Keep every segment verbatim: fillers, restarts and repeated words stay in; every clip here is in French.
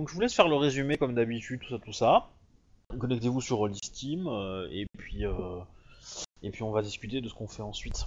donc je vous laisse faire le résumé comme d'habitude, tout ça, tout ça. Connectez-vous sur Rollisteam, euh, et puis euh, et puis on va discuter de ce qu'on fait ensuite.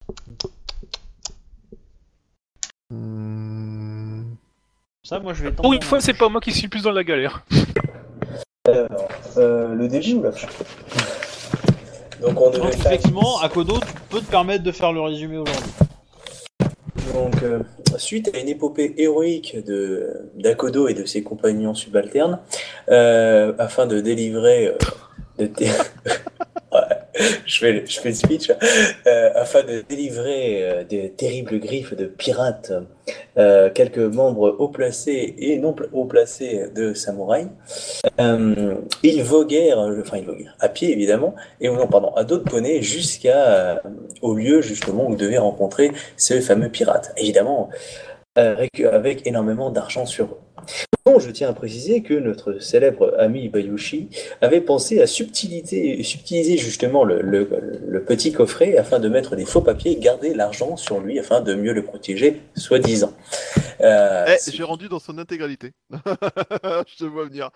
Hmm. Ça, moi je vais. Pour une fois, c'est pas moi qui suis le plus dans la galère. Alors, euh, le début ou la fin? Donc on devait Donc, faire... effectivement, Akodo, tu peux te permettre de faire le résumé aujourd'hui. Donc, euh, suite à une épopée héroïque de d'Akodo et de ses compagnons subalternes, euh, afin de délivrer euh, de ter- ouais, je fais le, je fais le speech, euh, afin de délivrer euh, des terribles griffes de pirates, euh, quelques membres haut placés et non pla- haut placés de samouraïs. Euh, ils voguèrent, euh, enfin ils voguèrent, à pied évidemment, et non pardon, à dos de poney jusqu'à euh, au lieu justement où ils devaient rencontrer ce fameux pirate. Évidemment, avec, avec énormément d'argent sur eux. Bon, je tiens à préciser que notre célèbre ami Bayushi avait pensé à subtilité, subtiliser justement le, le, le petit coffret afin de mettre des faux papiers et garder l'argent sur lui afin de mieux le protéger, soi-disant. Euh, Eh, c'est- j'ai rendu dans son intégralité. Je te vois venir.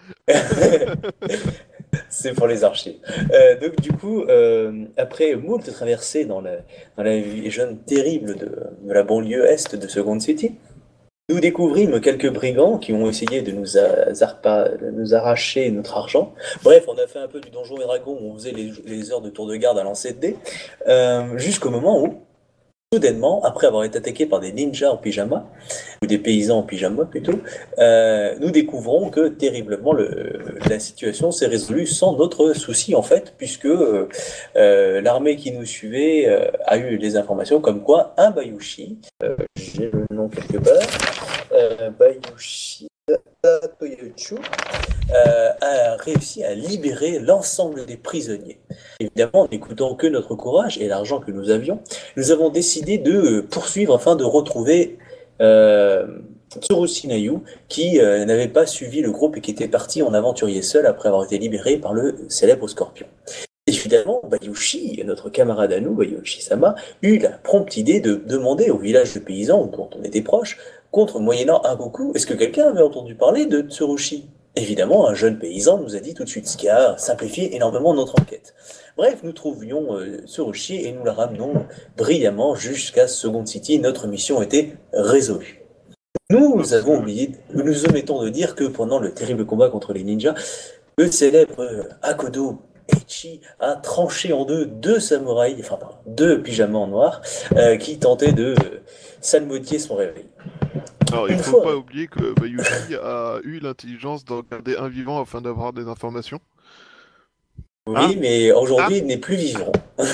C'est pour les archives. Euh, donc du coup, euh, après moult traversées dans la, dans la région terrible de, de la banlieue est de Second City, nous découvrîmes quelques brigands qui ont essayé de nous, a- zarpa- de nous arracher notre argent. Bref, on a fait un peu du Donjon et Dragon où on faisait les, les heures de tour de garde à lancer de dés, euh, jusqu'au moment où, soudainement, après avoir été attaqué par des ninjas en pyjama, ou des paysans en pyjama plutôt, euh, nous découvrons que terriblement le, la situation s'est résolue sans notre souci en fait, puisque euh, euh, l'armée qui nous suivait euh, a eu des informations comme quoi un Bayushi, euh, j'ai le nom quelque part, euh, Bayushi Toyochu, euh, a réussi à libérer l'ensemble des prisonniers. Évidemment, n'écoutant que notre courage et l'argent que nous avions, nous avons décidé de poursuivre afin de retrouver euh, Tsurushi Nayu, qui euh, n'avait pas suivi le groupe et qui était parti en aventurier seul après avoir été libéré par le célèbre Scorpion. Et finalement, Bayushi, notre camarade à nous, Bayushi-sama, eut la prompte idée de demander au village de paysans dont on était proche, contre moyennant un Goku, est-ce que quelqu'un avait entendu parler de Tsurushi? Évidemment, un jeune paysan nous a dit tout de suite, ce qui a simplifié énormément notre enquête. Bref, nous trouvions euh, Tsurushi et nous la ramenons brillamment jusqu'à Second City. Notre mission était résolue. Nous avons oublié, nous nous omettons de dire que pendant le terrible combat contre les ninjas, le célèbre euh, Akodo Eiichi a tranché en deux deux samouraïs, enfin pardon, deux pyjamas en noir, euh, qui tentaient de euh, salmodier son réveil. Alors, il Une faut fois- pas oublier que Bayushi a eu l'intelligence d'en garder un vivant afin d'avoir des informations. Oui, Hein mais aujourd'hui, il n'est plus vivant.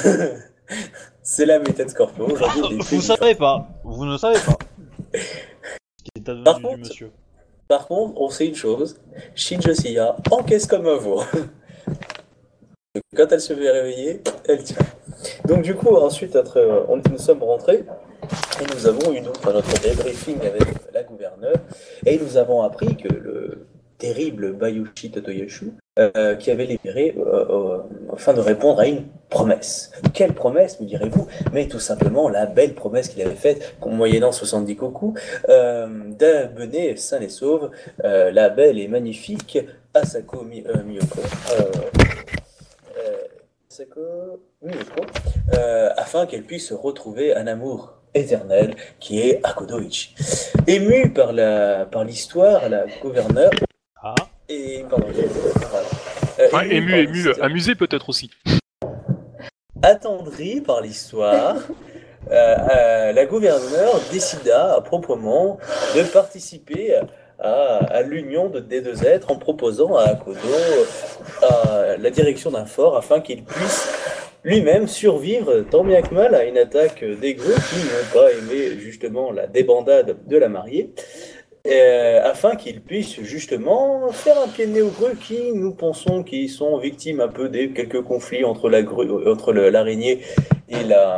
C'est la méthode Scorpio. Aujourd'hui, il n'est plus Vous vivant. savez pas, vous ne savez pas. Ce qui est advenu Par du contre- monsieur. Par contre, on sait une chose, Shinjo Siya encaisse comme un veau. Quand elle se fait réveiller, elle tient. Donc du coup, ensuite, après, on, nous sommes rentrés et nous avons eu donc notre débriefing avec la gouverneure et nous avons appris que le terrible Bayushi Totoyoshu, euh, qui avait libéré euh, euh, afin de répondre à une promesse. Quelle promesse, me direz-vous? Mais tout simplement la belle promesse qu'il avait faite, qu'en moyennant soixante-dix koku, euh, d'amener sain et sauve euh, la belle et magnifique Asako Mi- euh, Miyoko. Euh, euh, Asako Miyoko, euh, afin qu'elle puisse retrouver un amour éternel qui est Akodo Ichi. Ému par la par l'histoire, la gouverneure Ah, et pardon, voilà. Euh, Enfin, ému, par ému, l'histoire- amusé peut-être aussi. attendrie par l'histoire, euh, euh, la gouverneure décida proprement de participer à, à l'union de, des deux êtres en proposant à Akodo euh, la direction d'un fort afin qu'il puisse lui-même survivre tant bien que mal à une attaque des gros qui n'ont pas aimé justement la débandade de la mariée. Euh, afin qu'ils puissent justement faire un pied de nez aux greux qui, nous pensons, qui sont victimes un peu des quelques conflits entre la grue, entre le- l'araignée et la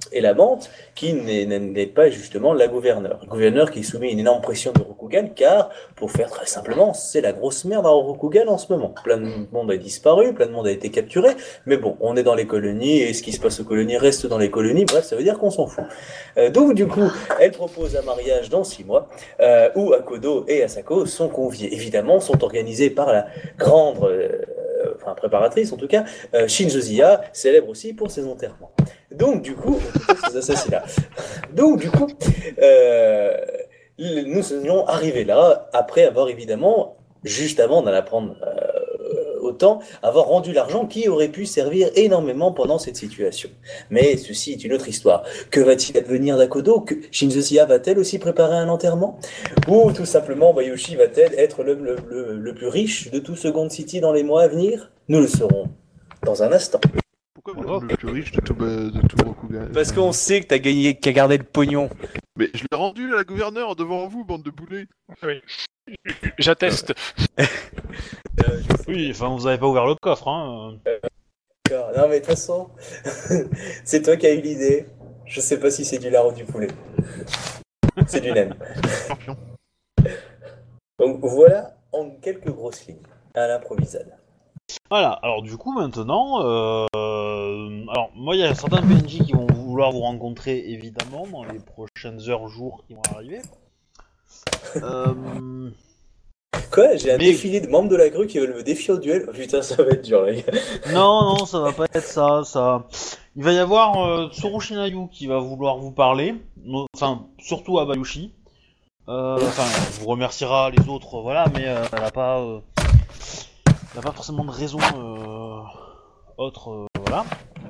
et la Mante, qui n'est n'est pas justement la gouverneure. Le gouverneur qui soumet une énorme pression de Rokugan, car, pour faire très simplement, c'est la grosse merde à Rokugan en ce moment. Plein de monde a disparu, plein de monde a été capturé, mais bon, on est dans les colonies, et ce qui se passe aux colonies reste dans les colonies, bref, ça veut dire qu'on s'en fout. Euh, donc, du coup, elle propose un mariage dans six mois, euh, où Akodo et Asako sont conviés. Évidemment, sont organisés par la grande, euh, enfin préparatrice en tout cas, euh, Shinzo Zia, célèbre aussi pour ses enterrements. Donc, du coup, ces assassinats. Donc, du coup, euh, nous sommes arrivés là, après avoir évidemment, juste avant d'en apprendre euh, autant, avoir rendu l'argent qui aurait pu servir énormément pendant cette situation. Mais ceci est une autre histoire. Que va-t-il advenir d'Akodo? Que Shinzo Zia va-t-elle aussi préparer un enterrement? Ou tout simplement, Bayushi va-t-elle être le, le, le, le plus riche de tout Second City dans les mois à venir? Nous le saurons dans un instant. Pourquoi moi, je suis le plus riche de tout, de tout Rokugan? Parce qu'on sait que t'as gagné, qu'à garder le pognon. Mais je l'ai rendu à la gouverneure devant vous, bande de boulets. Oui. J'atteste. Euh, Oui, enfin, vous avez pas ouvert le coffre, hein. D'accord. Non, mais de toute façon, c'est toi qui as eu l'idée. Je sais pas si c'est du lard ou du poulet. C'est du laine. Champion. Donc voilà en quelques grosses lignes à l'improvisade. Voilà, alors du coup maintenant, euh... alors moi il y a certains P N J qui vont vouloir vous rencontrer évidemment dans les prochaines heures, jours qui vont arriver. Euh... Quoi? J'ai un Mais- défilé de membres de la grue qui veulent me défier au duel? Oh, putain, ça va être dur, les gars. Non, non, ça va pas être ça, ça... Il va y avoir euh, Tsuru Shinayu qui va vouloir vous parler, no- enfin, surtout à Bayushi. Euh, Enfin, elle vous remerciera les autres, voilà, mais euh, elle a pas... euh, elle a pas forcément de raison euh, autre, euh, voilà.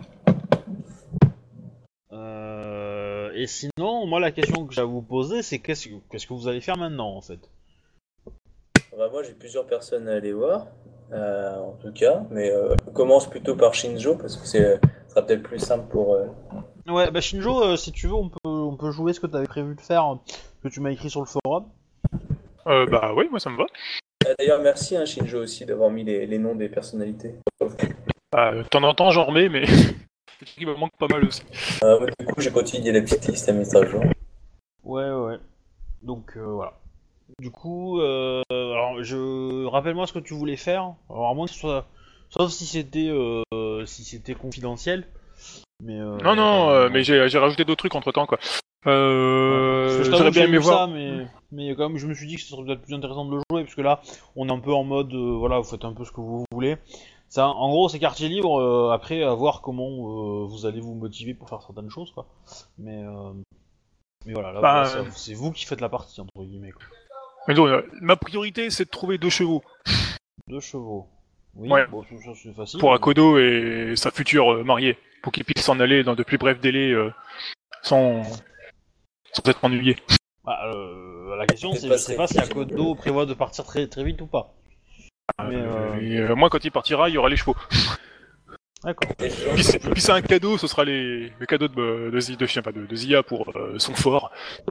Euh, et sinon, moi la question que j'ai à vous poser, c'est qu'est-ce que, qu'est-ce que vous allez faire maintenant, en fait? Bah, moi, j'ai plusieurs personnes à aller voir, euh, en tout cas, mais euh, on commence plutôt par Shinjo parce que c'est, ce sera peut-être plus simple pour. Euh... Ouais, bah Shinjo, euh, si tu veux, on peut, on peut jouer ce que t'avais prévu de faire, euh, que tu m'as écrit sur le forum. Euh, bah oui, moi ça me va. Ah, d'ailleurs, merci hein, Shinjo aussi d'avoir mis les, les noms des personnalités. Bah, de temps en temps j'en remets, mais il me manque pas mal aussi. Euh, ouais, du coup, j'ai continué la petite liste à mettre à jour. Ouais, ouais, ouais. Donc, euh, voilà. Du coup, euh, alors, je... rappelle-moi ce que tu voulais faire. Alors, à moins que ce soit... Sauf si c'était euh, si c'était confidentiel. Mais, euh, Non, non, euh, euh, mais j'ai j'ai rajouté d'autres trucs entre temps quoi. Euh, Parce que je t'avoue J'aurais que bien j'ai aimé vu voir. ça, mais, mais quand même, je me suis dit que ce serait peut-être plus intéressant de le jouer, parce que là, on est un peu en mode, euh, voilà, vous faites un peu ce que vous voulez. Ça, en gros, c'est quartier libre, euh, après, à voir comment euh, vous allez vous motiver pour faire certaines choses, quoi. Mais, euh, mais voilà, là, Bah, voilà, ça- c'est vous qui faites la partie, entre guillemets, quoi. Mais donc, euh, ma priorité c'est de trouver deux chevaux Deux chevaux. Oui, Ouais. bon, ça, ça, c'est facile. pour Akodo et sa future euh, mariée, pour qu'ils puissent s'en aller dans de plus brefs délais euh, sans... sans être ennuyés. Bah, euh, la question, C'est c'est, pas je sais très pas si efficace. Akodo prévoit de partir très, très vite ou pas. Mais, euh, Et, euh, moi quand il partira, il y aura les chevaux. D'accord. Et je- Puis c'est, puis c'est un cadeau, ce sera les, les cadeaux de, de, Zi- de, chien, pas de, de Zia pour euh, son fort.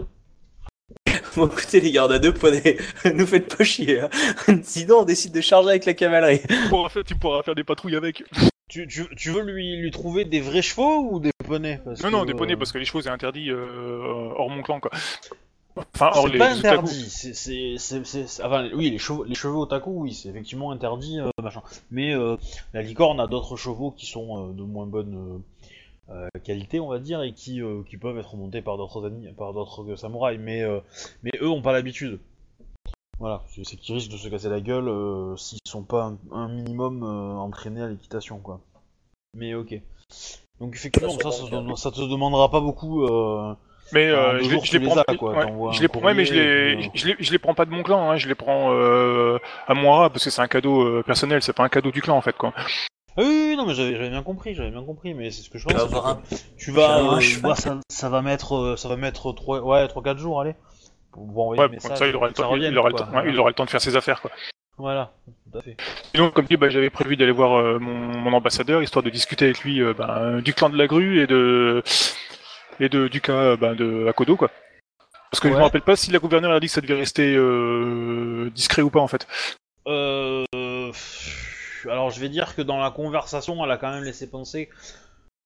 Bon, écoutez, les gars, on a deux points. Nous faites pas chier. Hein. Sinon, on décide de charger avec la cavalerie. Tu pourras faire, tu pourras faire des patrouilles avec. Tu, tu, tu veux lui, lui trouver des vrais chevaux ou des poneys? Parce Non, que, non, des poneys, euh, parce que les chevaux c'est interdit euh, hors mon clan quoi. Enfin, hors C'est les pas otaku. interdit, c'est, c'est, c'est, c'est- c'est- enfin, oui, les chevaux, les cheveux otaku, oui, c'est effectivement interdit, euh, machin. Mais euh, la licorne a d'autres chevaux qui sont euh, de moins bonne euh, euh, qualité, on va dire, et qui, euh, qui peuvent être montés par d'autres ani- par d'autres euh, samouraïs. Mais, euh, mais eux ont pas l'habitude. Voilà, c'est, c'est qu'ils risquent de se casser la gueule euh, s'ils sont pas un, un minimum euh, entraînés à l'équitation, quoi. Mais ok. Donc effectivement, ça, ça, te- ça te demandera pas beaucoup. Euh, Mais En euh, deux je, jours, les- je tu les les prends, as, quoi, ouais, t'envoies je un les prends, ouais, mais je courrier, les, et puis, euh, je les, je les prends pas de mon clan, hein, je les prends euh, à moi parce que c'est un cadeau euh, personnel, c'est pas un cadeau du clan en fait quoi. Ah oui, oui, oui, non, mais j'avais, j'avais bien compris, j'avais bien compris, mais c'est ce que je pense. Tu vas c'est avoir que un- Tu vas, tu vas avoir un euh, cheval. voir, ça, ça va mettre, euh, ça va mettre trois, ouais, trois quatre jours, allez. Pour vous envoyer Ouais, le comme message, ça il aura le que ça temps, revienne, il aura le quoi. temps, ouais, il aura le temps de faire ses affaires quoi. Voilà, tout à fait. Et donc comme dit, bah, j'avais prévu d'aller voir euh, mon, mon ambassadeur histoire de discuter avec lui euh, bah, du clan de la grue et de et de du cas euh, bah, de Akodo quoi. Parce que je Ouais. me rappelle pas si la gouverneure a dit que ça devait rester euh, discret ou pas en fait. Euh... Alors, je vais dire que dans la conversation, elle a quand même laissé penser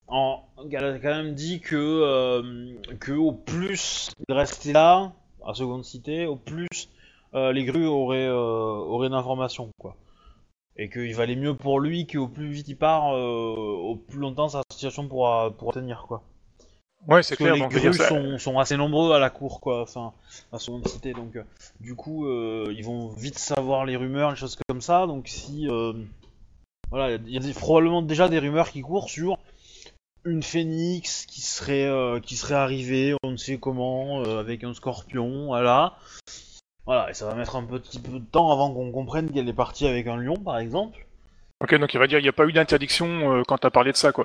en, elle a quand même dit que, euh, que au plus il restait là, à Seconde Cité, au plus euh, les grues auraient, euh, auraient d'informations, quoi. Et qu'il valait mieux pour lui qu'au plus vite il part, euh, au plus longtemps sa situation pourra, pourra tenir, quoi. Ouais, c'est Parce que clair. les Donc, je veux dire, grues ça- sont, sont assez nombreux à la cour, quoi, enfin, à Seconde Cité, donc euh, du coup, euh, ils vont vite savoir les rumeurs, les choses comme ça, donc si... Euh, voilà, il y a des- probablement déjà des rumeurs qui courent sur une phénix qui serait, euh, qui serait arrivée, on ne sait comment, euh, avec un scorpion, voilà. Voilà, et ça va mettre un petit peu de temps avant qu'on comprenne qu'elle est partie avec un lion, par exemple. Ok, donc il va dire il n'y a pas eu d'interdiction euh, quand t'as parlé de ça, quoi.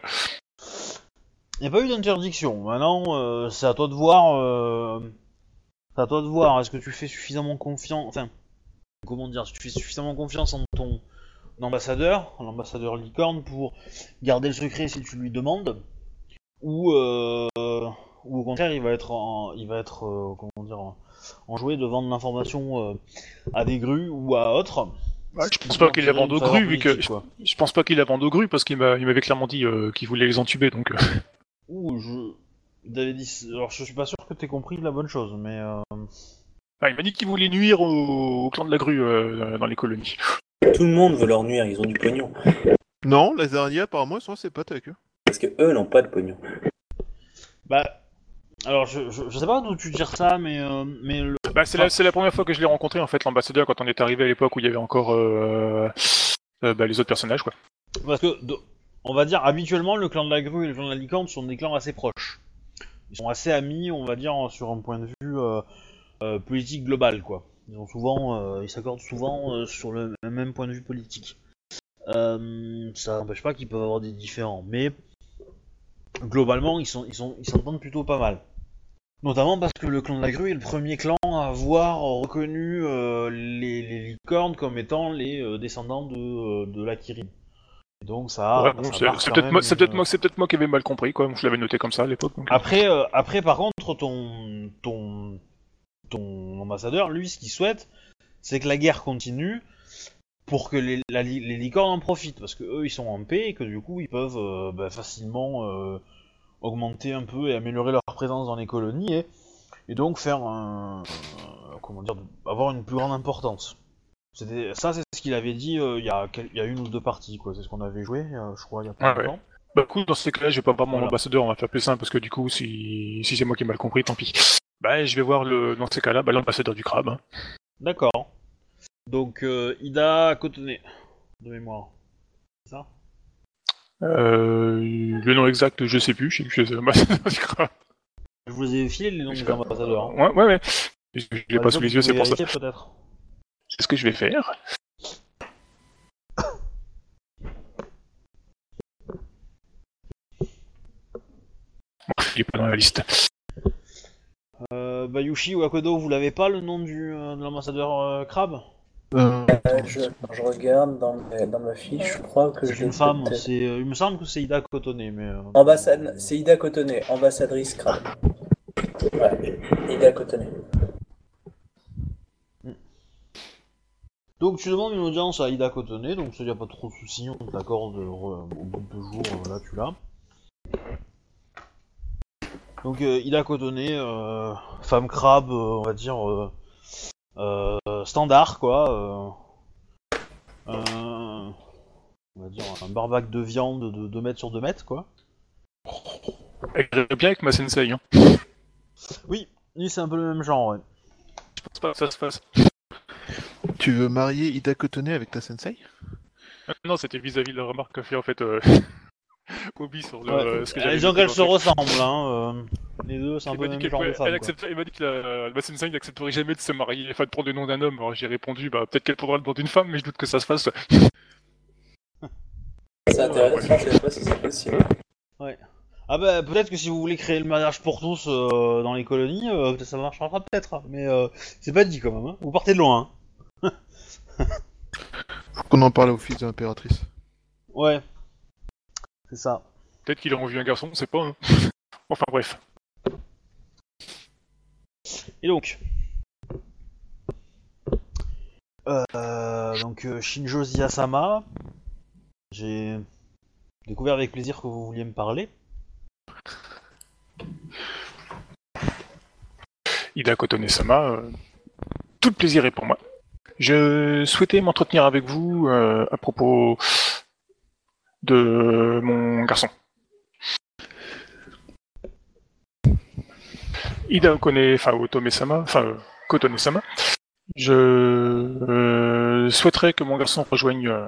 Il n'y a pas eu d'interdiction. Maintenant, euh, c'est à toi de voir. Euh... C'est à toi de voir. Est-ce que tu fais suffisamment confiance. Enfin, comment dire, si tu fais suffisamment confiance en ton ambassadeur, l'ambassadeur licorne, pour garder le secret si tu lui demandes, ou, euh... ou au contraire, il va être, en... il va être, euh, comment dire, enjoué de vendre l'information euh, à des grues ou à autres. Ouais, je pense pas qu'il la vende aux grues, vu que politique, je, quoi. je pense pas qu'il la vende aux grues parce qu'il m'a, il m'avait clairement dit euh, qu'il voulait les entuber, donc. euh. Ouh, je. Il avait dit. Alors, je suis pas sûr que t'aies compris la bonne chose, mais. Euh... Ah, il m'a dit qu'il voulait nuire au, au clan de la grue euh, dans les colonies. Tout le monde veut leur nuire, ils ont du pognon. Non, les araignées, apparemment, ils sont assez potes avec eux. Parce que eux n'ont pas de pognon. Bah. Alors, je, je, je sais pas d'où tu tires ça, mais. Euh, mais le... Bah, c'est, la, c'est la première fois que je l'ai rencontré, en fait, l'ambassadeur, quand on est arrivé à l'époque où il y avait encore euh, euh, bah, les autres personnages, quoi. Parce que. De... On va dire, habituellement, le clan de la grue et le clan de la licorne sont des clans assez proches. Ils sont assez amis, on va dire, sur un point de vue euh, euh, politique global, quoi. Ils ont souvent, euh, ils s'accordent souvent euh, sur le même point de vue politique. Euh, ça n'empêche pas qu'ils peuvent avoir des différends, mais globalement, ils sont, ils sont, ils s'entendent plutôt pas mal. Notamment parce que le clan de la grue est le premier clan à avoir reconnu euh, les, les licornes comme étant les euh, descendants de, euh, de la Kirin. Et donc ça, Ouais, bon, ça c'est, marque c'est quand peut-être même moi, c'est une- peut-être moi, c'est peut-être moi qui avais mal compris, quoi. Je l'avais noté comme ça à l'époque. Donc... Après, euh, après, par contre, ton, ton, ton ambassadeur, lui, ce qu'il souhaite, c'est que la guerre continue pour que les, la, les licornes en profitent, parce que eux, ils sont en paix et que du coup, ils peuvent euh, bah, facilement euh, augmenter un peu et améliorer leur présence dans les colonies et, et donc faire un, euh, comment dire, avoir une plus grande importance. C'était, ça, c'est ce qu'il avait dit euh, il y a, quel- il y a une ou deux parties, quoi. C'est ce qu'on avait joué, euh, je crois, il y a pas Ouais, longtemps. Bah, du coup, dans ces cas-là, je vais pas voir mon Voilà. ambassadeur, on va faire plus simple, parce que du coup, si, si c'est moi qui ai mal compris, tant pis. Bah, je vais voir le, dans ces cas-là, bah, l'ambassadeur du crabe. Hein. D'accord. Donc, euh, Ida Cotonnet, de mémoire. C'est ça? Euh, le nom exact, je sais plus, je sais que c'est l'ambassadeur du crabe. Je vous ai filé les noms Je des sais pas. ambassadeurs. Hein. Ouais, ouais, ouais. Je, je l'ai Ouais, pas ça, sous les vous yeux, c'est pouvez pour ça. vérifier, peut-être. C'est ce que je vais faire. Bon, il est pas dans la liste. Euh, Bayushi ou Akodo, vous l'avez pas le nom du, euh, de l'ambassadeur euh, crabe? Euh, Euh, je, je regarde dans, ma- dans ma fiche, je crois que C'est je l'ai une femme, peut-être. c'est, euh, il me semble que c'est Ida Cotonnet, mais... euh, Ambassade, c'est Ida Cotonnet, ambassadrice crabe. Ouais, Ida Cotonnet. Donc tu demandes une audience à Ida Cotonnet, donc ça y a pas trop de soucis, on t'accorde euh, au bout de deux jours, euh, là tu l'as. Donc euh, Ida Cotonnet, euh, femme crabe, euh, on va dire euh, euh, standard quoi. Euh, un- on va dire un barbac de viande de deux mètres sur deux mètres quoi. Elle irait bien avec ma sensei, hein. Oui, lui c'est un peu le même genre, ouais. Je pense pas que ça se fasse. tu veux marier Ida Cotonnet avec ta sensei? Non, c'était vis-à-vis de la remarque qu'a fait en fait euh... Obi sur le. Ouais. ce que Euh, j'avais disons noté qu'elles dans se le- ressemblent, hein. euh, les deux c'est un Il peu m'a le dit même qu'elle genre de pouvait- femme. elle quoi. accepte- il m'a dit que la, la sensei n'accepterait jamais de se marier, enfin de prendre le nom d'un homme. Alors j'ai répondu, bah peut-être qu'elle prendra le nom d'une femme, mais je doute que ça se fasse. C'est intéressant, je sais pas si c'est possible. Ah bah peut-être que si vous voulez créer le mariage pour tous euh, dans les colonies, euh, peut-être ça marchera peut-être, hein. Mais euh, c'est pas dit quand même, hein. Vous partez de loin. Hein. Faut qu'on en parle au fils de l'impératrice. Ouais, c'est ça. Peut-être qu'il a envie un garçon, on sait pas. Hein. Enfin bref. Et donc, euh, donc euh, Shinjo Ziyasama, j'ai découvert avec plaisir que vous vouliez me parler. Ida Kotone-sama, euh, tout le plaisir est pour moi. Je souhaitais m'entretenir avec vous euh, à propos de mon garçon. Ida Okone, enfin Otome-sama, enfin euh, Kotone-sama, je euh, souhaiterais que mon garçon rejoigne euh,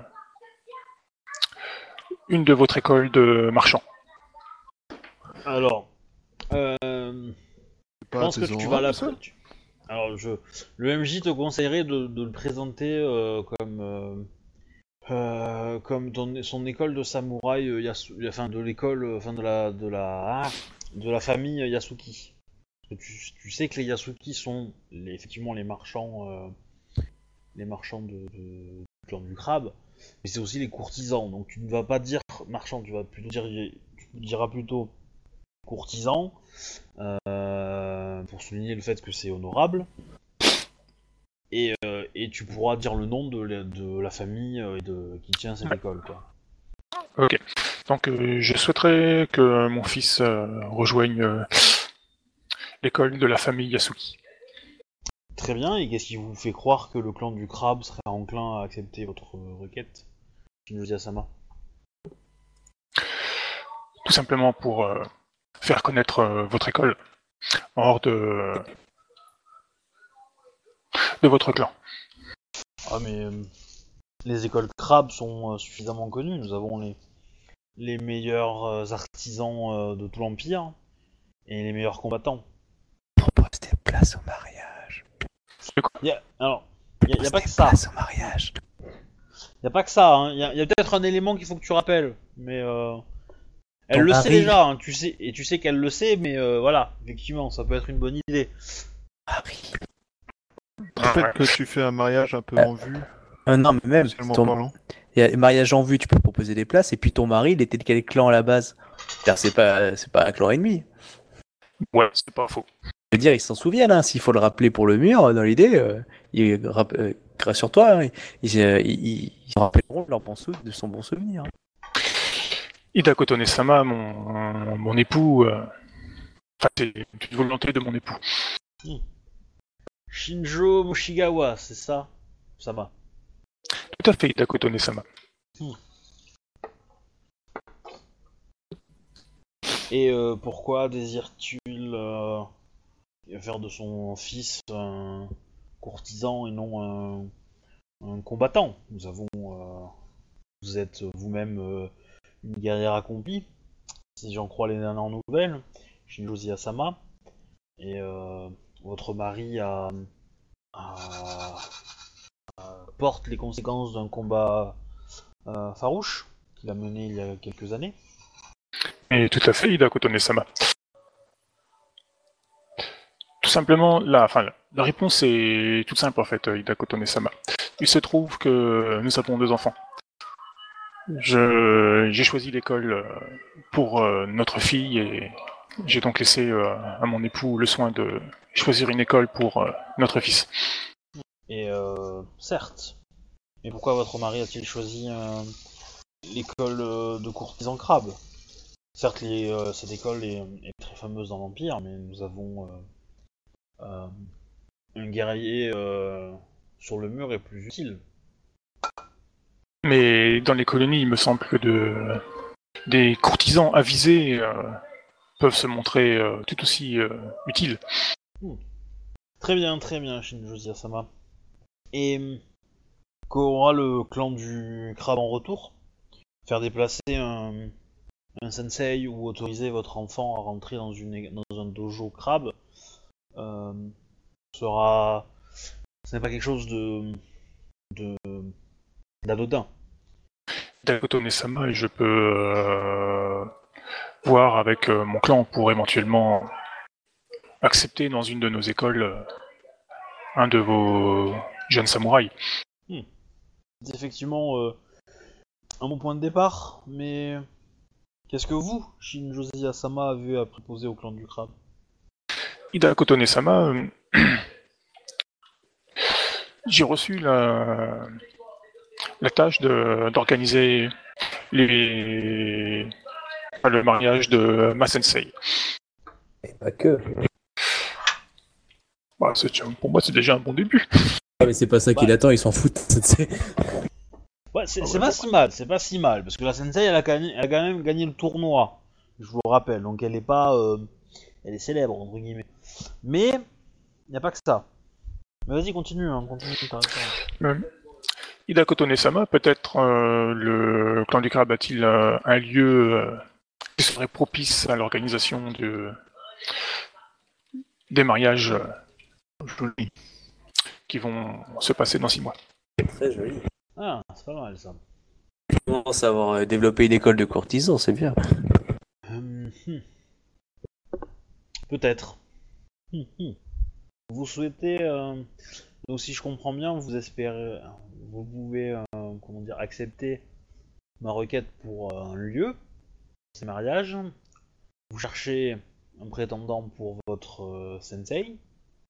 une de votre école de marchands. Alors, euh, je Pas pense que saison tu vas un, la. ça tu- Alors, je, le M J te conseillerait de, de le présenter euh, comme, euh, euh, comme ton- son école de samouraï, euh, Yasu- enfin de l'école, euh, enfin de la, de la, ah, de la famille Yasuki. Parce que tu, tu sais que les Yasuki sont les- effectivement les marchands, euh, les marchands de, de- du clan du crabe, mais c'est aussi les courtisans. Donc tu ne vas pas dire marchand, tu vas plutôt dire, tu diras plutôt courtisan. Euh, pour souligner le fait que c'est honorable. Et, euh, et tu pourras dire le nom de la, de la famille euh, et de, qui tient cette Ouais. école, quoi. Ok. Donc euh, je souhaiterais que mon fils euh, rejoigne euh, l'école de la famille Yasuki. Très bien, et qu'est-ce qui vous fait croire que le clan du crabe serait enclin à accepter votre euh, requête, Shinjo-sama? Tout simplement pour euh, faire connaître euh, votre école hors de, de votre clan. Ah mais euh, les écoles crabe sont euh, suffisamment connues, nous avons les, les meilleurs euh, artisans euh, de tout l'Empire, et les meilleurs combattants. Propose des places au mariage. Y a, alors, il n'y a, y a pas que ça. Places au mariage. Il n'y a pas que ça, hein. Il y a, y a peut-être un élément qu'il faut que tu rappelles, mais euh, elle Ton le sait mari. déjà, hein, tu sais, et tu sais qu'elle le sait, mais euh, voilà, effectivement, ça peut être une bonne idée. Marie. Peut-être que tu fais un mariage un peu en vue, Euh, non, mais même, socialement ton parlant. il y a mariage en vue, tu peux proposer des places, et puis ton mari, il était de quel clan à la base? Car c'est pas, c'est pas un clan ennemi. Ouais, c'est pas faux. Je veux dire, ils s'en souviennent, hein, s'il faut le rappeler pour le mur, dans l'idée, euh, il rapp- euh, rassure-toi, hein, ils, euh, ils, ils- ils se rappelleront de, leur bon sou- de son bon souvenir. hein. Ida Kotone-sama, mon, mon époux, euh, enfin c'est une volonté de mon époux. Shinjo Moshigawa, c'est ça, Sama. Tout à fait, Ida Kotone-sama. Et euh, pourquoi désire-t-il euh, faire de son fils un courtisan et non un, un combattant? Nous avons, euh, vous êtes vous-même euh, une guerrière accomplie, si j'en crois les dernières nouvelles, Shinjo Sama, et euh, votre mari a, a- a- porte les conséquences d'un combat euh, farouche qu'il a mené il y a quelques années. Et tout à fait, Ida Kotone-sama. Tout simplement, la, enfin, la, la réponse est toute simple en fait, Ida Kotone-sama. Il se trouve que nous avons deux enfants. Je, j'ai choisi l'école euh, pour euh, notre fille et j'ai donc laissé euh, à mon époux le soin de choisir une école pour euh, notre fils. Et euh, certes. Mais pourquoi votre mari a-t-il choisi euh, l'école euh, de courtisan crabe? Certes, les, euh, cette école est, est très fameuse dans l'Empire, mais nous avons euh, euh, un guerrier euh, sur le mur est plus utile. Mais dans les colonies, il me semble que de, des courtisans avisés euh, peuvent se montrer euh, tout aussi euh, utiles. Très bien, très bien, Shinjo Sama. Et qu'aura le clan du crabe en retour? Faire déplacer un, un sensei ou autoriser votre enfant à rentrer dans, une, dans un dojo crabe euh, sera... Ce n'est pas quelque chose de... de d'anodin. Dakotone-sama, et je peux euh, voir avec euh, mon clan pour éventuellement accepter dans une de nos écoles euh, un de vos jeunes samouraïs. Hmm. C'est effectivement euh, un bon point de départ, mais qu'est-ce que vous, Shinjo Sama, avez à proposer au clan du crabe? Ida Kotone-sama, euh, j'ai reçu la, la tâche de, d'organiser les, le mariage de ma sensei. Et pas que. Bah, c'est, pour moi, c'est déjà un bon début. Ah, mais c'est pas ça qu'il Ouais. attend, ils s'en foutent. tu sais. Ouais, c'est, Ah c'est ouais, pas bon. si mal, c'est pas si mal, parce que la Sensei, elle a, gagné, elle a quand même gagné le tournoi, je vous le rappelle, donc elle est pas... euh, elle est célèbre, entre guillemets. Mais, y a pas que ça. Mais vas-y, continue, hein, continue, t'arrêtes pas. Euh, Ida Kotone-sama, peut-être euh, le clan du crabe a-t-il euh, un lieu euh, qui serait propice à l'organisation de... des mariages euh, jolis qui vont se passer dans six mois. Très joli. Ah, c'est pas mal, ça. Ils commencent à avoir euh, développé une école de courtisans, c'est bien. Hum, hum. Peut-être. Hum, hum. Vous souhaitez... euh, Donc si je comprends bien, vous espérez... Vous pouvez, euh, comment dire, accepter ma requête pour euh, un lieu, ces mariages. Vous cherchez un prétendant pour votre euh, sensei.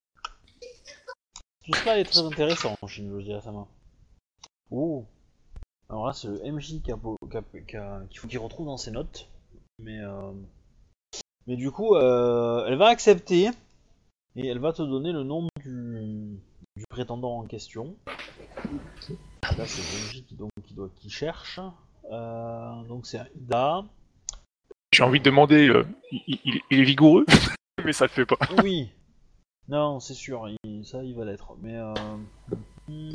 Tout cela est très intéressant, Shinji Asama. Oh. Alors là, c'est le M J qui a, qui a- qui a- qu'il faut qu'il retrouve dans ses notes. Mais, euh, mais du coup, euh, elle va accepter et elle va te donner le nom du, du prétendant en question. Là, c'est le M J qui, donc, qui, doit, qui cherche. Euh, donc c'est un Ida. J'ai envie de demander, euh, il, il- il est vigoureux, mais ça le fait pas. Oui. Non, c'est sûr, il- ça il va l'être. Mais euh... hmm.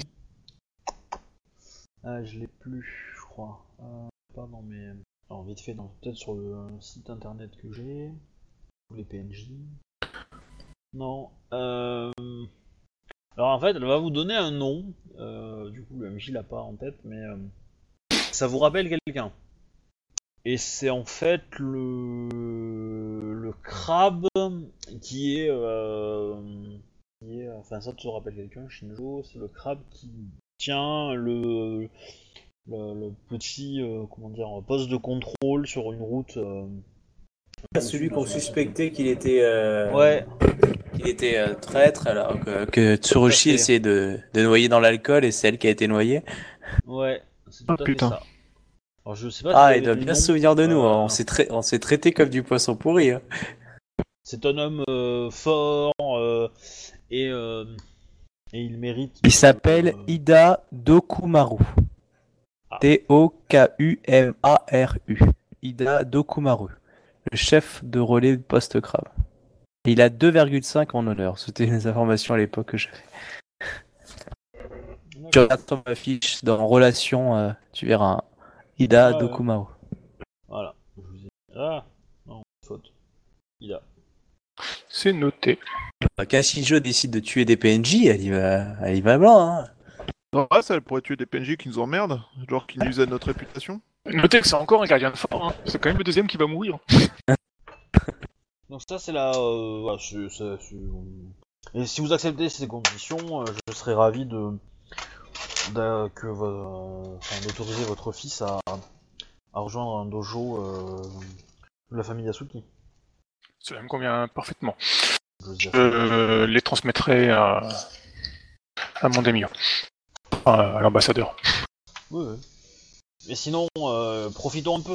Ah, je l'ai plus, je crois. Euh, pas dans mes. Alors vite fait, non, peut-être sur le site internet que j'ai. Ou les P N J. Non. Euh... Alors en fait, elle va vous donner un nom. Euh, du coup, le M J l'a pas en tête, mais euh, ça vous rappelle quelqu'un. Et c'est en fait le le crabe qui est euh... qui est, enfin ça te rappelle quelqu'un, Shinjo, c'est le crabe qui tient le le, le petit euh, comment dire poste de contrôle sur une route. Euh... Celui qu'on suspectait qu'il était, euh, Ouais. Il était euh, traître alors que, que Tsurushi Tout à fait. essayait de, de noyer dans l'alcool et c'est elle qui a été noyée. Ouais, c'est tout Oh, à fait putain. ça. Alors je sais pas Ah, si il vous doit avez le bien nom. se souvenir de nous, Euh, hein. on s'est trai- on s'est traité comme du poisson pourri. Hein. C'est un homme euh, fort euh, et euh, et il mérite. Il s'appelle euh, Ida Dokumaru. Ah. T O K U M A R U. Ida Dokumaru. Le chef de relais de poste crabe. Et il a deux virgule cinq en honneur. C'était les informations à l'époque que j'avais. Tu regardes sur ma fiche dans relation, euh, tu verras un Ida Ouais, ouais. Dokumaru. Voilà. Je vous ai... Ah non, faute. Il a. C'est noté. Bah, Quand Shinjo décide de tuer des P N J, elle y va, elle y va blanc. Hein. Non, ah, ça, elle pourrait tuer des P N J qui nous emmerdent, genre qui nuisent à notre réputation. Notez que c'est encore un gardien de fort, hein. C'est quand même le deuxième qui va mourir. Donc ça c'est la. Euh, voilà, c'est- c'est- c'est- Et si vous acceptez ces conditions, euh, je serais ravi de, de que vo- enfin, d'autoriser votre fils à, à rejoindre un dojo euh, de la famille Yasuki. Cela me convient parfaitement. Je veux dire. Je euh, les transmettrai à, à mon daimyo, à, à l'ambassadeur. Ouais, ouais. Mais sinon, euh, profitons un peu.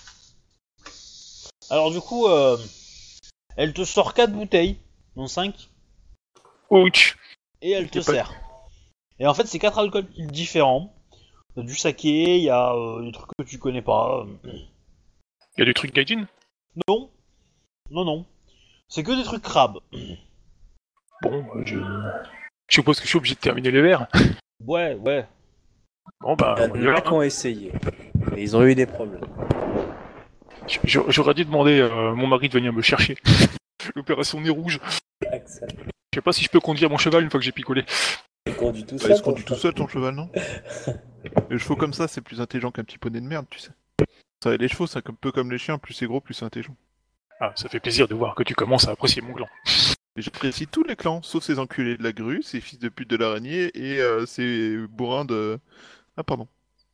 Alors du coup, euh, elle te sort quatre bouteilles, non cinq, Ouch. et elle te C'est pas- sert. Et en fait, c'est quatre alcools différents. Il y a du saké, il y a euh, des trucs que tu connais pas. Il y a du truc gaijin. Non, non, non. C'est que des trucs crabes. Bon, euh, je... je suppose que je suis obligé de terminer les verres. Ouais, ouais. Bon bah, Il y a on des y va, mecs qui hein. ont essayé. Et ils ont eu des problèmes. J- J'aurais dû demander à mon mari de venir me chercher. L'opération nez rouge. Axel. Je sais pas si je peux conduire mon cheval une fois que j'ai picolé. Il conduit tout Bah, seul. il se conduit ton tout seul, ton cheval, non? Les chevaux comme ça, c'est plus intelligent qu'un petit poney de merde, tu sais. Ça, les chevaux, c'est un peu comme les chiens, plus c'est gros, plus c'est intelligent. Ah, ça fait plaisir de voir que tu commences à apprécier mon clan. Et j'apprécie tous les clans, sauf ces enculés de la grue, ces fils de pute de l'araignée et euh, ces bourrins de... Ah, pardon.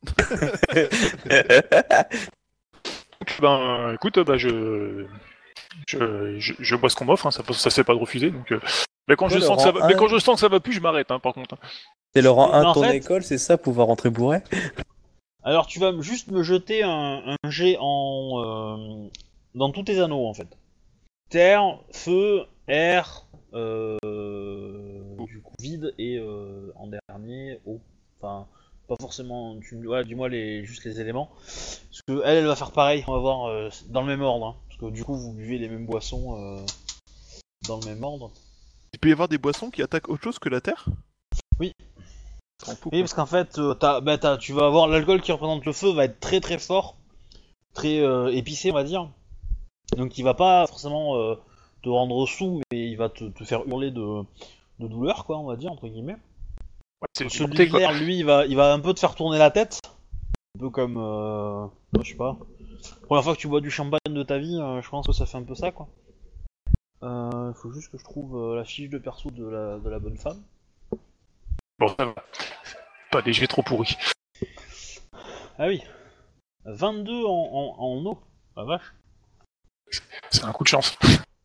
Ben, écoute, bah je... Je, je, je bois ce qu'on m'offre, hein, ça, ça se fait pas de refuser, donc... euh, Mais quand, Ouais, je sens que ça va... Laurent, Mais un- quand je sens que ça va plus, je m'arrête, hein, par contre. C'est le rang Mais un de en ton fait- école, c'est ça, pouvoir rentrer bourré? Alors tu vas m- juste me jeter un, un jet en euh, dans tous tes anneaux en fait. Terre, feu, air, euh, du coup vide et euh, en dernier eau. Enfin, pas forcément. Tu me ouais, dis-moi les juste les éléments. Parce que elle, elle va faire pareil. On va voir euh, dans le même ordre. Hein, parce que du coup, vous buvez les mêmes boissons euh, dans le même ordre. Il peut y avoir des boissons qui attaquent autre chose que la terre? Oui. En pot, Oui, parce qu'en fait, euh, t'as, bah, t'as, tu vas avoir l'alcool qui représente le feu va être très très fort, très euh, épicé, on va dire. Donc il va pas forcément euh, te rendre sous, mais il va te, te faire hurler de, de douleur, quoi, on va dire, entre guillemets. Ouais, c'est Celui monté, de quoi. l'air, lui, il va, il va un peu te faire tourner la tête. Un peu comme, euh, je sais pas. Première fois que tu bois du champagne de ta vie, euh, je pense que ça fait un peu ça, quoi. Euh, faut juste que je trouve euh, la fiche de perso de la, de la bonne femme. Bon, ça va. Pas des jets trop pourris. Ah oui. vingt-deux en, en, en eau. La vache. C'est un coup de chance.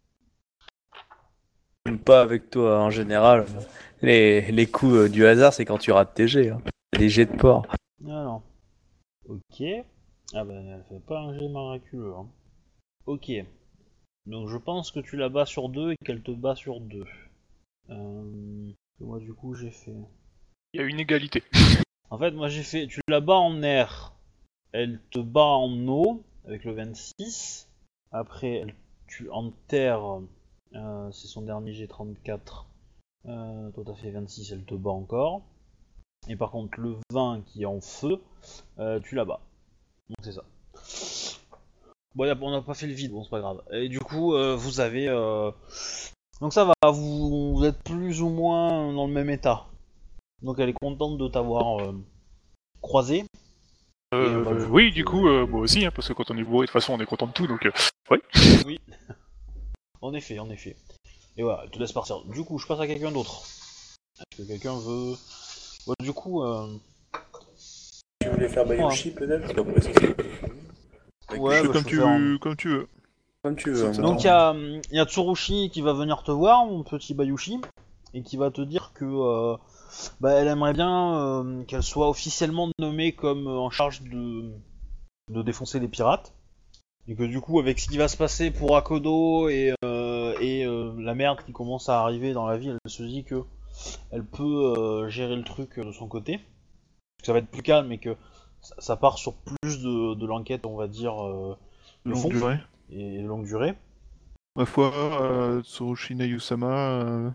Même pas avec toi en général. Les, les coups euh, du hasard, c'est quand tu rates tes jets. Hein. Les jets de porc. Ah non. Ok. Ah bah elle fait pas un jet miraculeux. Hein. Ok. Donc je pense que tu la bats sur deux et qu'elle te bat sur deux. Euh... Moi du coup j'ai fait... Il y a une égalité. En fait moi j'ai fait... Tu la bats en air. Elle te bat en eau avec le vingt-six. Après elle tue en terre. Euh, c'est son dernier jet trente-quatre. Euh, toi t'as fait vingt-six, elle te bat encore. Et par contre le vingt qui est en feu, euh, tu la bats. Donc c'est ça. Bon, y a, on n'a pas fait le vide, bon c'est pas grave. Et du coup, euh, vous avez... Euh... Donc ça va, vous, vous êtes plus ou moins dans le même état. Donc elle est contente de t'avoir euh, croisé. Euh, Et, bah, oui, euh... du coup, euh, moi aussi, hein, parce que quand on est bourré, de toute façon, on est content de tout, donc... Euh... Oui. Oui. En effet, en effet. Et voilà, elle te laisse partir. Du coup, je passe à quelqu'un d'autre. Est-ce que quelqu'un veut... Bon, du coup... Euh... Tu voulais faire Bayushi, ouais. peut-être? Après, ça, c'est- Ouais, je fais bah, comme, je tu... peux faire un- comme tu veux. Comme tu veux. hein, Donc il y a, y a Tsurushi qui va venir te voir, mon petit Bayushi, et qui va te dire que euh, bah, elle aimerait bien euh, qu'elle soit officiellement nommée comme euh, en charge de, de défoncer les pirates. Et que du coup, avec ce qui va se passer pour Akodo et, euh, et euh, la merde qui commence à arriver dans la ville, elle se dit que elle peut euh, gérer le truc de son côté. Que ça va être plus calme et que ça, ça part sur plus de, de l'enquête, on va dire, euh, de Longue fond durée. et de longue durée. Ma foi, euh, Tsurushi Nayusama, euh,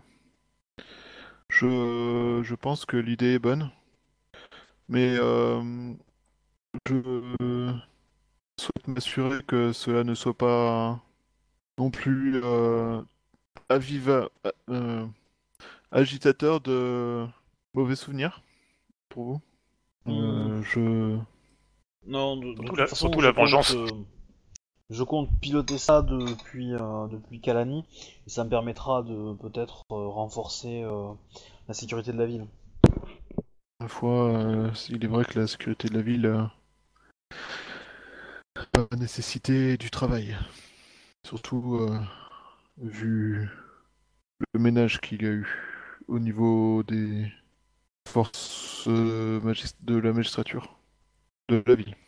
je... je pense que l'idée est bonne. Mais euh, je souhaite m'assurer que cela ne soit pas non plus euh, aviva, euh, agitateur de mauvais souvenirs pour vous. Euh, je... Non, de, de Surtout toute la- façon, surtout je la compte, vengeance. euh, je compte piloter ça depuis, euh, depuis Kalani, et ça me permettra de peut-être euh, renforcer euh, la sécurité de la ville. Ma foi, euh, il est vrai que la sécurité de la ville euh, va nécessiter du travail. Surtout euh, vu le ménage qu'il y a eu au niveau des forces euh, magis- de la magistrature de la ville.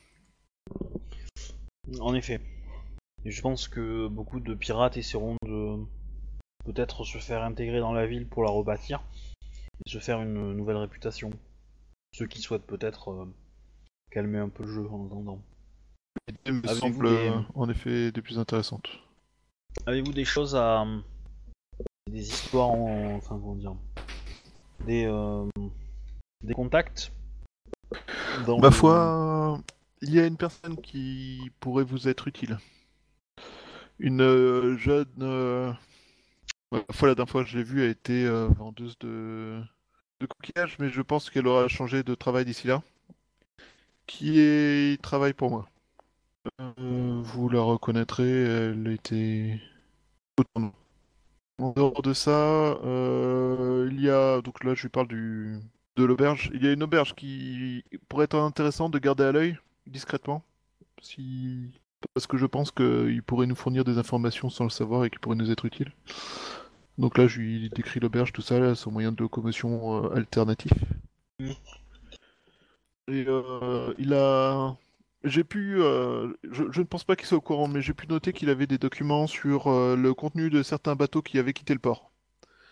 En effet. Et je pense que beaucoup de pirates essaieront de peut-être se faire intégrer dans la ville pour la rebâtir et se faire une nouvelle réputation. Ceux qui souhaitent peut-être euh, calmer un peu le jeu en attendant. L'idée me Avez-vous semble des- euh, en effet des plus intéressantes. Avez-vous des choses à... des histoires en... enfin comment dire... des... euh, des contacts dans Ma le- foi, il y a une personne qui pourrait vous être utile. Une euh, jeune... euh, Ma foi, la dernière fois que je l'ai vue, elle était euh, vendeuse de... de coquillages, mais je pense qu'elle aura changé de travail d'ici là. Qui est... travaille pour moi. Euh, vous la reconnaîtrez, elle était... pour nous. En dehors de ça, euh, il y a... Donc là, je lui parle du... de l'auberge. Il y a une auberge qui pourrait être intéressante de garder à l'œil, discrètement. Si... Parce que je pense qu'il pourrait nous fournir des informations sans le savoir et qui pourraient nous être utiles. Donc là, je lui décris l'auberge, tout ça, là, son moyen de locomotion euh, alternatif. Mm. Et euh, il a... J'ai pu... euh, je, je ne pense pas qu'il soit au courant, mais j'ai pu noter qu'il avait des documents sur euh, le contenu de certains bateaux qui avaient quitté le port.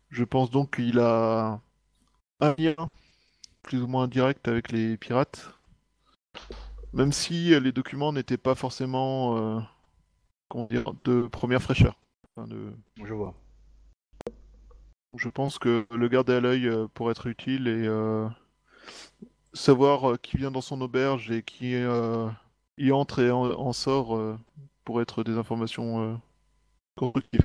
Je pense donc qu'il a un lien plus ou moins direct avec les pirates, même si euh, les documents n'étaient pas forcément euh, comment dire, de première fraîcheur. Enfin, de... Je vois. Je pense que le garder à l'œil euh, pourrait être utile et euh, savoir euh, qui vient dans son auberge et qui euh, y entre et en, en sort euh, pourrait être des informations euh, constructives.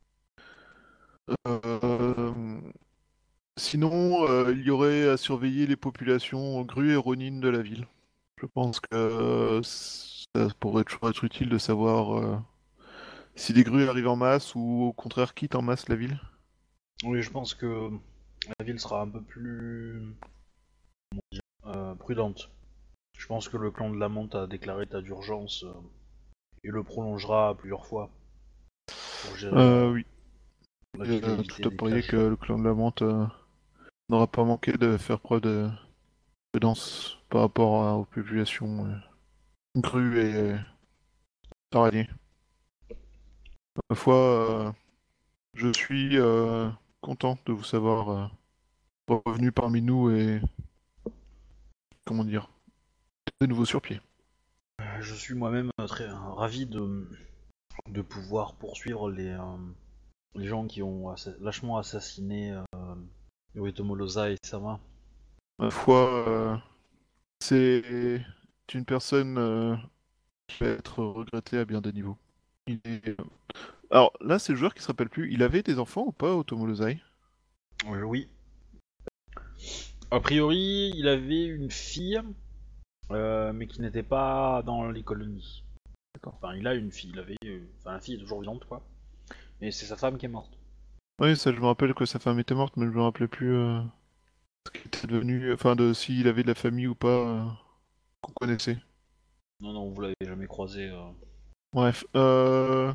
Euh, Sinon, euh, il y aurait à surveiller les populations grues et ronines de la ville. Je pense que euh, ça pourrait toujours être utile de savoir euh, si des grues arrivent en masse ou au contraire quittent en masse la ville. Oui, je pense que la ville sera un peu plus euh, prudente. Je pense que le clan de la Monte a déclaré état d'urgence euh, et le prolongera plusieurs fois pour gérer Euh, la, oui, la j'ai ville et euh, éviter tout à des parier clashs. que le clan de la Menthe euh, n'aura pas manqué de faire preuve de prudence par rapport à- aux populations euh, grues et euh, araignées. Ma foi, euh, je suis euh, content de vous savoir euh, revenu parmi nous et comment dire, de nouveau sur pied. Je suis moi-même très euh, ravi de, de pouvoir poursuivre les, euh, les gens qui ont assa- lâchement assassiné euh, Yoritomo Loza et Sama. Ma foi, euh, c'est une personne euh, qui va être regrettée à bien des niveaux. Il est... Alors là, c'est le joueur qui se rappelle plus. Il avait des enfants ou pas, Otomo Lozai? Euh, oui. A priori, il avait une fille, euh, mais qui n'était pas dans les colonies. D'accord. Enfin, il a une fille, il avait, euh, enfin, la fille est toujours vivante, quoi. Mais c'est sa femme qui est morte. Oui, ça, je me rappelle que sa femme était morte, mais je me rappelais plus euh, ce qu'il était devenu, enfin, de s'il avait de la famille ou pas euh, qu'on connaissait. Non, non, vous l'avez jamais croisé. euh. Bref, euh...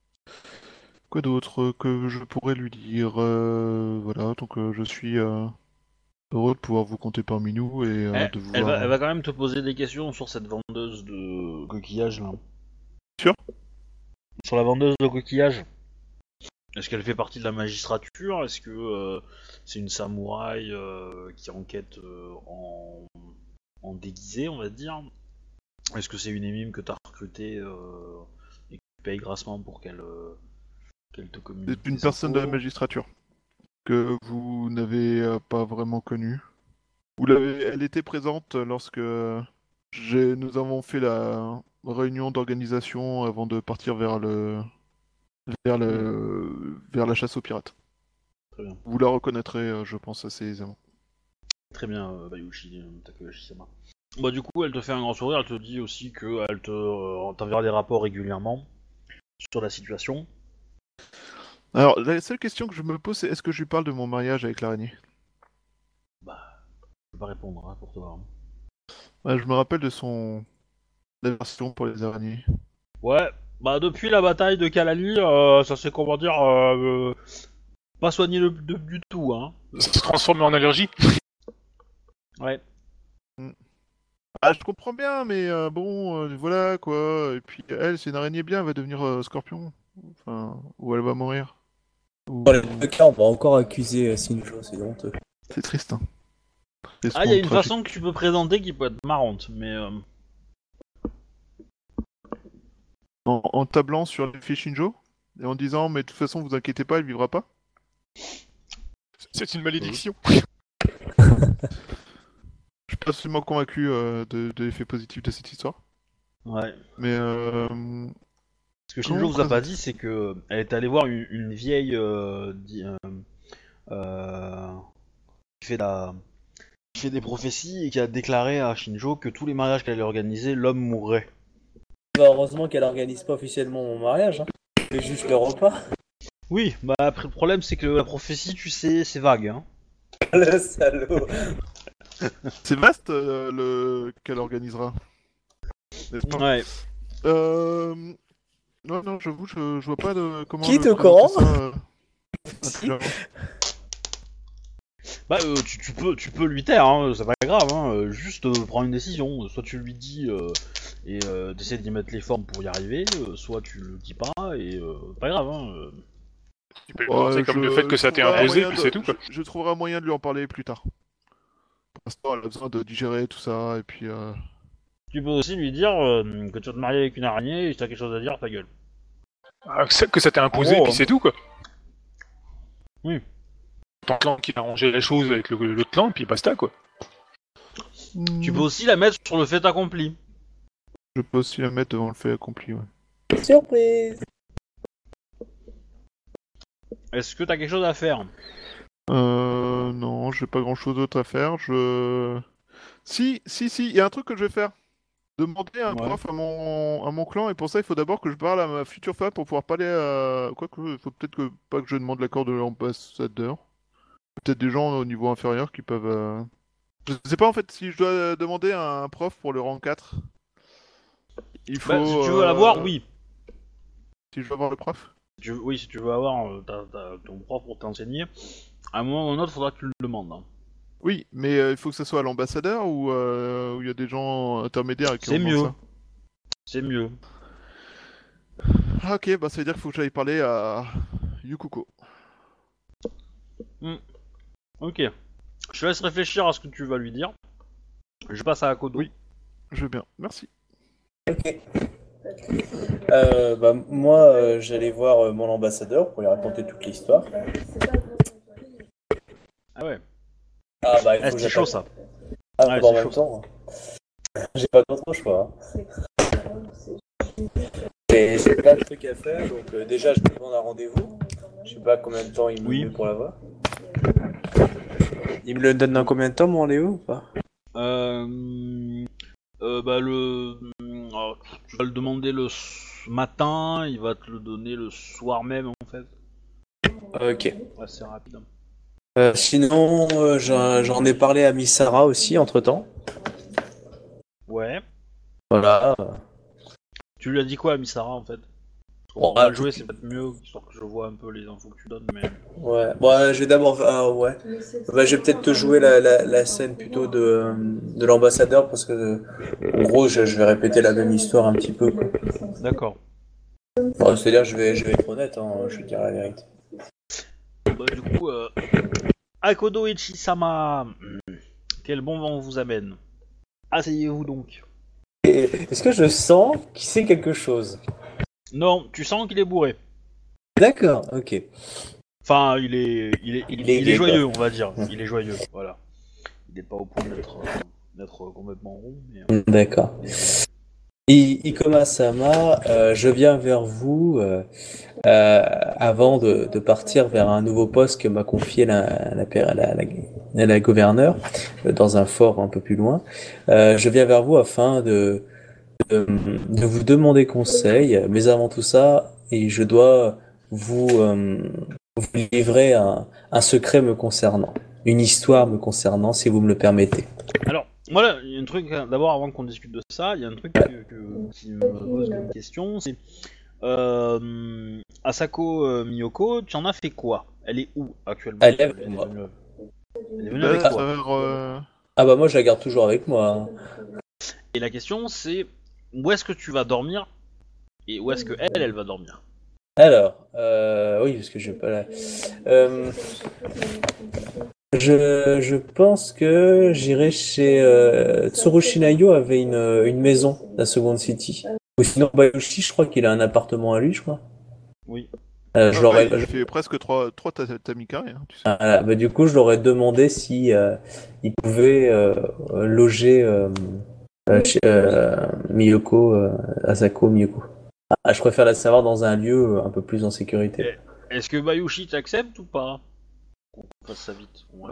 quoi d'autre que je pourrais lui dire? Euh, Voilà, donc euh, je suis euh, heureux de pouvoir vous compter parmi nous et euh, Eh, de vous elle, va, voir. elle va quand même te poser des questions sur cette vendeuse de coquillages là. Sûr? Sur la vendeuse de coquillages. Est-ce qu'elle fait partie de la magistrature? Est-ce que euh, c'est une samouraï euh, qui enquête euh, en, en déguisé, on va dire? Est-ce que c'est une émime que t'as recrutée euh, et que tu payes grassement pour qu'elle euh, qu'elle te communique C'est une des personne de la infos? magistrature que vous n'avez euh, pas vraiment connue. Vous l'avez, elle était présente lorsque j'ai, nous avons fait la réunion d'organisation avant de partir vers le, vers le, vers la chasse aux pirates. Très bien. Vous la reconnaîtrez, euh, je pense, assez aisément. Très bien, euh, Bayushi euh, Takayoshi-sama. Bah du coup, elle te fait un grand sourire, elle te dit aussi qu'elle te euh, t'enverra des rapports régulièrement sur la situation. Alors, la seule question que je me pose, c'est est-ce que je lui parle de mon mariage avec l'araignée? Bah, je peux pas répondre hein, pour toi. Hein. Ouais, je me rappelle de son aversion pour les araignées. Ouais, bah depuis la bataille de Kalani, euh, ça s'est comment dire, euh, euh, pas soigné le, de- du tout, hein. Ça se transforme en allergie. Ouais. Ah, je comprends bien, mais euh, bon, euh, voilà quoi. Et puis elle, c'est une araignée bien, elle va devenir euh, scorpion. Enfin, ou elle va mourir. Ou... Dans les deux cas, on va encore accuser euh, Shinjo, c'est honteux. C'est triste, hein. C'est Ah, il y a son une tragique. façon que tu peux présenter qui peut être marrante, mais euh, En, en tablant sur les fiches Shinjo et en disant, mais de toute façon, vous inquiétez pas, elle vivra pas. C'est une malédiction. Je suis pas absolument convaincu euh, de, de l'effet positif de cette histoire. ouais. Mais euh, Ce que Comment Shinjo vous a présent- pas dit, c'est que elle est allée voir une, une vieille euh, di- euh, euh, qui fait la qui fait des prophéties et qui a déclaré à Shinjo que tous les mariages qu'elle allait organiser, l'homme mourrait. Bah, heureusement qu'elle organise pas officiellement mon mariage, hein. Elle fait juste le repas. Oui, bah après le problème c'est que la prophétie, tu sais, c'est vague, hein. Le salaud. c'est vaste euh, le qu'elle organisera. N'est-ce pas? Ouais. Euh... Non, non, j'avoue, je, je vois pas de comment. Qui le est au présenter courant ça, euh, Si. intelligemment. Bah euh, tu, tu peux tu peux lui taire, hein, c'est pas grave, hein. euh, Juste euh, prends une décision. Soit tu lui dis euh, et euh, t'essaies d'y mettre les formes pour y arriver, euh, soit tu le dis pas et euh, pas grave, hein. euh. Tu peux le Ouais, présenter comme je- le fait que ça je t'est trouverai un imposé, moyen puis de- c'est tout, quoi. Je, je trouverai un moyen de lui en parler plus tard. Pour l'instant, elle a besoin de digérer tout ça, et puis... Euh... Tu peux aussi lui dire euh, que tu vas te marier avec une araignée et si t'as quelque chose à dire, ta gueule. Ah, que ça- que ça t'est imposé, En gros, puis hein. c'est tout, quoi. Oui. Ton clan qui a arrangé les choses avec le- l'autre clan, puis basta, quoi. Tu peux aussi la mettre sur le fait accompli. Je peux aussi la mettre devant le fait accompli, ouais. Surprise. Est-ce que t'as quelque chose à faire? Euh... Non, j'ai pas grand-chose d'autre à faire, je... Si, si, si, il y a un truc que je vais faire. Demander un Ouais. prof à mon, à mon clan, et pour ça, il faut d'abord que je parle à ma future femme pour pouvoir parler à... Quoique, il faut peut-être que pas que je demande l'accord de l'ambassadeur. Peut-être des gens au niveau inférieur qui peuvent... euh, Je sais pas en fait si je dois demander à un prof pour le rang quatre. Il faut... Bah, si tu veux euh, l'avoir, oui. Si je veux avoir le prof. Si tu veux- oui, si tu veux avoir euh, ta- ta- ton prof pour t'enseigner, à un moment ou à un autre, faudra que tu le demandes. hein. Oui, mais euh, il faut que ça soit à l'ambassadeur ou euh, où il y a des gens intermédiaires qui C'est ont mieux. ça. C'est mieux. Ah, ok, bah ça veut dire qu'il faut que j'aille parler à Yukuko. Ok. Je te laisse réfléchir à ce que tu vas lui dire. Je passe à Akodo. Oui. Je veux bien, merci. Ok. Euh, bah, moi, euh, j'allais voir euh, mon ambassadeur pour lui raconter toute l'histoire. Ah ouais. Ah bah, il Ah, faut que c'est j'appelle. chaud ça. Ah, Ouais, faut en c'est même chaud. temps. hein. J'ai pas d'autre choix. hein. J'ai j'ai plein de trucs à faire, donc euh, déjà je me demande un rendez-vous. Je sais pas combien de temps il me Oui. met pour l'avoir. Il me le donne dans combien de temps, mon Léo ou pas? Euh, euh, bah le, alors, tu vas le demander le s- matin, il va te le donner le soir même en fait. Ok. Ouais, c'est rapide. Euh, sinon, euh, j'en j'en ai parlé à Misara aussi, entre-temps. Ouais. Voilà. Tu lui as dit quoi à Misara en fait? Bon, On va ah, le jouer, c'est peut-être mieux, histoire que je vois un peu les infos que tu donnes, mais... Ouais, bon, euh, je vais d'abord. Ah, ouais. Bah, je vais peut-être te jouer la, la, la scène plutôt de, euh, de l'ambassadeur parce que, euh, en gros, je, je vais répéter la même histoire un petit peu. quoi. D'accord. Bon, c'est-à-dire, je vais, je vais être honnête, hein, je vais dire la vérité. Bah du coup, euh... Akodo Ichi-sama, quel bon vent vous amène. Asseyez-vous donc. Et est-ce que je sens qu'il sait quelque chose? Non, tu sens qu'il est bourré. D'accord, ok. Enfin, il est, il est, il, Il est il est gay, joyeux, quoi. on va dire. Mm. Il est joyeux, voilà. Il n'est pas au point d'être, euh, d'être complètement rond, mais... euh, D'accord. il est joyeux. I- Ikoma-sama, euh, je viens vers vous euh, euh, avant de, de partir vers un nouveau poste que m'a confié la, la, la, la, la, la gouverneure euh, dans un fort un peu plus loin. Euh, je viens vers vous afin de, de, de vous demander conseil, mais avant tout ça, et je dois vous, euh, vous livrer un, un secret me concernant, une histoire me concernant, si vous me le permettez. Alors, voilà, il y a un truc, hein, d'abord avant qu'on discute de ça, il y a un truc que, que- qui me pose comme question, c'est... Euh, Asako euh, Miyoko, tu en as fait quoi? Elle est où actuellement? Elle est avec est moi. venue, elle est venue Là, avec à toi. travers, euh, Ah bah moi je la garde toujours avec moi. hein. Et la question c'est, où est-ce que tu vas dormir? Et où est-ce que elle, elle va dormir? Alors, euh, oui, parce que je vais pas la... Euh, je, je pense que j'irai chez... Euh, Tsurushinayo avait une, une maison, la Second City. Ou sinon, Bayushi, je crois qu'il a un appartement à lui, je crois. Oui. Euh, je ah, l'aurais... ouais, il fait presque trois trois tamis carrés, hein, tu sais. Voilà, bah, du coup, je leur ai demandé si euh, ils pouvaient euh, loger euh, euh, chez, euh, Miyoko, euh, Asako Miyoko. Ah, je préfère la savoir dans un lieu un peu plus en sécurité. Est-ce que Bayushi t'accepte ou pas? On fasse ça vite. Ouais.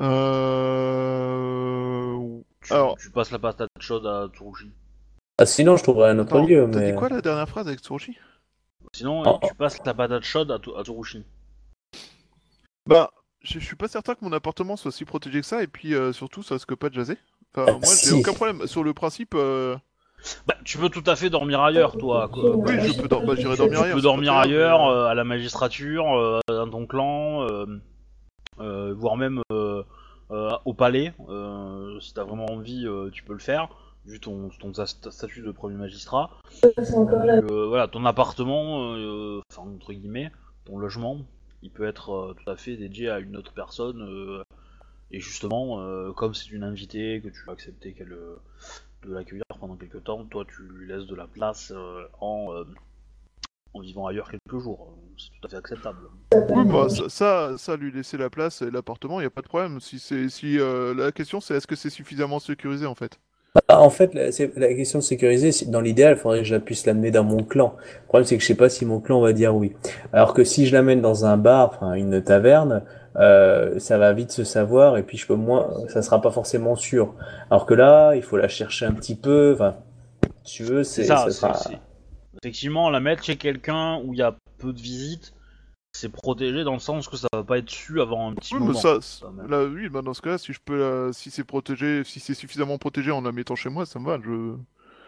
Euh... Tu, Alors, tu passes la patate chaude à Tsurushi. Ah, sinon, je trouverais un autre attends, lieu, t'as mais... dit quoi la dernière phrase avec Tsurushi? Sinon, Oh, tu passes la patate chaude à, Tu- à Tsurushi. Bah, je je suis pas certain que mon appartement soit si protégé que ça, et puis euh, surtout, ça risque pas de jaser. Enfin, moi, j'ai si. aucun problème. Sur le principe, euh, Bah, tu peux tout à fait dormir ailleurs, toi. Quoi. oui, je peux dor- bah, j'irai dormir Tu ailleurs. peux c'est pas dormir très grave, ailleurs, mais, euh, euh, à la magistrature, euh, dans ton clan, euh, euh, voire même euh, euh, au palais. Euh, si t'as vraiment envie, euh, tu peux le faire, vu ton, ton sta- statut de premier magistrat. Donc, euh, voilà, ton appartement, euh, enfin entre guillemets, ton logement, il peut être euh, tout à fait dédié à une autre personne. Euh, et justement, euh, comme c'est une invitée, que tu vas accepter qu'elle, euh, de l'accueillir pendant quelques temps, toi tu lui laisses de la place euh, en, euh, en vivant ailleurs quelques jours. C'est tout à fait acceptable. Oui, bah, ça, ça, ça, lui laisser la place et l'appartement, il n'y a pas de problème. Si c'est, si, euh, la question, c'est est-ce que c'est suffisamment sécurisé, en fait? Ah, en fait, la, c'est- la question de sécuriser, c'est- dans l'idéal, il faudrait que je la puisse l'amener dans mon clan. Le problème, c'est que je sais pas si mon clan va dire oui. Alors que si je l'amène dans un bar, enfin une taverne, euh, ça va vite se savoir et puis je peux moins, ça sera pas forcément sûr. Alors que là, il faut la chercher un petit peu. Enfin, si tu veux, C'est c'est, ça, ça c'est, sera. c'est- effectivement, la mettre chez quelqu'un où il y a peu de visites, c'est protégé dans le sens que ça va pas être su avant un petit Oui, mais moment. ça, quand même. là, oui, bah, dans ce cas-là, si je peux, la- si c'est protégé, si c'est suffisamment protégé en la mettant chez moi, ça me va. Je.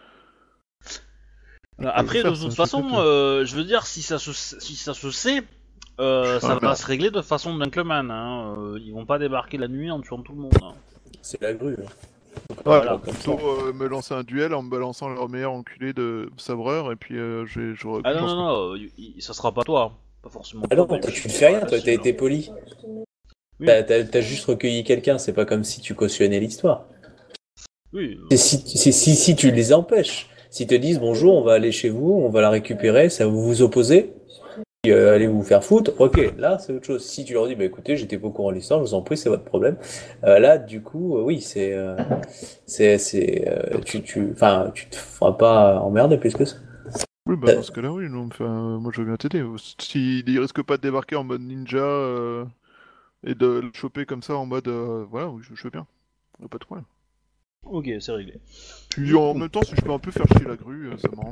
Voilà, peux le Après, faire, de ça, toute je façon, l'accepte. euh, je veux dire, si ça se, si ça se sait, euh, ça Ah, va merde. se régler de façon gentleman. Hein. Euh, ils vont pas débarquer la nuit en tuant tout le monde. Hein. C'est la grue. hein. Ouais, Voilà, bah, plutôt euh, me lancer un duel en me balançant leur meilleur enculé de sabreur et puis euh, j'ai- j'aurais. Ah je non, lance non, non, euh, y- y- ça sera pas toi. Hein. Pas forcément Ah toi. non, mais toi, je- tu ne fais rien, toi, t'as facile, été hein. poli. Oui, T'as, t'as, t'as juste recueilli quelqu'un, c'est pas comme si tu cautionnais l'histoire. oui. C'est si, c'est si, si tu les empêches. S'ils te disent bonjour, on va aller chez vous, on va la récupérer, ça vous vous opposez, puis, euh, allez vous faire foutre, ok, là c'est autre chose. Si tu leur dis bah écoutez, j'étais pas au courant de l'histoire, je vous en prie, c'est votre problème. Euh, là, du coup, euh, oui, c'est, euh, c'est, c'est, euh, tu, tu, enfin, tu te feras pas emmerder plus que ça. Oui, bah dans ce cas-là, oui, non, enfin, euh, moi je veux bien t'aider. S'il risque pas de débarquer en mode ninja euh, et de le choper comme ça en mode. euh, voilà, oui, je, je veux bien. Y a pas de problème. Ok, c'est réglé. Puis en même temps, si je peux un peu faire chier la grue, euh, ça m'arrange.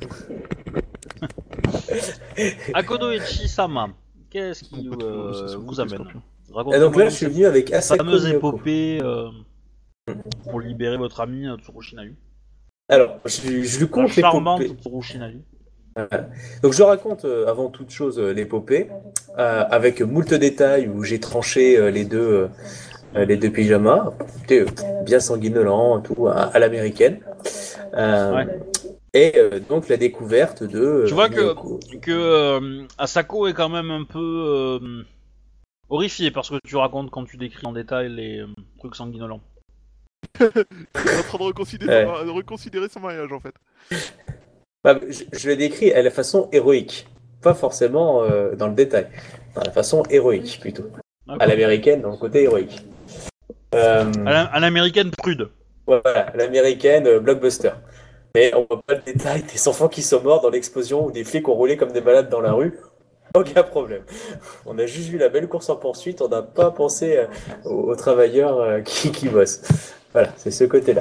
Akodo et Chisama, qu'est-ce qui Bon, pas de- euh, c'est son vous côté amène scorpion. Et donc là, je suis venu avec cette Asako fameuse Miyoko. épopée euh, pour libérer votre ami euh, Tsurushinayu. Alors, je, je lui La compte charmante l'épopée. Tsurushinayu. Donc je raconte euh, avant toute chose euh, l'épopée, euh, avec moult détails où j'ai tranché euh, les deux euh, les deux pyjamas, Écoutez, euh, bien sanguinolent, tout, à, à l'américaine. Euh, Ouais. Et euh, donc la découverte de euh, Tu vois que, Miyoko. que euh, Asako est quand même un peu euh, horrifié par ce que tu racontes quand tu décris en détail les euh, trucs sanguinolents. Il est en train de reconsidérer, Ouais. de reconsidérer son mariage en fait. Bah, je, je le décris à la façon héroïque, pas forcément euh, dans le détail, dans la façon héroïque plutôt, D'accord. à l'américaine dans le côté héroïque. Euh, À la- à l'américaine prude. Voilà, à l'américaine euh, blockbuster. Mais on voit pas le détail des enfants qui sont morts dans l'explosion ou des flics ont roulé comme des malades dans la rue. Aucun problème. On a juste vu la belle course en poursuite, on n'a pas pensé euh, aux, aux travailleurs euh, qui, qui bossent. Voilà, c'est ce côté-là.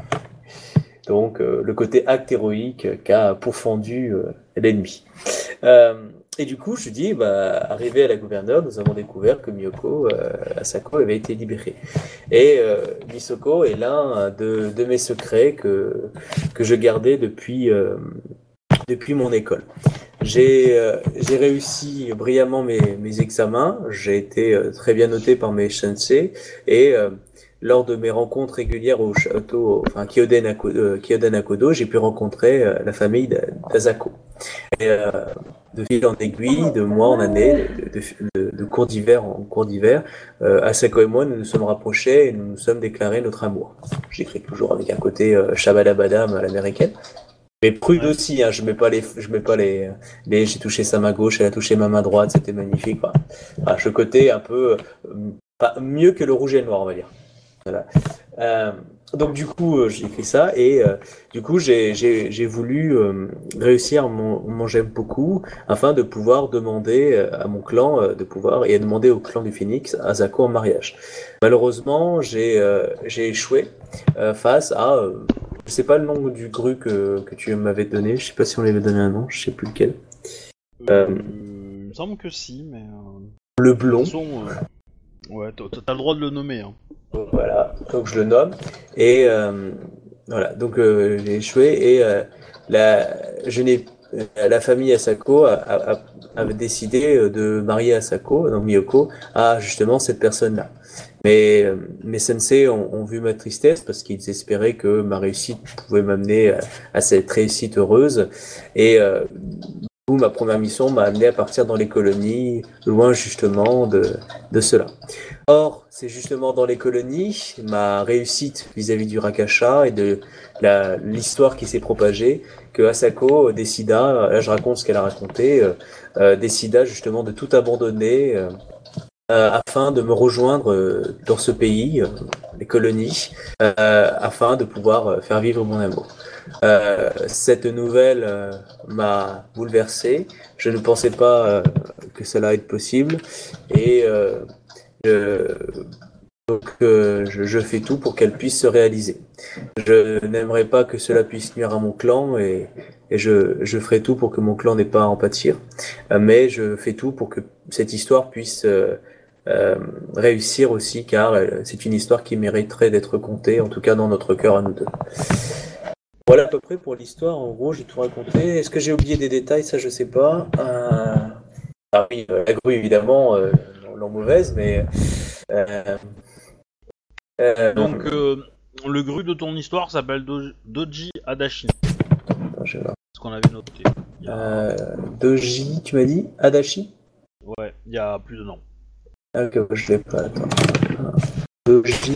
Donc, euh, le côté acte héroïque euh, qu'a pourfendu euh, l'ennemi. Euh, et du coup, je dis, bah, arrivé à la gouverneure, nous avons découvert que Miyoko euh, Asako avait été libérée. Et euh, Misoko est l'un de, de mes secrets que, que je gardais depuis, euh, depuis mon école. J'ai euh, j'ai réussi brillamment mes, mes examens, j'ai été euh, très bien noté par mes sensei, et euh, lors de mes rencontres régulières au château, enfin Kyoden Akodo, euh, Kyoden Akodo, j'ai pu rencontrer euh, la famille d'Asako. Et euh, de fil en aiguille, de mois en année, de, de, de, de cours d'hiver en cours d'hiver, euh, Asako et moi nous nous sommes rapprochés et nous nous sommes déclarés notre amour. J'écris toujours avec un côté euh, shabadabadam à l'américaine. Mais prude Ouais. aussi, hein, je mets pas les, je mets pas les, les j'ai touché sa main gauche, elle a touché ma main droite, c'était magnifique. Quoi. Enfin, ce côté un peu, euh, pas mieux que le rouge et le noir, on va dire. Voilà. Euh, donc du coup, euh, j'ai écrit ça et euh, du coup, j'ai, j'ai, j'ai voulu euh, réussir mon, mon j'aime beaucoup afin de pouvoir demander euh, à mon clan euh, de pouvoir et à demander au clan du Phénix Asako en mariage. Malheureusement, j'ai, euh, j'ai échoué euh, face à euh, je sais pas le nom du gru que, que tu m'avais donné, je sais pas si on lui avait donné un nom, je sais plus lequel. Euh, Euh, il me semble que si, mais... euh, Le de blond, toute façon, euh, ouais, t'as, t'as le droit de le nommer. Hein. voilà, donc je le nomme. Et euh, voilà, donc euh, j'ai échoué et euh, la, je n'ai, la famille Asako a, a, a, avait décidé de marier Asako, donc Miyoko, à justement cette personne-là. Mais euh, mes sensei ont, ont vu ma tristesse parce qu'ils espéraient que ma réussite pouvait m'amener à, à cette réussite heureuse. Et euh, du coup, ma première mission m'a amené à partir dans les colonies, loin justement de, de cela. Or, c'est justement dans les colonies, ma réussite vis-à-vis du Rakasha et de la, l'histoire qui s'est propagée, que Asako décida, là je raconte ce qu'elle a raconté, euh, euh, décida justement de tout abandonner euh, euh, afin de me rejoindre euh, dans ce pays, euh, les colonies, euh, afin de pouvoir euh, faire vivre mon amour. Euh, cette nouvelle euh, m'a bouleversé. Je ne pensais pas euh, que cela allait être possible et euh, je, donc euh, je, je fais tout pour qu'elle puisse se réaliser. Je n'aimerais pas que cela puisse nuire à mon clan et, et je, je ferai tout pour que mon clan n'ait pas à en pâtir. Euh, mais je fais tout pour que cette histoire puisse euh, euh, réussir aussi, car euh, c'est une histoire qui mériterait d'être contée, en tout cas dans notre cœur à nous deux. Voilà à peu près pour l'histoire. En gros, j'ai tout raconté. Est-ce que j'ai oublié des détails? Ça, je sais pas. Euh... Ah oui, euh, la grue évidemment, euh, l'en mauvaise, mais. Euh... Euh... Donc, euh, le gru de ton histoire s'appelle Do- Doji Adachi. Attends, je vais voir. Ce qu'on avait noté. Il y a... Euh, Doji, tu m'as dit Adachi? Ouais, il y a plus de noms. Ah, ok, je l'ai pas, attends. Doji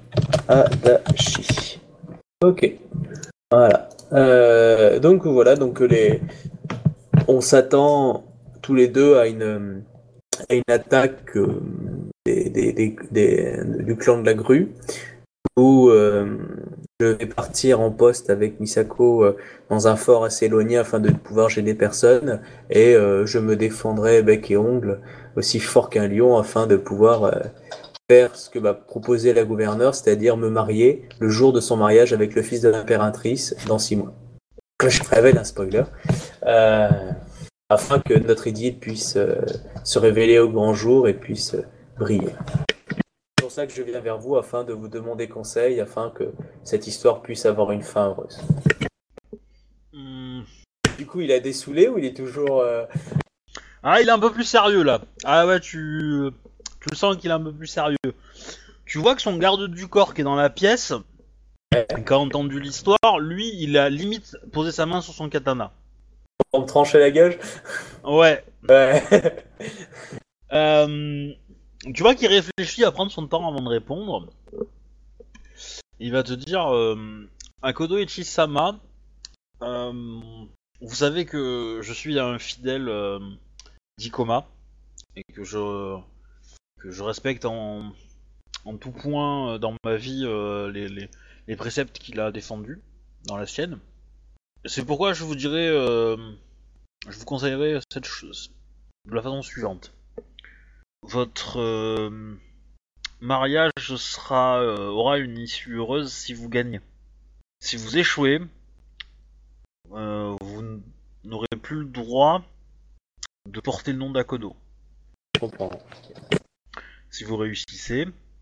Adachi. Ok. Voilà. Euh, donc voilà, donc les... on s'attend tous les deux à une, à une attaque euh, des, des, des, des, du clan de la grue, où euh, je vais partir en poste avec Misako euh, dans un fort assez éloigné afin de pouvoir gêner personne, et euh, je me défendrai bec et ongle aussi fort qu'un lion afin de pouvoir euh, faire ce que m'a proposé la gouverneure, c'est-à-dire me marier le jour de son mariage avec le fils de l'impératrice dans six mois. Je révèle un spoiler. Euh, afin que notre idylle puisse euh, se révéler au grand jour et puisse euh, briller. C'est pour ça que je viens vers vous afin de vous demander conseil, afin que cette histoire puisse avoir une fin heureuse. Hmm. Du coup, il a dessoulé ou il est toujours... Euh... Ah, il est un peu plus sérieux là. Ah ouais, tu, tu le sens qu'il est un peu plus sérieux. Tu vois que son garde du corps qui est dans la pièce, qui a entendu l'histoire, lui, il a limite posé sa main sur son katana. On me tranchait la gueule? Ouais. Ouais. Euh, tu vois qu'il réfléchit à prendre son temps avant de répondre. Il va te dire, euh, Akodo Ichi-sama, euh, vous savez que je suis un fidèle euh, d'Ikoma et que je que je respecte en, en tout point euh, dans ma vie euh, les, les, les préceptes qu'il a défendus dans la sienne. C'est pourquoi je vous dirais, euh, je vous conseillerais cette chose de la façon suivante. Votre euh, mariage sera euh, aura une issue heureuse si vous gagnez. Si vous échouez, euh, vous n'aurez plus le droit de porter le nom d'Akodo. Je comprends. Si vous réussissez,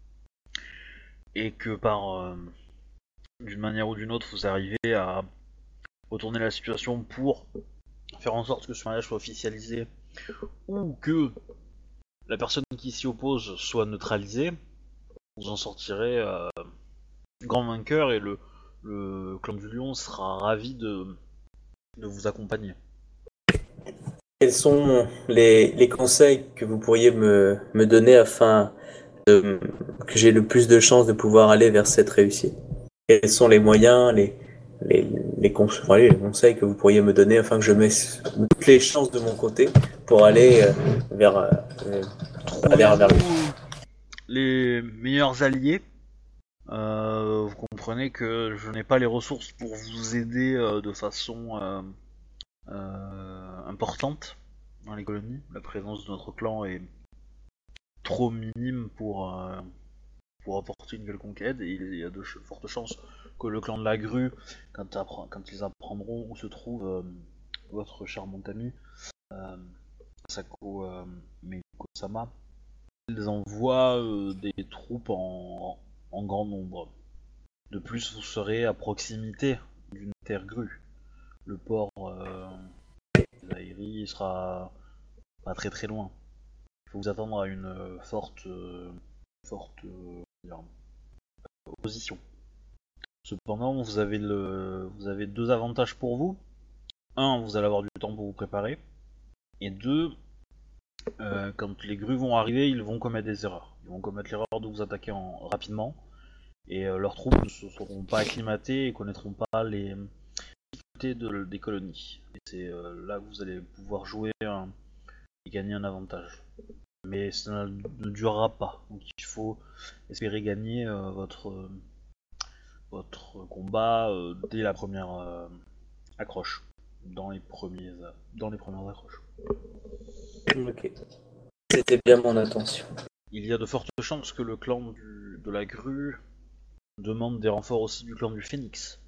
et que par euh, d'une manière ou d'une autre vous arrivez à retourner la situation pour faire en sorte que ce mariage soit officialisé, ou que la personne qui s'y oppose soit neutralisée, vous en sortirez euh, grand vainqueur et le, le clan du lion sera ravi de, de vous accompagner. Quels sont les, les conseils que vous pourriez me, me donner afin de, que j'ai le plus de chances de pouvoir aller vers cette réussite? Quels sont les moyens, les, les, les, cons- enfin, les conseils que vous pourriez me donner afin que je mette toutes les chances de mon côté pour aller euh, vers, euh, vers, vers lui? Trouvez-vous les meilleurs alliés. Euh, vous comprenez que je n'ai pas les ressources pour vous aider euh, de façon euh, euh, importante dans les colonies. La présence de notre clan est trop minime pour, euh, pour apporter une quelconque aide, et il y a de ch- fortes chances que le clan de la grue, quand, appre- quand ils apprendront où se trouve euh, votre charmante amie, euh, Sako euh, Meiko-sama, ils envoient euh, des troupes en, en grand nombre. De plus, vous serez à proximité d'une terre grue. Le port euh, d'Airi sera pas très très loin. Il faut vous attendre à une euh, forte, euh, forte euh, dire, opposition. Cependant, vous avez, le, vous avez deux avantages pour vous. Un, vous allez avoir du temps pour vous préparer. Et deux, euh, quand les grues vont arriver, ils vont commettre des erreurs. Ils vont commettre l'erreur de vous attaquer en, rapidement, et euh, leurs troupes ne se seront pas acclimatées et connaîtront pas les difficultés de, des colonies. Et c'est euh, là que vous allez pouvoir jouer un, et gagner un avantage. Mais ça ne durera pas, donc il faut espérer gagner euh, votre, euh, votre combat euh, dès la première euh, accroche, dans les, premiers, dans les premières accroches. Ok. C'était bien mon intention. Il y a de fortes chances que le clan du, de la grue demande des renforts aussi du clan du phénix.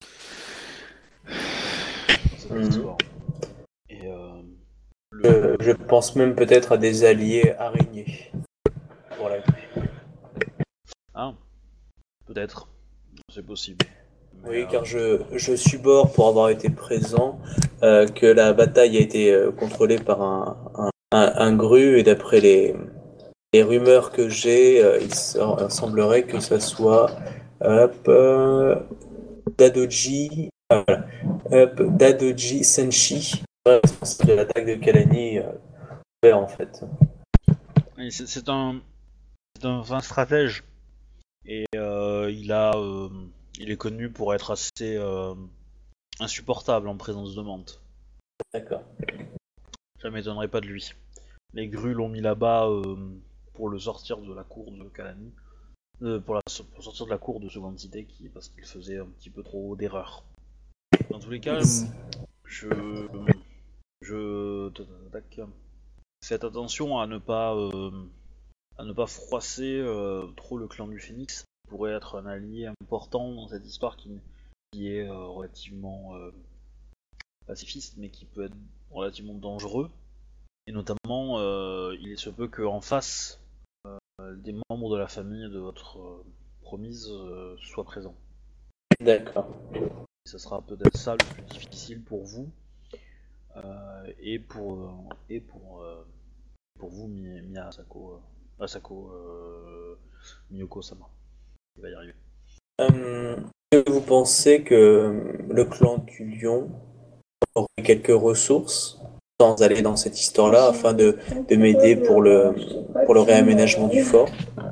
Dans cette Mhm. histoire. Et euh, Je, je pense même peut-être à des alliés araignées. Pour la Ah, peut-être, c'est possible. Mais, Oui, euh, car je, je subore pour avoir été présent euh, que la bataille a été euh, contrôlée par un, un, un, un grue et d'après les, les rumeurs que j'ai, euh, il, se- il semblerait que ça soit hop, euh, Dadoji, ah, voilà, hop, Dadoji Senshi, responsable de l'attaque de Kalani, euh, ouais, en fait. et c'est, c'est un, c'est un, un stratège. Et euh, il a, euh, il est connu pour être assez euh, insupportable en présence de menthe. D'accord. Ça m'étonnerait pas de lui. Les grues l'ont mis là-bas euh, pour le sortir de la cour de Kalani, euh, pour, la, pour sortir de la cour de Seconde Cité, qui, parce qu'il faisait un petit peu trop d'erreurs. Dans tous les cas, Hmm. je, je, tac, faites attention à ne pas, euh, à ne pas froisser euh, trop le clan du Phénix. Il pourrait être un allié important dans cette histoire qui, qui est euh, relativement euh, pacifiste, mais qui peut être relativement dangereux. Et notamment, euh, il se peut qu'en face, euh, des membres de la famille de votre euh, promise euh, soient présents. D'accord. Et ça sera peut-être ça le plus difficile pour vous euh, et pour euh, et pour euh, pour vous, Mi- Mia Asako, euh, Asako euh, Miyoko-sama. Il va y arriver. Euh, est-ce que vous pensez que le clan du lion aurait quelques ressources sans aller dans cette histoire-là afin de, de m'aider pour le, pour le réaménagement du fort?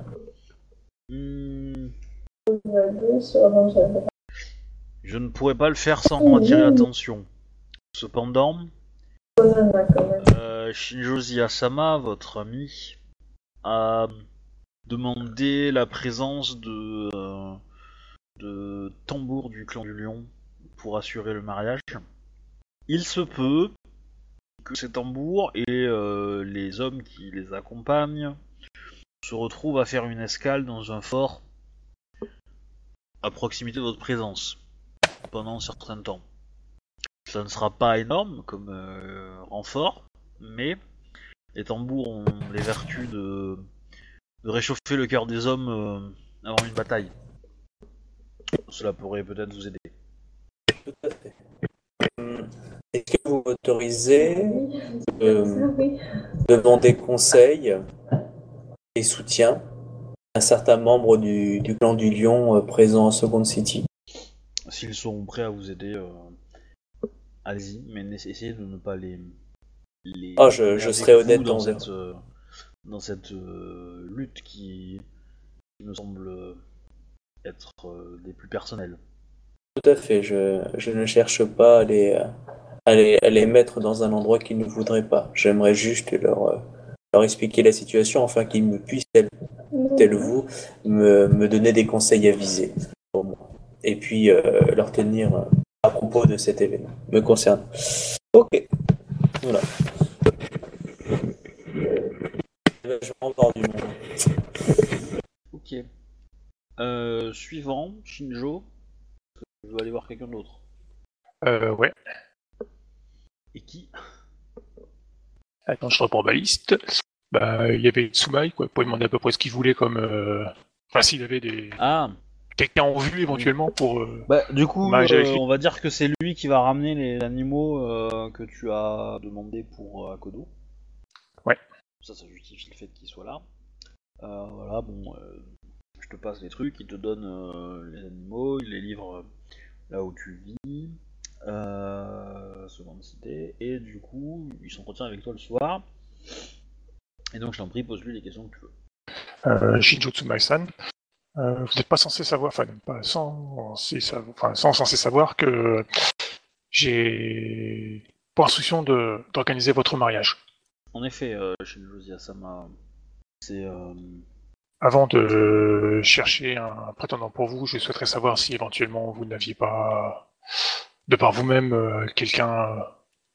Hmm, je ne pourrais pas le faire sans attirer l'attention. Cependant, euh, Shinjozi Asama, votre ami, a demandé la présence de, euh, de tambours du clan du lion pour assurer le mariage. Il se peut que ces tambours et euh, les hommes qui les accompagnent se retrouvent à faire une escale dans un fort à proximité de votre présence pendant un certain temps. Ça ne sera pas énorme comme euh, renfort, mais les tambours ont les vertus de, de réchauffer le cœur des hommes euh, avant une bataille. Cela pourrait peut-être vous aider. Tout à fait. Hum, Est-ce que vous m'autorisez de demander conseil et soutien à certains membres du, du clan du lion euh, présents à Second City? S'ils sont prêts à vous aider, euh, allez-y, mais essayez de ne pas les, les Ah, je, emmener je avec serai vous honnête dans envers. cette, euh, dans cette euh, lutte qui, qui me semble être euh, des plus personnelles. Tout à fait, je, je ne cherche pas à les, à les, à les mettre dans un endroit qu'ils ne voudraient pas. J'aimerais juste leur, euh, leur expliquer la situation afin qu'ils me puissent, tel, tel vous, me, me donner des conseils avisés pour moi. Et puis euh, leur tenir euh, à propos de cet événement me concerne. Ok, voilà. Je m'emporte du monde. Ok. Euh, suivant, Shinjo. Je veux aller voir quelqu'un d'autre. Euh, ouais. Et qui? Attends, je reprends ma liste. Bah, il y avait Tsumaï, quoi, pour lui demander à peu près ce qu'il voulait comme... euh, Enfin, s'il avait des... Ah, quelqu'un en vue, éventuellement, pour euh, bah du coup, mariage avec euh, lui. on va dire que c'est lui qui va ramener les animaux euh, que tu as demandé pour euh, Akodo. Ouais. Ça, ça justifie le fait qu'il soit là. Euh, voilà, bon, euh, je te passe les trucs, il te donne euh, les animaux, il les livre euh, là où tu vis. Euh, seconde cité, et du coup, il s'entretient avec toi le soir. Et donc, je t'en prie, pose-lui les questions que tu veux. Euh, Shinjutsu Mai-san, euh, vous n'êtes pas censé savoir, enfin, pas censé savoir, enfin, sans censé savoir que j'ai pour instruction de, d'organiser votre mariage. En effet, euh, Shinjozia Sama, c'est... Euh... Avant de chercher un prétendant pour vous, je souhaiterais savoir si éventuellement vous n'aviez pas, de par vous-même, euh, quelqu'un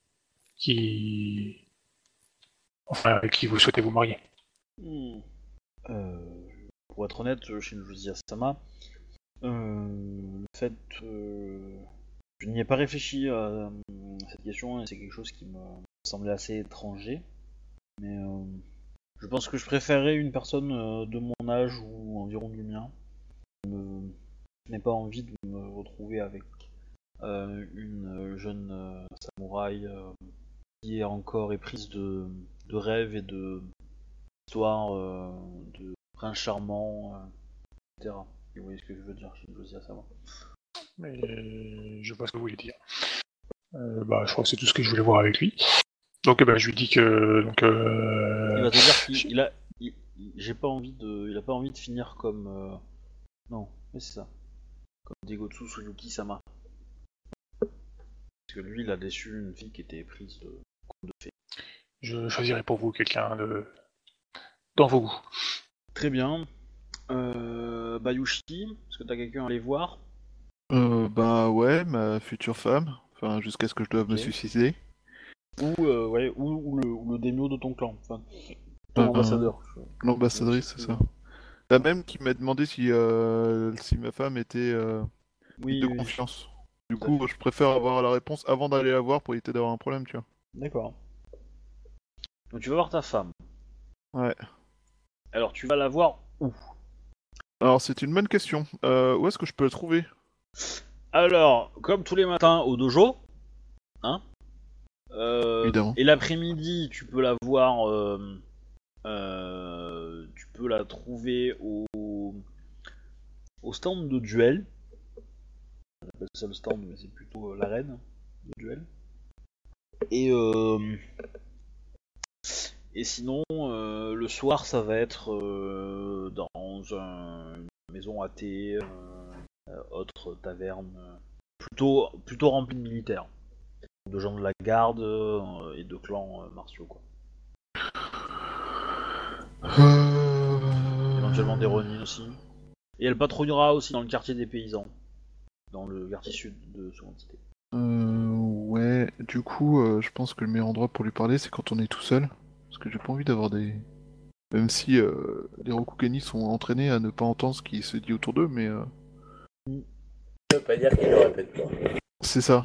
qui... enfin, avec qui vous souhaitez vous marier. Hmm. Euh, pour être honnête, Shinjozia Sama, euh, le fait... Euh... Je n'y ai pas réfléchi à cette question, et c'est quelque chose qui me semblait assez étranger. Mais euh, je pense que je préférerais une personne euh, de mon âge ou environ du mien. Me... Je n'ai pas envie de me retrouver avec euh, une jeune euh, samouraï euh, qui est encore éprise de, de rêves et de histoires euh, de prince charmant, euh, et cetera. Et vous voyez ce que je veux dire, je veux dire ça. Mais je vois ce que vous voulez dire. Euh, bah, je crois que c'est tout ce que je voulais voir avec lui. Donc, eh ben, je lui dis que donc. Euh... Il va te dire qu'il il a, il, il- j'ai pas envie de, il a pas envie de finir comme, euh, non, mais c'est ça, comme Degotsu Suyuki Sama. Parce que lui, il a déçu une fille qui était prise de conte de fées. Je choisirai pour vous quelqu'un de dans vos goûts. Très bien. Euh, Bayushi, est-ce que t'as quelqu'un à aller voir? Euh, bah ouais, ma future femme. Enfin, jusqu'à ce que je doive me Ok. suicider. Ou, euh, ouais, ou, ou le, ou le daimyo de ton clan, enfin, ton Euh, ambassadeur. L'ambassadrice, c'est ça. La même qui m'a demandé si, euh, si ma femme était euh, Oui, de oui, confiance. Du tout à coup, fait. je préfère avoir la réponse avant d'aller la voir pour éviter d'avoir un problème, tu vois. D'accord. Donc tu vas voir ta femme. Ouais. Alors tu vas la voir où? Alors, c'est une bonne question. Euh, où est-ce que je peux la trouver? Alors, comme tous les matins au dojo, hein. Euh, Évidemment. et l'après-midi, tu peux la voir. Euh, euh, tu peux la trouver au, au stand de duel. On appelle ça le stand, mais c'est plutôt euh, l'arène de duel. Et euh, et sinon, euh, le soir, ça va être euh, dans un- une maison à thé, euh, euh, autre taverne, euh, plutôt plutôt remplie de militaires, de gens de la garde euh, et de clans euh, martiaux quoi. Euh... Éventuellement des Ronin aussi. Et elle patrouillera aussi dans le quartier des paysans, dans le quartier sud de Seconde Cité. Euh, ouais, du coup, euh, je pense que le meilleur endroit pour lui parler, c'est quand on est tout seul. Parce que j'ai pas envie d'avoir des... Même si euh, les Rokugani sont entraînés à ne pas entendre ce qui se dit autour d'eux, mais... euh, Ça veut pas dire qu'il le répète pas. C'est ça.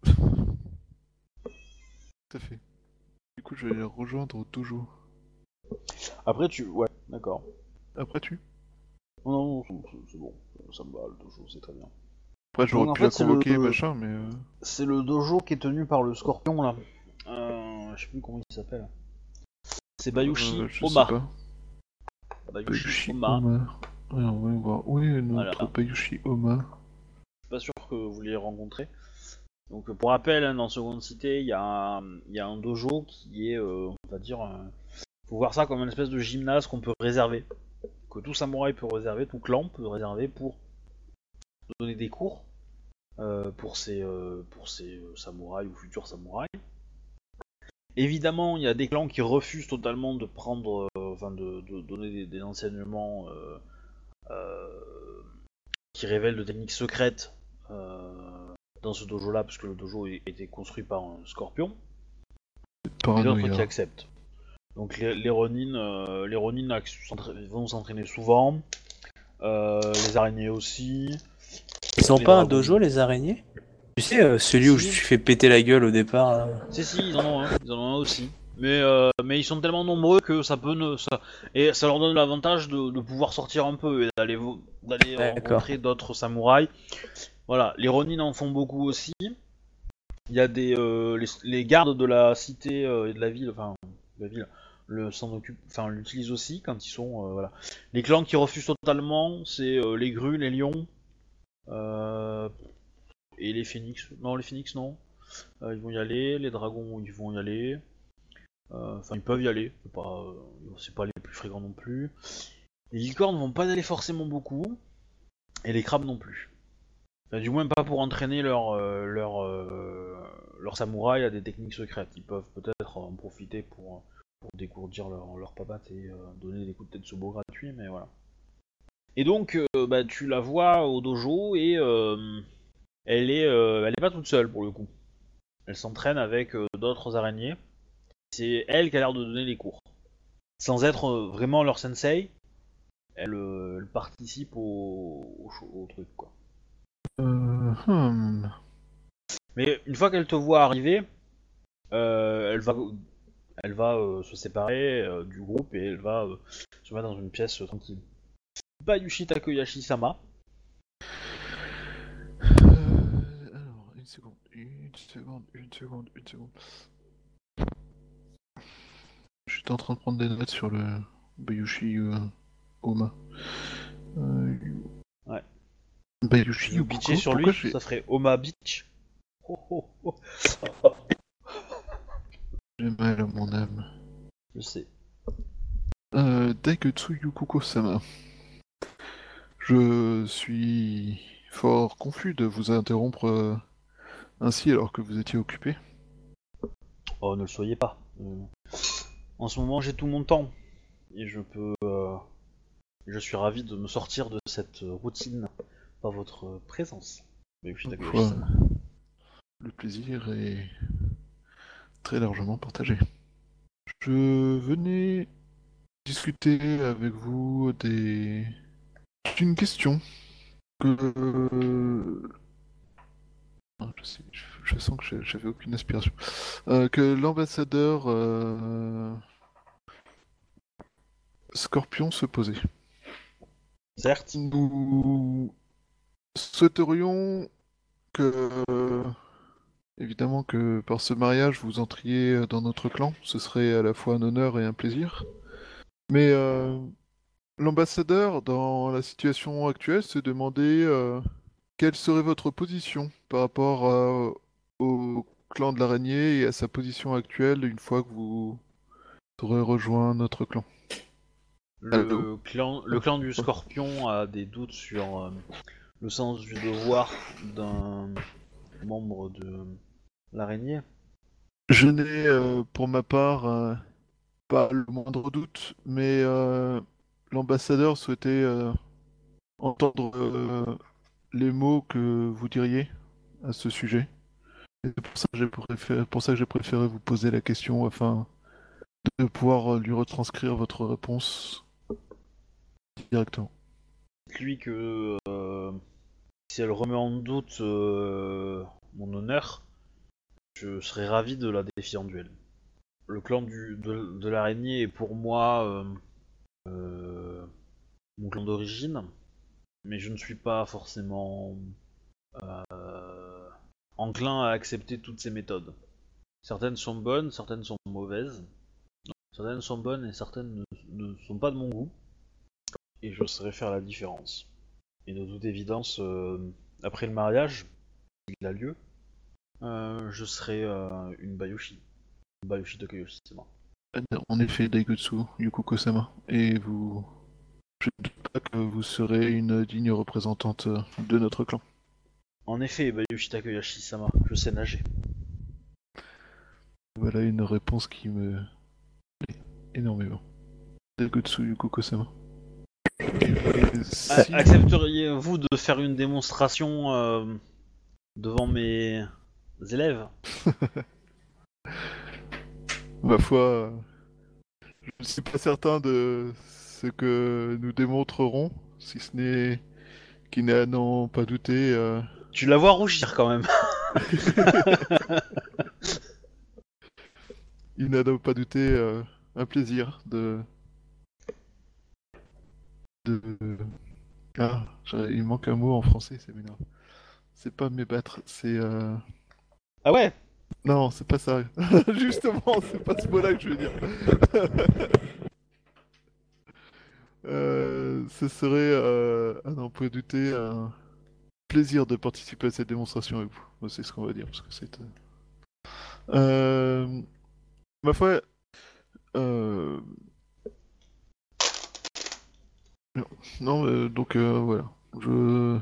Tout à fait. Du coup, je vais les rejoindre au dojo. Après tu... Ouais, d'accord. Après, tu Non, non, non, c'est- c'est bon, ça me va, le dojo, c'est très bien. Après, j'aurais Donc, en pu fait, la c'est convoquer, le- machin, mais... euh, C'est le dojo qui est tenu par le scorpion là. Euh, je sais plus comment il s'appelle. C'est Bayushi euh, je Oma. sais pas. Bayushi Bayushi Oma. Oma. Ouais, on va voir. Où est notre Voilà. Bayushi Oma? Je suis pas sûr que vous l'ayez rencontré. Donc pour rappel, hein, dans Seconde Cité, il y, a un- il y a un dojo qui est, euh, on va dire, euh, faut voir ça comme une espèce de gymnase qu'on peut réserver, que tout samouraï peut réserver, tout clan peut réserver pour donner des cours euh, pour ses, euh, pour ses euh, samouraïs ou futurs samouraïs. Évidemment, il y a des clans qui refusent totalement de prendre, euh, enfin de, de donner des, des enseignements euh, euh, qui révèlent de techniques secrètes euh, dans ce dojo-là, parce que le dojo a été construit par un scorpion. Et d'autres qui Paranoïa. acceptent. Donc les, les Ronin, euh, les Ronin ac- s'entra- vont s'entraîner souvent, euh, les araignées aussi. Ils ont Les pas un dragons. dojo, les araignées? Tu sais, euh, celui où Si. je me suis fait péter la gueule au départ. Là. Si si, ils en ont un, ils en ont un aussi. Mais euh, mais ils sont tellement nombreux que ça peut ne ça et ça leur donne l'avantage de, de pouvoir sortir un peu et d'aller vo- d'aller D'accord. rencontrer d'autres samouraïs. Voilà, les Ronin en font beaucoup aussi. Il y a des euh, les, les gardes de la cité euh, et de la ville, enfin de la ville, le s'en occupe, enfin l'utilisent aussi quand ils sont euh, voilà. Les clans qui refusent totalement, c'est euh, les grues, les lions euh, et les phénix. Non, les phénix non. euh, ils vont y aller, les dragons ils vont y aller, euh, enfin ils peuvent y aller, c'est pas, euh, c'est pas les plus fréquents non plus. Les licornes vont pas y aller forcément beaucoup, et les crabes non plus. Enfin, du moins pas pour entraîner leur, euh, leur, euh, leur samouraï à des techniques secrètes. Ils peuvent peut-être en profiter pour, pour dégourdir leur, leur papate et euh, donner des coups de Tetsubo gratuits, mais voilà. Et donc, euh, bah, tu la vois au dojo et euh, elle est, euh, elle est pas toute seule pour le coup. Elle s'entraîne avec euh, d'autres araignées. C'est elle qui a l'air de donner les cours. Sans être euh, vraiment leur sensei, elle, euh, elle participe au, au, au truc quoi. Euh, hmm. Mais une fois qu'elle te voit arriver, euh, elle va, elle va euh, se séparer euh, du groupe et elle va euh, se mettre dans une pièce euh, tranquille. Bayushi Takeyashi-sama. Euh, alors, une seconde, une seconde, une seconde, une seconde. J'étais en train de prendre des notes sur le Bayushi euh, Oma. Euh, Ouais. Bayushi Tu veux Yukuko, bitcher sur lui, pourquoi j'ai- ça ferait Oma Beach. Oh, oh, oh. j'ai mal à mon âme. Je sais. Euh, Daigetsu Yukuko-sama. Je suis fort confus de vous interrompre euh, ainsi alors que vous étiez occupé. Oh, ne le soyez pas. Euh, En ce moment, j'ai tout mon temps et je peux. euh, Je suis ravi de me sortir de cette routine par votre présence. Bayushi Foi, Takeyashi-sama. le plaisir est très largement partagé. Je venais discuter avec vous des... d'une question que... Ah, Je, sais- je- je sens que j'ai- j'avais aucune aspiration. Euh, que l'ambassadeur euh, Scorpion se posait. Certes. Nous souhaiterions que, évidemment, que par ce mariage vous entriez dans notre clan. Ce serait à la fois un honneur et un plaisir. Mais euh, l'ambassadeur, dans la situation actuelle, se demandait euh, quelle serait votre position par rapport à- au clan de l'araignée et à sa position actuelle une fois que vous aurez rejoint notre clan. Allô. Le clan, le clan du Scorpion a des doutes sur euh, le sens du devoir d'un membre de l'araignée. Je n'ai euh, pour ma part euh, pas le moindre doute, mais euh, l'ambassadeur souhaitait euh, entendre euh, les mots que vous diriez à ce sujet. Et C'est pour ça que j'ai préféré, pour ça que j'ai préféré vous poser la question afin de pouvoir euh, lui retranscrire votre réponse directement. Lui que euh, si elle remet en doute euh, mon honneur, je serais ravi de la défier en duel. Le clan du, de, de l'araignée est pour moi euh, euh, mon clan d'origine, mais je ne suis pas forcément euh, enclin à accepter toutes ces méthodes. Certaines sont bonnes, certaines sont mauvaises. Certaines sont bonnes et certaines ne, ne sont pas de mon goût. Et je saurais faire la différence. Et de toute évidence, euh, après le mariage, s'il a lieu, euh, je serai euh, une Bayushi. Une Bayushi Takeyoshi-sama. En effet, Daigutsu Yukuko-sama, et vous... Je ne doute pas que vous serez une digne représentante de notre clan. En effet, Bayushi Takeyoshi-sama, je sais nager. Voilà une réponse qui me plaît énormément. Daigutsu Yukuko-sama. Et si- A- Accepteriez-vous de faire une démonstration euh, devant mes élèves? Ma foi, je ne suis pas certain de ce que nous démontrerons, si ce n'est qu'ils n'en pas douté. euh, Tu la vois rougir quand même. Il n'en pas douté euh, un plaisir de... de... Ah, j'ai- il manque un mot en français, c'est m'énerve. C'est pas m'ébattre, c'est... euh, Ah ouais? Non, c'est pas ça. Justement, c'est pas ce mot-là que je veux dire. Euh, ce serait, euh, à n'en pas douter, un plaisir de participer à cette démonstration avec vous. Moi, c'est ce qu'on va dire, parce que c'est... euh, Euh... Ma foi... Euh... Non, non euh, donc euh, voilà. Je...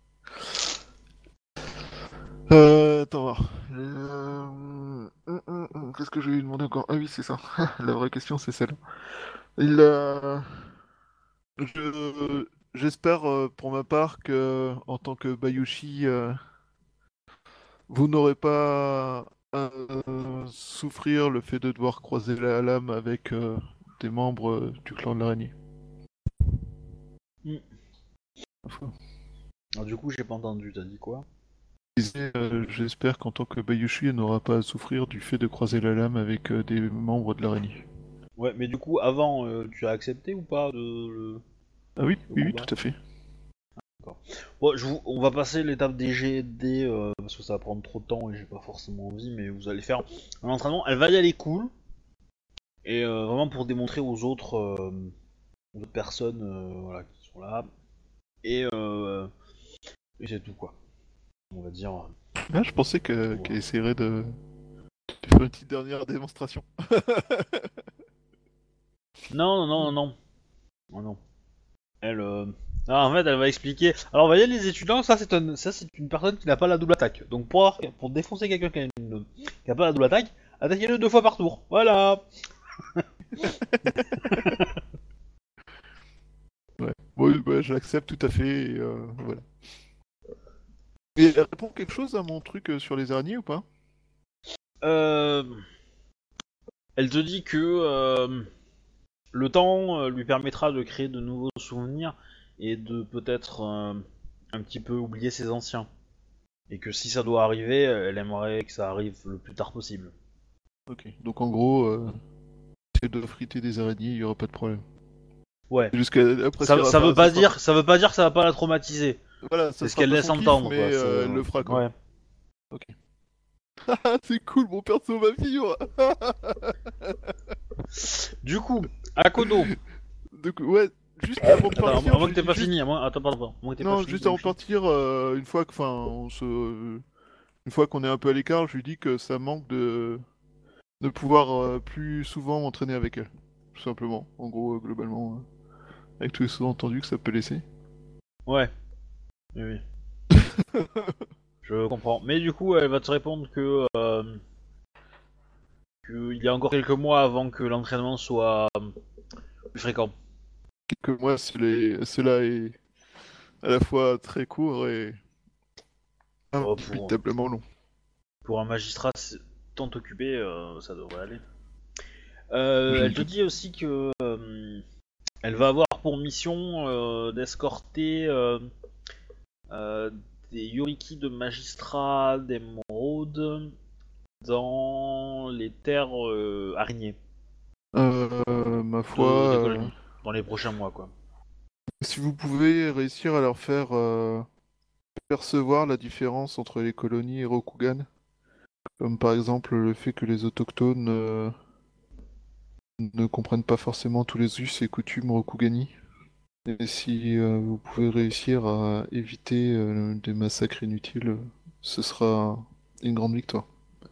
Euh... Attends, voir. Euh... hum, hum, hum, Qu'est-ce que je vais lui demander encore? Ah oui, c'est ça. La vraie question, c'est celle. Il a... Je... J'espère euh, pour ma part que, en tant que Bayushi, euh, vous n'aurez pas à euh, souffrir le fait de devoir croiser la lame avec euh, des membres euh, du clan de l'araignée. Hmm. Ma foi. Alors, du coup, j'ai pas entendu, t'as dit quoi? Je disais, euh, j'espère qu'en tant que Bayushi, elle n'aura pas à souffrir du fait de croiser la lame avec euh, des membres de l'araignée. Ouais, mais du coup, avant, euh, tu as accepté ou pas de le, Ah oui, le oui, oui, combat? tout à fait. Bon, je vous- on va passer l'étape des G et D euh, parce que ça va prendre trop de temps et j'ai pas forcément envie, mais vous allez faire un entraînement. Elle va y aller cool et euh, vraiment pour démontrer aux autres, euh, aux autres personnes euh, voilà, qui sont là et, euh, et c'est tout quoi. On va dire. Ah, je pensais que- Ouais. qu'elle essaierait de... de faire une petite dernière démonstration. Non, non, non, non, non. Oh, non. Elle. Euh... Ah, en fait, elle va expliquer. Alors, voyez les étudiants, ça c'est un... ça c'est une personne qui n'a pas la double attaque. Donc pour avoir- pour défoncer quelqu'un qui a, une... qui a pas la double attaque, attaquez-le deux fois par tour. Voilà. Ouais, bon, oui, bah, j'accepte tout à fait, et euh, voilà. Et elle répond quelque chose à mon truc euh, sur les araignées ou pas? Euh... Elle te dit que euh, le temps euh, lui permettra de créer de nouveaux souvenirs et de peut-être euh, un petit peu oublier ses anciens. Et que si ça doit arriver, elle aimerait que ça arrive le plus tard possible. Ok, donc en gros, euh, c'est de friter des araignées, il y aura pas de problème. Ouais. Jusqu'à après Ça, ce ça sera- veut pas sera- dire, ça veut pas dire que ça va pas la traumatiser. Voilà, ça C'est ce sera qu'elle pas laisse son kiff, entendre, mais quoi. euh, c'est- elle le fera quoi. Ouais. Ah, c'est cool, mon perso va vivre. Du coup, Akodo. Donc ouais, juste avant de Attends, à partir, moins que je t'aies dis pas juste- fini, à moins... Attends, pardon, à moins que t'aies non, pas fini. juste avant de Bayushi. partir, euh, une fois que, enfin, on se, une fois qu'on est un peu à l'écart, je lui dis que ça manque de, de pouvoir euh, plus souvent m'entraîner avec elle, tout simplement. En gros, euh, globalement, euh, avec tous les sous-entendus que ça peut laisser. Ouais. Oui, oui. Je comprends. Mais du coup, elle va te répondre que... Euh... qu'il y a encore quelques mois avant que l'entraînement soit plus fréquent. Que moi, cela cela est à la fois très court et Oh, pour, inévitablement long. pour un magistrat c'est- tant occupé, euh, ça devrait aller. Euh, Je elle te doute. dit aussi que euh, elle va avoir pour mission euh, d'escorter euh, euh, des yoriki de magistrats d'émeraude dans les terres euh, araignées Euh, ma de, foi, des euh, colonies dans les prochains mois, quoi. si vous pouvez réussir à leur faire euh, percevoir la différence entre les colonies et Rokugan, comme par exemple le fait que les autochtones euh, ne comprennent pas forcément tous les us et coutumes Rokugani, et si euh, vous pouvez réussir à éviter euh, des massacres inutiles, euh, ce sera une grande victoire.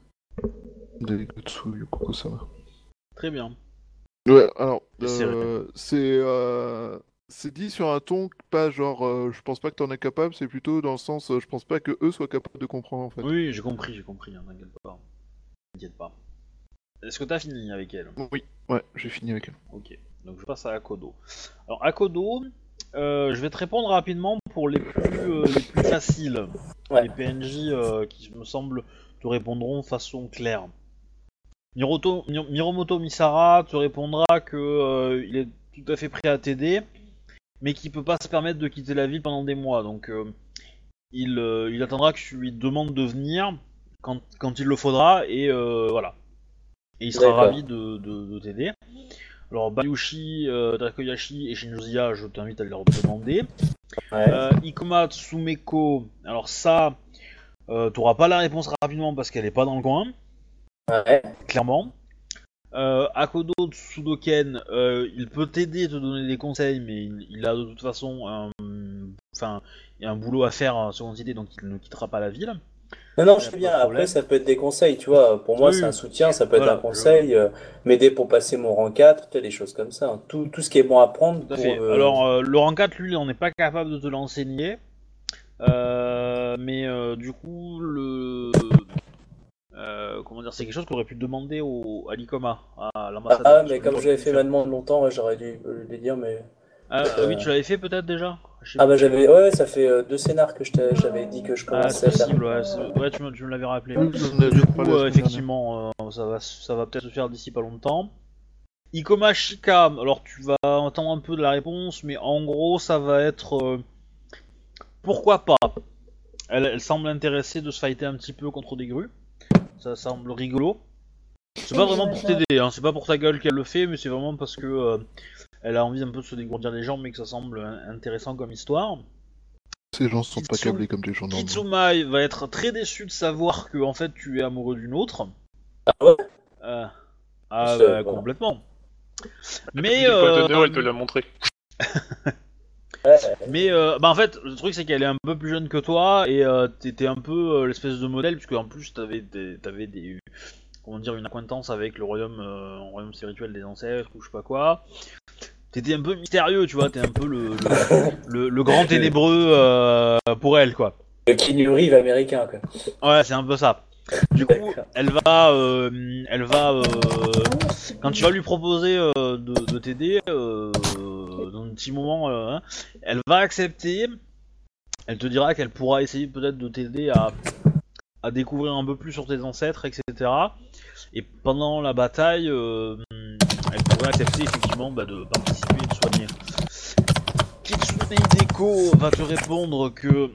Daigotsu Yokoko-sama. Très bien. Ouais, alors, C'est euh, c'est euh, c'est dit sur un ton pas genre euh, je pense pas que t'en es capable, c'est plutôt dans le sens euh, je pense pas que eux soient capables de comprendre en fait. Oui, j'ai compris, j'ai compris, hein, t'inquiète pas. T'inquiète pas. Est-ce que t'as fini avec elle? Oui, ouais, j'ai fini avec elle. Ok, donc je passe à Akodo. Alors Akodo, euh, je vais te répondre rapidement pour les plus, euh, les plus faciles. Ouais. Les P N J euh, qui me semblent te répondront de façon claire. Miroto, Mi- Miromoto Misara te répondra que euh, il est tout à fait prêt à t'aider, mais qu'il peut pas se permettre de quitter la ville pendant des mois. Donc euh, il, euh, il attendra que tu lui demandes de venir quand, quand il le faudra et euh, voilà. Et il sera D'accord. ravi de, de, de t'aider. Alors Bayushi, euh, Takoyashi et Shinjuya, je t'invite à leur demander. Ouais. Euh, Ikoma Tsumeko, alors ça, euh, t'auras pas la réponse rapidement parce qu'elle est pas dans le coin, Ouais. clairement. Euh, Akodo Tsudoken, euh, il peut t'aider, te donner des conseils, mais il, il a de toute façon un, enfin, il y a un boulot à faire à Second Cité, donc il ne quittera pas la ville. Non, non, y je a sais pas bien. de Après, problème. ça peut être des conseils, tu vois. Pour moi, Oui, c'est un oui. soutien, ça peut être Voilà, un je- conseil, euh, m'aider pour passer mon rang quatre, tu sais, des choses comme ça, hein. Tout, tout ce qui est bon à prendre Tout à pour. fait. euh, Alors, euh, le rang quatre, lui, on n'est pas capable de te l'enseigner. Euh, mais euh, du coup, le. Euh, comment dire, c'est quelque chose qu'on aurait pu demander au, à l'ICOMA, à l'ambassadeur. Ah, Parce mais que lui comme aurait j'avais pu fait faire. ma demande longtemps, ouais, j'aurais dû euh, lui dire, mais. Ah oui, euh, tu l'avais fait peut-être déjà? Je sais Ah, bah, plus. j'avais. Ouais, ouais, ça fait euh, deux scénars que je t'ai- j'avais dit que je Ah, c'est commençais à faire. possible, ouais, c'est- ouais, tu me, tu me l'avais rappelé. Oui, j'en Mais du avais parlé coup, la euh, semaine dernière. effectivement, euh, ça va, ça va peut-être se faire d'ici pas longtemps. Ikoma Shika, alors tu vas entendre un peu de la réponse, mais en gros, ça va être euh, pourquoi pas. Elle, elle semble intéressée de se fighter un petit peu contre des grues. Ça semble rigolo. C'est pas vraiment pour t'aider, hein, c'est pas pour ta gueule qu'elle le fait, mais c'est vraiment parce que euh, elle a envie un peu de se dégourdir les jambes, mais que ça semble in- intéressant comme histoire. Ces gens sont pas Kitsu- câblés comme des gens normaux. Kitsumai va être très déçu de savoir que en fait tu es amoureux d'une autre. Ah ouais? Euh, ah Je- bah, voilà. complètement. Il Mais est pas euh, d'honneur, elle te l'a montré. Ouais, mais euh, bah en fait le truc c'est qu'elle est un peu plus jeune que toi et euh, t'étais un peu euh, l'espèce de modèle puisque en plus t'avais des, t'avais des comment dire une acquaintance avec le royaume euh, royaume spirituel des ancêtres ou je sais pas quoi. T'étais un peu mystérieux, tu vois, t'es un peu le le, le, le grand ténébreux euh, pour elle quoi. le Keanu Reeves américain, quoi. Ouais, c'est un peu ça. Du coup, D'accord. elle va, euh, elle va, euh, quand tu vas lui proposer euh, de, de t'aider, euh, dans un petit moment, euh, hein, elle va accepter. Elle te dira qu'elle pourra essayer peut-être de t'aider à, à découvrir un peu plus sur tes ancêtres, et cetera. Et pendant la bataille, euh, elle pourrait accepter effectivement bah, de participer et de soigner. Kitsune Hideko va te répondre que.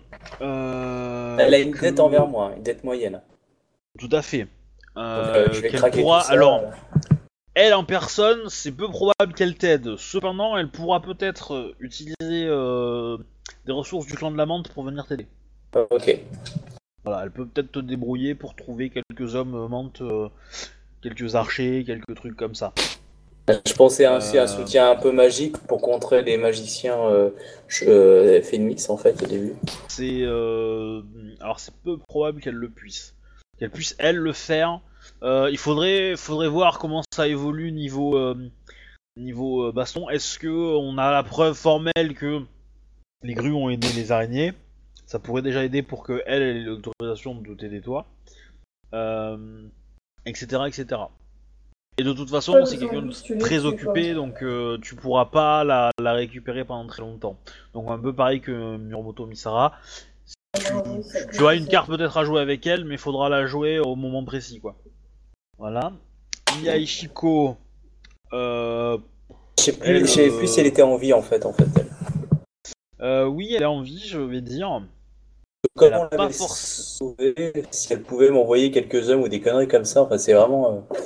Euh, Elle a une que- dette envers moi, une dette moyenne. Tout à fait. Donc, Euh, euh, je vais qu'elle craquer pourra. tout ça. Alors, euh. elle en personne, c'est peu probable qu'elle t'aide. Cependant, elle pourra peut-être euh, utiliser euh, des ressources du clan de la menthe pour venir t'aider. Ok. Voilà, elle peut peut-être te débrouiller pour trouver quelques hommes euh, menthe, euh, quelques archers, quelques trucs comme ça. Je pensais ainsi à un Euh, soutien un peu magique pour contrer les magiciens euh, ch- euh, Phoenix en fait au début. C'est euh, alors c'est peu probable qu'elle le puisse, qu'elle puisse elle le faire. Euh, il faudrait, faudrait voir comment ça évolue niveau euh, niveau euh, baston. Est-ce que on a la preuve formelle que les grues ont aidé les araignées? Ça pourrait déjà aider pour que elle ait l'autorisation de t'aider toi, euh, et cetera, et cetera. Et de toute façon, Ouais, c'est ils ont quelqu'un juste de les très dessus, occupé, quoi. donc euh, tu pourras pas la, la récupérer pendant très longtemps. Donc un peu pareil que Muramoto Misara. Tu, tu auras une carte peut-être à jouer avec elle, mais il faudra la jouer au moment précis, quoi. Voilà. Mia Ishiko, euh, Je sais plus, Elle, je sais euh, plus si elle était en vie en fait en fait. Elle. euh, oui, elle est en vie, je vais dire. Comment Elle a on pas l'avait force- sauvée, si elle pouvait m'envoyer quelques hommes ou des conneries comme ça, enfin c'est vraiment euh,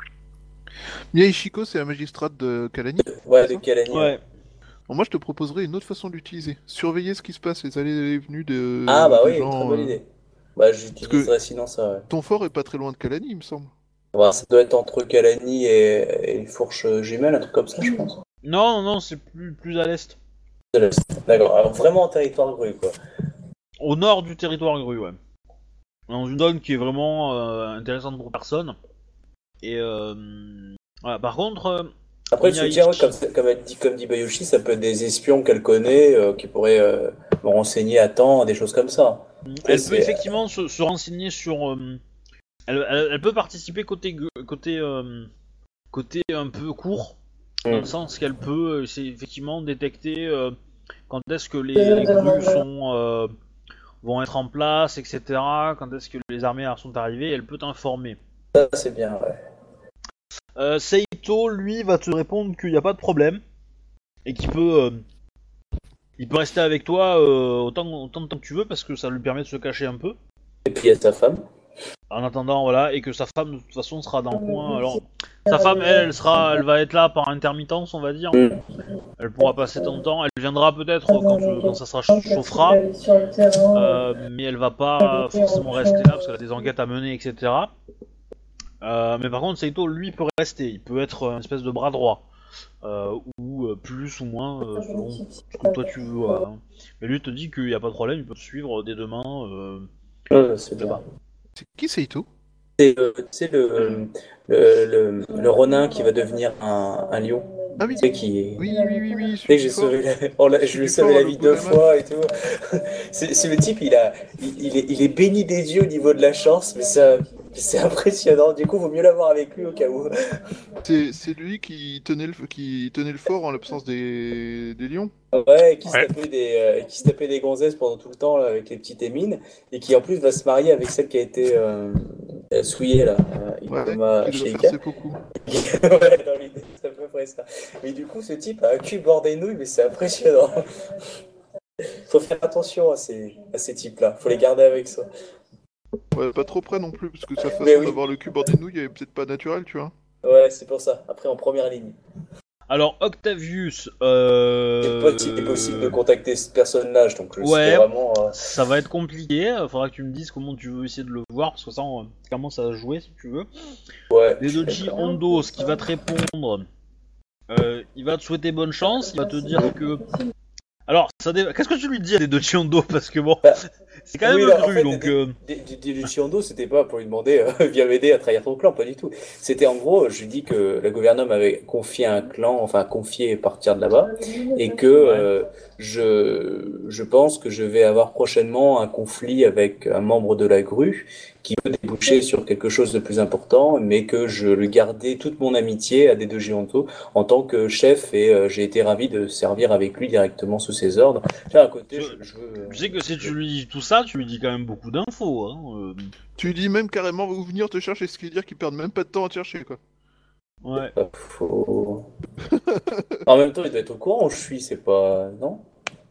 Mia Ishiko, c'est la magistrate de Kalani. ouais c'est de ça Kalani. Ouais. Bon, moi, je te proposerais une autre façon d'utiliser. Surveiller ce qui se passe, les allées et les venues de, Ah bah des oui, gens. très bonne euh, idée. Bah j'utiliserais sinon ça. Ouais. Ton fort est pas très loin de Kalani, il me semble. Voilà, ça doit être entre Kalani et, et Fourche Jumelle, un truc comme ça je pense. Non, non, non, c'est plus, plus à l'est. D'accord, alors vraiment en territoire grue quoi. Au nord du territoire grue, ouais. Dans une zone qui est vraiment euh, intéressante pour personne. Et euh, voilà. Par contre, euh, Après le Mia soutien, ouais, Ishi- comme, comme, elle dit, comme dit Bayushi, ça peut être des espions qu'elle connaît, euh, qui pourraient euh, me renseigner à temps, des choses comme ça. elle c'est- peut effectivement se, se renseigner sur. euh, elle, elle- elle peut participer côté gu- côté euh, côté un peu court, dans Mm. le sens qu'elle peut, euh, c'est effectivement détecter euh, quand est-ce que les, les grues sont euh, vont être en place, et cetera. Quand est-ce que les armées sont arrivées, elle peut t'informer. Ça c'est bien, ouais. Euh, Seito, lui, va te répondre qu'il n'y a pas de problème et qu'il peut, euh, il peut rester avec toi euh, autant, autant de temps que tu veux parce que ça lui permet de se cacher un peu. Et puis il y a sa femme. En attendant, voilà, et que sa femme de toute façon sera dans le coin. Alors, sa femme, elle, elle sera, elle va être là par intermittence, on va dire. Mm. Elle pourra passer ton temps. Elle viendra peut-être quand, euh, quand ça sera chauffera, Sur le terrain. euh, mais elle va pas forcément rester là parce qu'elle a des enquêtes à mener, et cetera. Euh, mais par contre, Seito, lui, peut rester. Il peut être une espèce de bras droit. Euh, ou euh, plus ou moins euh, selon ce que toi tu veux. Voilà. Mais lui te dit qu'il n'y a pas de problème, il peut te suivre dès demain. Euh, Euh, c'est Je sais bien. pas. C'est qui Seito? C'est euh, tu sais, le, le, le, le Ronin qui va devenir un, un lion. Ah oui, Tu sais, qui... oui, oui, oui, oui, Tu sais celui que j'ai du fort. sauvé la... oh, là, je Celui lui ai du sauvé fort, la le vie deux Godaman. fois et tout. C'est c'est le type, il, a, il, il est, il est béni des dieux au niveau de la chance, mais ça, c'est impressionnant. Du coup, vaut mieux l'avoir avec lui au cas où. C'est c'est lui qui tenait le, qui tenait le fort en l'absence des, des lions. Ouais, qui se Ouais. tapait des, euh, qui se tapait des gonzesses pendant tout le temps là, avec les petites émines, et qui en plus va se marier avec celle qui a été euh, euh, souillée là, euh, Ouais, Ikoma qui doit Sheika. faire ses beaucoup. Ouais, dans l'idée, c'est à peu près ça. Mais du coup, ce type a un cul bord des nouilles, mais c'est impressionnant. Faut faire attention à ces, à ces types-là, faut les garder avec ça. Ouais, pas trop près non plus, parce que sa façon Mais oui. d'avoir le cul bord des nouilles elle est peut-être pas naturelle, tu vois. Ouais, c'est pour ça. Après, en première ligne. Alors, Octavius, euh... C'est pas si c'est possible de contacter cette personne-là, donc je Ouais. serais vraiment. euh, ça va être compliqué. Faudra que tu me dises comment tu veux essayer de le voir, parce que ça, on commence à jouer si tu veux. Ouais. je suis Dedoji d'accord. Hondo, ce qui va te répondre, euh, il va te souhaiter bonne chance, il va te dire que. Alors, ça dé... qu'est-ce que tu lui dis à Dedoji Hondo? Parce que bon, Bah, c'est quand même oui, un non, en cru, fait, donc. des- euh, des- des- des Luciando, c'était pas pour lui demander euh, viens m'aider à trahir ton clan, pas du tout. C'était en gros, je lui dis que le gouvernement avait confié un clan, enfin confié partir de là-bas, et que euh, je, je pense que je vais avoir prochainement un conflit avec un membre de la grue qui peut déboucher sur quelque chose de plus important, mais que je lui gardais toute mon amitié à Dedoji Hondo en tant que chef, et euh, j'ai été ravi de servir avec lui directement sous ses ordres. Là, à côté, je, je veux. Tu sais que si tu lui dis tout ça, tu lui dis quand même beaucoup d'infos. Hein. euh, Tu lui dis même carrément va venir te chercher, ce qui veut dire qu'ils perdent même pas de temps à te chercher, quoi. Ouais. Pas faux. En même temps, il doit être au courant où je suis, c'est pas. Non?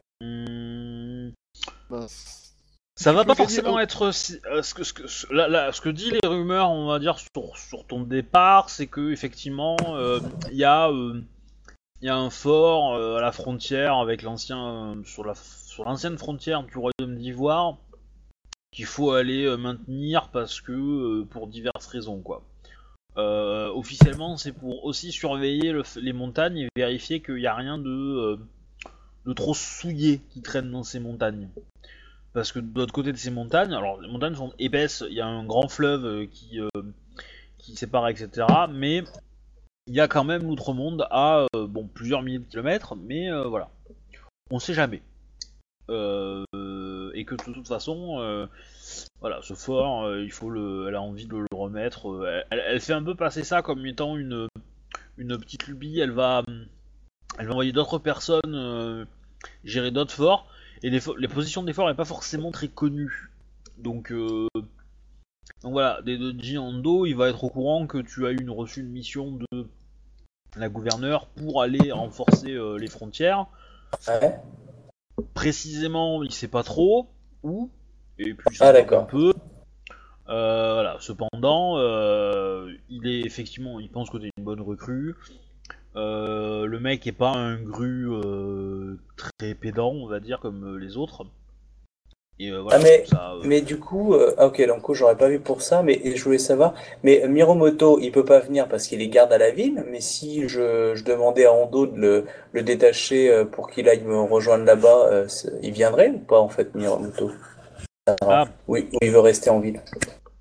Hum, Ben, Ça Tu va peux pas gagner forcément un- être si- euh, ce que ce que ce, là, là, ce que dit les rumeurs, on va dire sur, sur ton départ, c'est que effectivement euh, il y a euh, il y a un fort euh, à la frontière avec l'ancien euh, sur la sur l'ancienne frontière du royaume d'Ivoire qu'il faut aller euh, maintenir parce que euh, pour diverses raisons quoi. Euh, officiellement, c'est pour aussi surveiller le, les montagnes et vérifier qu'il n'y a rien de euh, de trop souillé qui traîne dans ces montagnes. Parce que de l'autre côté de ces montagnes, alors les montagnes sont épaisses, il y a un grand fleuve euh, qui, euh, qui sépare, et cetera. Mais il y a quand même l'outre-monde à euh, bon, plusieurs milliers de kilomètres, mais euh, voilà, on sait jamais. Euh, et que de toute façon, euh, voilà, ce fort, euh, il faut le, elle a envie de le remettre. euh, elle, elle fait un peu passer ça comme étant une, une petite lubie. Elle va, elle va envoyer d'autres personnes euh, gérer d'autres forts. Et les, fo- les positions des forts n'est pas forcément très connues. Donc, euh, donc voilà, Dedoji Hondo, il va être au courant que tu as une, reçu une mission de la gouverneure pour aller renforcer euh, les frontières. Ouais. Précisément, il sait pas trop où, et puis il Ah, s'en d'accord. un peu. Euh, voilà. Cependant, euh, il est effectivement, il pense que t'es une bonne recrue. Euh, le mec est pas un gru euh, très pédant, on va dire, comme euh, les autres. Et euh, voilà, Ah, mais- ça, euh, Mais du coup, euh, ah, ok, donc j'aurais pas vu pour ça, mais je voulais savoir. Mais Miromoto, il peut pas venir parce qu'il est garde à la ville, mais si je, je demandais à Hondo de le, le détacher euh, pour qu'il aille me rejoindre là-bas, euh, c'est- il viendrait ou pas en fait, Miromoto? Ah. Oui, ou il veut rester en ville.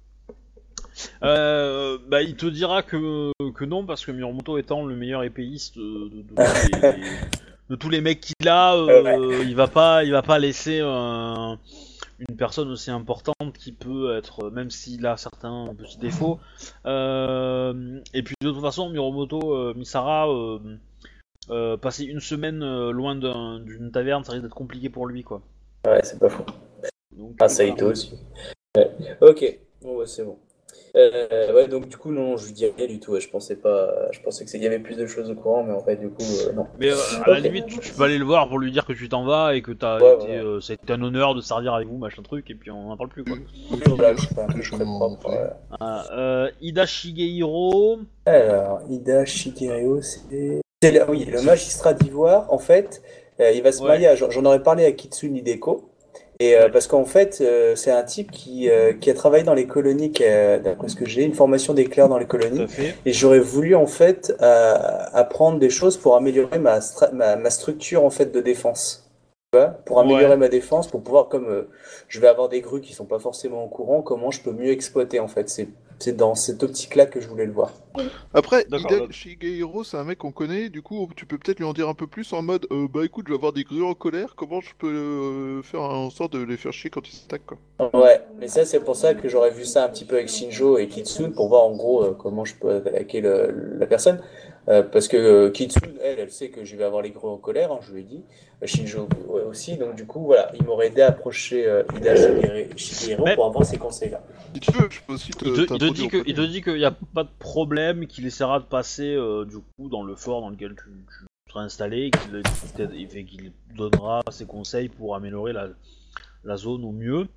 Euh, bah, il te dira que, que non, parce que Miromoto étant le meilleur épéiste de, de, de tous, les, de tous les mecs qu'il a, euh, il va pas, il va pas laisser un- une personne aussi importante qui peut être, même s'il a certains petits défauts. Euh, et puis de toute façon, Miromoto, euh, Misara, euh, euh, passer une semaine euh, loin d'un- d'une taverne, ça risque d'être compliqué pour lui, quoi. Ouais, c'est pas faux. Donc, Ah, euh, Saito voilà. aussi. Ouais. Ok, bon, ouais, c'est bon. Euh, ouais, donc du coup, non, je lui dis rien du tout. Ouais, je pensais pas, je pensais que c'est- il y avait plus de choses au courant, mais en fait, du coup, euh, non. Mais euh, à la Ok. limite, tu, tu peux aller le voir pour lui dire que tu t'en vas et que t'as Ouais, été, ouais. euh, ça a été un honneur de servir avec vous, machin truc, et puis on en parle plus, quoi. Là, je fais un que truc je très m'en propre, vais. ouais. Ah, euh, Ida Shigehiro, Alors, Ida Shigeru, c'est... c'est le- oui, le magistrat d'Ivoire, en fait, euh, il va se Ouais. marier, à- j'en j'en aurais parlé à Kitsune Hideko, et, euh, Ouais. parce qu'en fait, euh, c'est un type qui, euh, qui a travaillé dans les colonies, qui a, d'après ce que j'ai, une formation d'éclair dans les tout colonies, à fait. et j'aurais voulu, en fait, euh, apprendre des choses pour améliorer ma, stra- ma, ma structure, en fait, de défense. tu vois, pour améliorer Ouais. ma défense, pour pouvoir, comme euh, je vais avoir des grues qui sont pas forcément au courant, comment je peux mieux exploiter en fait. C'est, c'est dans cette optique-là que je voulais le voir. Après, D'accord, Hida là- Shigehiro, c'est un mec qu'on connaît, du coup, tu peux peut-être lui en dire un peu plus en mode euh, bah écoute, je vais avoir des grues en colère, comment je peux euh, faire en sorte de les faire chier quand ils s'attaquent, quoi. Ouais, mais ça c'est pour ça que j'aurais vu ça un petit peu avec Shinjo et Kitsune pour voir en gros euh, comment je peux attaquer le- la personne. Euh, parce que euh, Kitsune, elle, elle sait que je vais avoir les gros en colère, hein, je lui ai dit. Euh, Shinjo ouais, aussi, donc du coup voilà, il m'aurait aidé à approcher euh, Ida Shigehiro Shigehiro Mais- pour avoir ces conseils-là. Si tu veux, je peux aussi te, Il te, il te t'introduire dit au que, premier. il te dit qu'il n'y a pas de problème, qu'il essaiera de passer euh, du coup dans le fort dans lequel tu, tu seras installé, et qu'il qu'il t'aide- il fait qu'il donnera ses conseils pour améliorer la, la zone au mieux.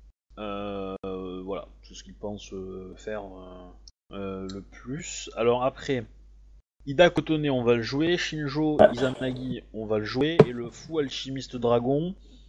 Euh, euh, voilà, c'est ce qu'il pense euh, faire euh, euh, le plus. Alors après, Ida Kotone, on va le jouer. Shinjo Izanagi, on va le jouer. Et le fou alchimiste dragon,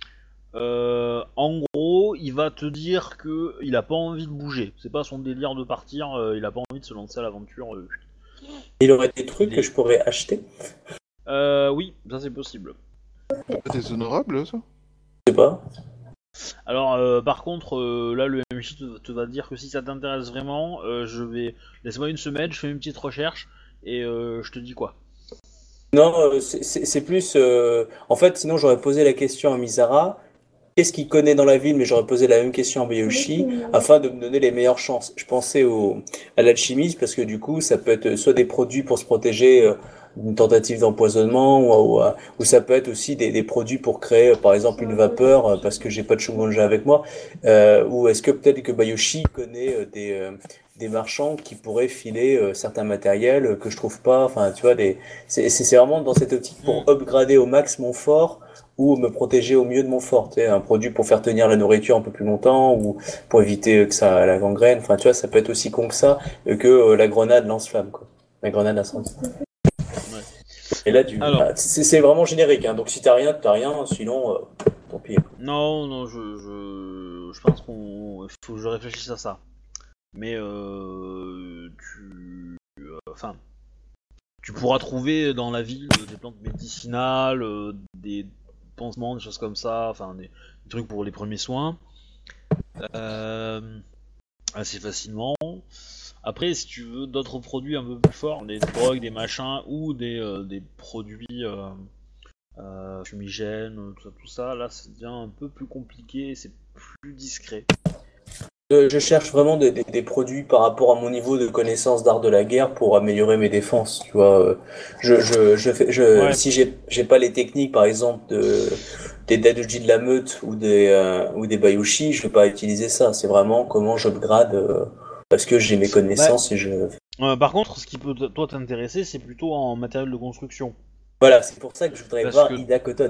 euh, en gros, il va te dire que il a pas envie de bouger. C'est pas son délire de partir. euh, il a pas envie de se lancer à l'aventure. euh. Il aurait des trucs Il que est- je pourrais acheter, Euh, oui, ça c'est possible. Ah, des honorables, ça? je sais pas. Alors, euh, par contre, euh, là, le M J te, te va dire que si ça t'intéresse vraiment, euh, je vais. Laisse-moi une semaine, je fais une petite recherche et euh, je te dis quoi. Non, euh, c'est c'est- c'est plus. euh, En fait, sinon j'aurais posé la question à Mizara. Qu'est-ce qu'il connaît dans la ville, mais j'aurais posé la même question à Bayoshi afin de me donner les meilleures chances. Je pensais au, à l'alchimiste parce que du coup, ça peut être soit des produits pour se protéger euh, d'une tentative d'empoisonnement ou, ou, euh, ou ça peut être aussi des, des produits pour créer, euh, par exemple, une vapeur euh, parce que j'ai pas de Shogunja avec moi. Euh, ou est-ce que peut-être que Bayoshi connaît euh, des, euh, des marchands qui pourraient filer euh, certains matériels euh, que je trouve pas. Enfin, tu vois, des, c'est c'est- c'est vraiment dans cette optique pour Mm. upgrader au max mon fort ou me protéger au mieux de mon fort. Tu sais, un produit pour faire tenir la nourriture un peu plus longtemps ou pour éviter que ça la gangrène. Enfin, tu vois, ça peut être aussi con que ça euh, que euh, la grenade lance-flamme, quoi. La grenade incendie. Ouais. Et là, du, Alors. ah, c'est c'est vraiment générique. Hein. Donc si t'as rien, t'as rien. Sinon, euh, tant pis. Non, non, je, je, je pense qu'on, il faut que je réfléchisse à ça. Mais euh, tu, euh, enfin, tu pourras trouver dans la ville des plantes médicinales, euh, des pansements, des choses comme ça, enfin des, des trucs pour les premiers soins, euh, assez facilement. Après, si tu veux d'autres produits un peu plus forts, des drogues, des machins ou des, euh, des produits euh, euh, fumigènes, tout ça, tout ça, là, ça devient un peu plus compliqué, c'est plus discret. Je, je cherche vraiment des, des, des produits par rapport à mon niveau de connaissance d'art de la guerre pour améliorer mes défenses. Tu vois, euh, je, je, je fais, je, Ouais. si j'ai, j'ai pas les techniques, par exemple, de, des Dadoji de la meute ou des, euh, ou des Bayushi, je vais pas utiliser ça. C'est vraiment comment j'upgrade euh, parce que j'ai mes Bah, connaissances et je. euh, par contre, ce qui peut t- toi t'intéresser, c'est plutôt en matériel de construction. Voilà, c'est pour ça que je voudrais Parce voir que Ida Cotton.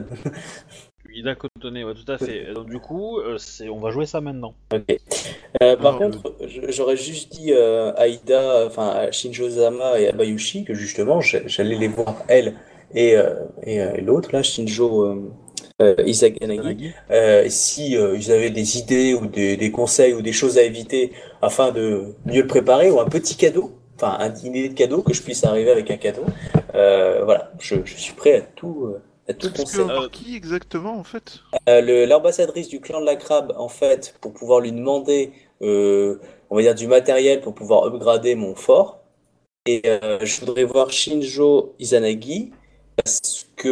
Ida Cotonnet, ouais, tout à fait. Et donc, du coup, euh, c'est, on va jouer ça maintenant. Ok. Euh, par Alors, contre, je- j'aurais juste dit euh, à Ida, enfin à Shinjo Zama et à Bayushi que justement j'a- j'allais les voir elle et, euh, et, euh, et l'autre là, Shinjo euh, euh, Izanagi, Izanagi. euh, si euh, ils avaient des idées ou des, des conseils ou des choses à éviter afin de mieux le préparer ou un petit cadeau, enfin un dîner de cadeau que je puisse arriver avec un cadeau. Euh, voilà, je, je suis prêt à tout euh, à tout parce que conseil. voir Euh, qui exactement, en fait? Euh, le- l'ambassadrice du clan de la crabe, en fait, pour pouvoir lui demander, euh, on va dire, du matériel pour pouvoir upgrader mon fort. Et euh, je voudrais voir Shinjo Izanagi parce que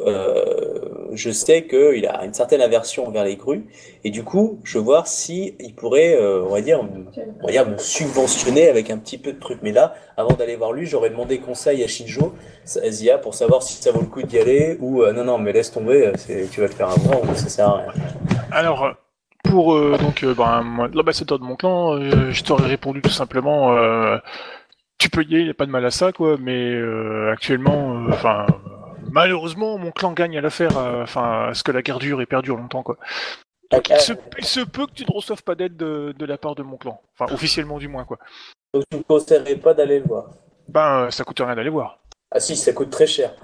euh, je sais qu'il a une certaine aversion envers les grues. Et du coup, je veux voir si il pourrait, euh, on va dire, me, on va dire, me subventionner avec un petit peu de trucs. Mais là, avant d'aller voir lui, j'aurais demandé conseil à Shinjo Zia pour savoir si ça vaut le coup d'y aller ou euh, non, non, mais laisse tomber, euh, c'est, tu vas te faire avoir ou ça sert à rien. Alors, euh, pour euh, donc euh, ben, moi, l'ambassadeur de mon clan, euh, je t'aurais répondu tout simplement, euh, tu peux y aller, il n'y a pas de mal à ça, quoi, mais euh, actuellement, enfin, malheureusement, mon clan gagne à l'affaire, enfin, à ce que la guerre dure et perdure longtemps, quoi. Donc il se, il se peut que tu ne reçoives pas d'aide de, de la part de mon clan, enfin, officiellement du moins, quoi. Donc tu ne me conseillerais pas d'aller le voir. Ben, euh, ça coûte rien d'aller voir. Ah si, ça coûte très cher.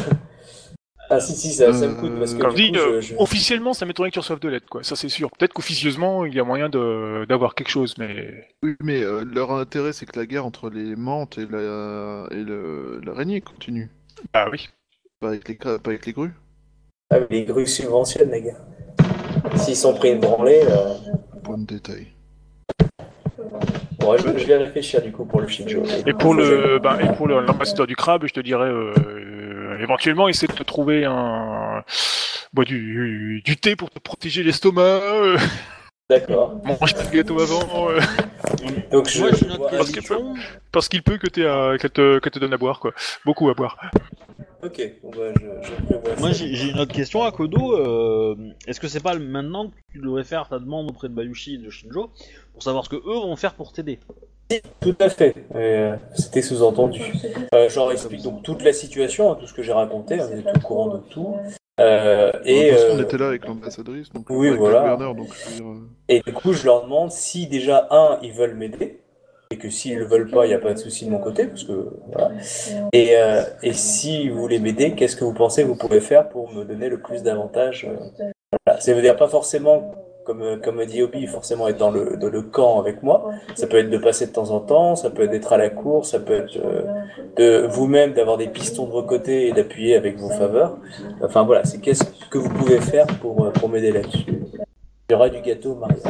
Ah si, si, ça, ça me coûte parce que Comme du dit, coup, euh, je, je... officiellement, ça m'étonnerait que tu reçoives de l'aide, quoi. Ça, c'est sûr. Peut-être qu'officieusement, il y a moyen de, d'avoir quelque chose, mais Oui, mais euh, leur intérêt, c'est que la guerre entre les Mantes et la et le l'araignée continue. ah oui. Pas avec les gra- pas avec les grues. Ah, mais les grues subventionnent, les gars. S'ils sont pris une branlée... Euh... Point de détail. Bon, je, je vais réfléchir du coup pour le Shinjo. Et pour le, ben, et pour le- l'ambassadeur du crabe, je te dirais, euh, euh, éventuellement, essaie de te trouver un, bois du, du thé pour te protéger l'estomac. Euh, D'accord. mange pas de gâteau avant. Euh, Donc je... Moi j'ai une autre Voilà. Parce que- question. parce qu'il peut que t'aies à- qu'elle te, qu'elle te donne à boire, quoi. Beaucoup à boire. Ok, bon bah je, je prévois Moi ça. j'ai j'ai une autre question à Kodo. Euh, Est-ce que c'est pas maintenant que tu devrais faire ta demande auprès de Bayushi et de Shinjo pour savoir ce que eux vont faire pour t'aider? Tout à fait, euh, c'était sous-entendu. Euh, je leur explique donc toute la situation, hein, tout ce que j'ai raconté, hein, vous êtes au courant de tout. Euh, Et, et, de toute façon, on euh, était là avec l'ambassadrice, donc oui, avec voilà. le gouverneur, donc je veux dire, euh, et du coup, je leur demande si déjà, un, ils veulent m'aider, et que s'ils le veulent pas, il n'y a pas de souci de mon côté, parce que voilà. Et, euh, et si vous voulez m'aider, qu'est-ce que vous pensez que vous pouvez faire pour me donner le plus d'avantages euh, voilà. Ça veut dire pas forcément, comme, comme dit Obi, forcément être dans le, dans le camp avec moi. Ça peut être de passer de temps en temps, ça peut être d'être à la cour, ça peut être euh, de vous-même d'avoir des pistons de vos côtés et d'appuyer avec vos faveurs. Enfin voilà, c'est qu'est-ce que vous pouvez faire pour, euh, pour m'aider là-dessus. Il y aura du gâteau au mariage.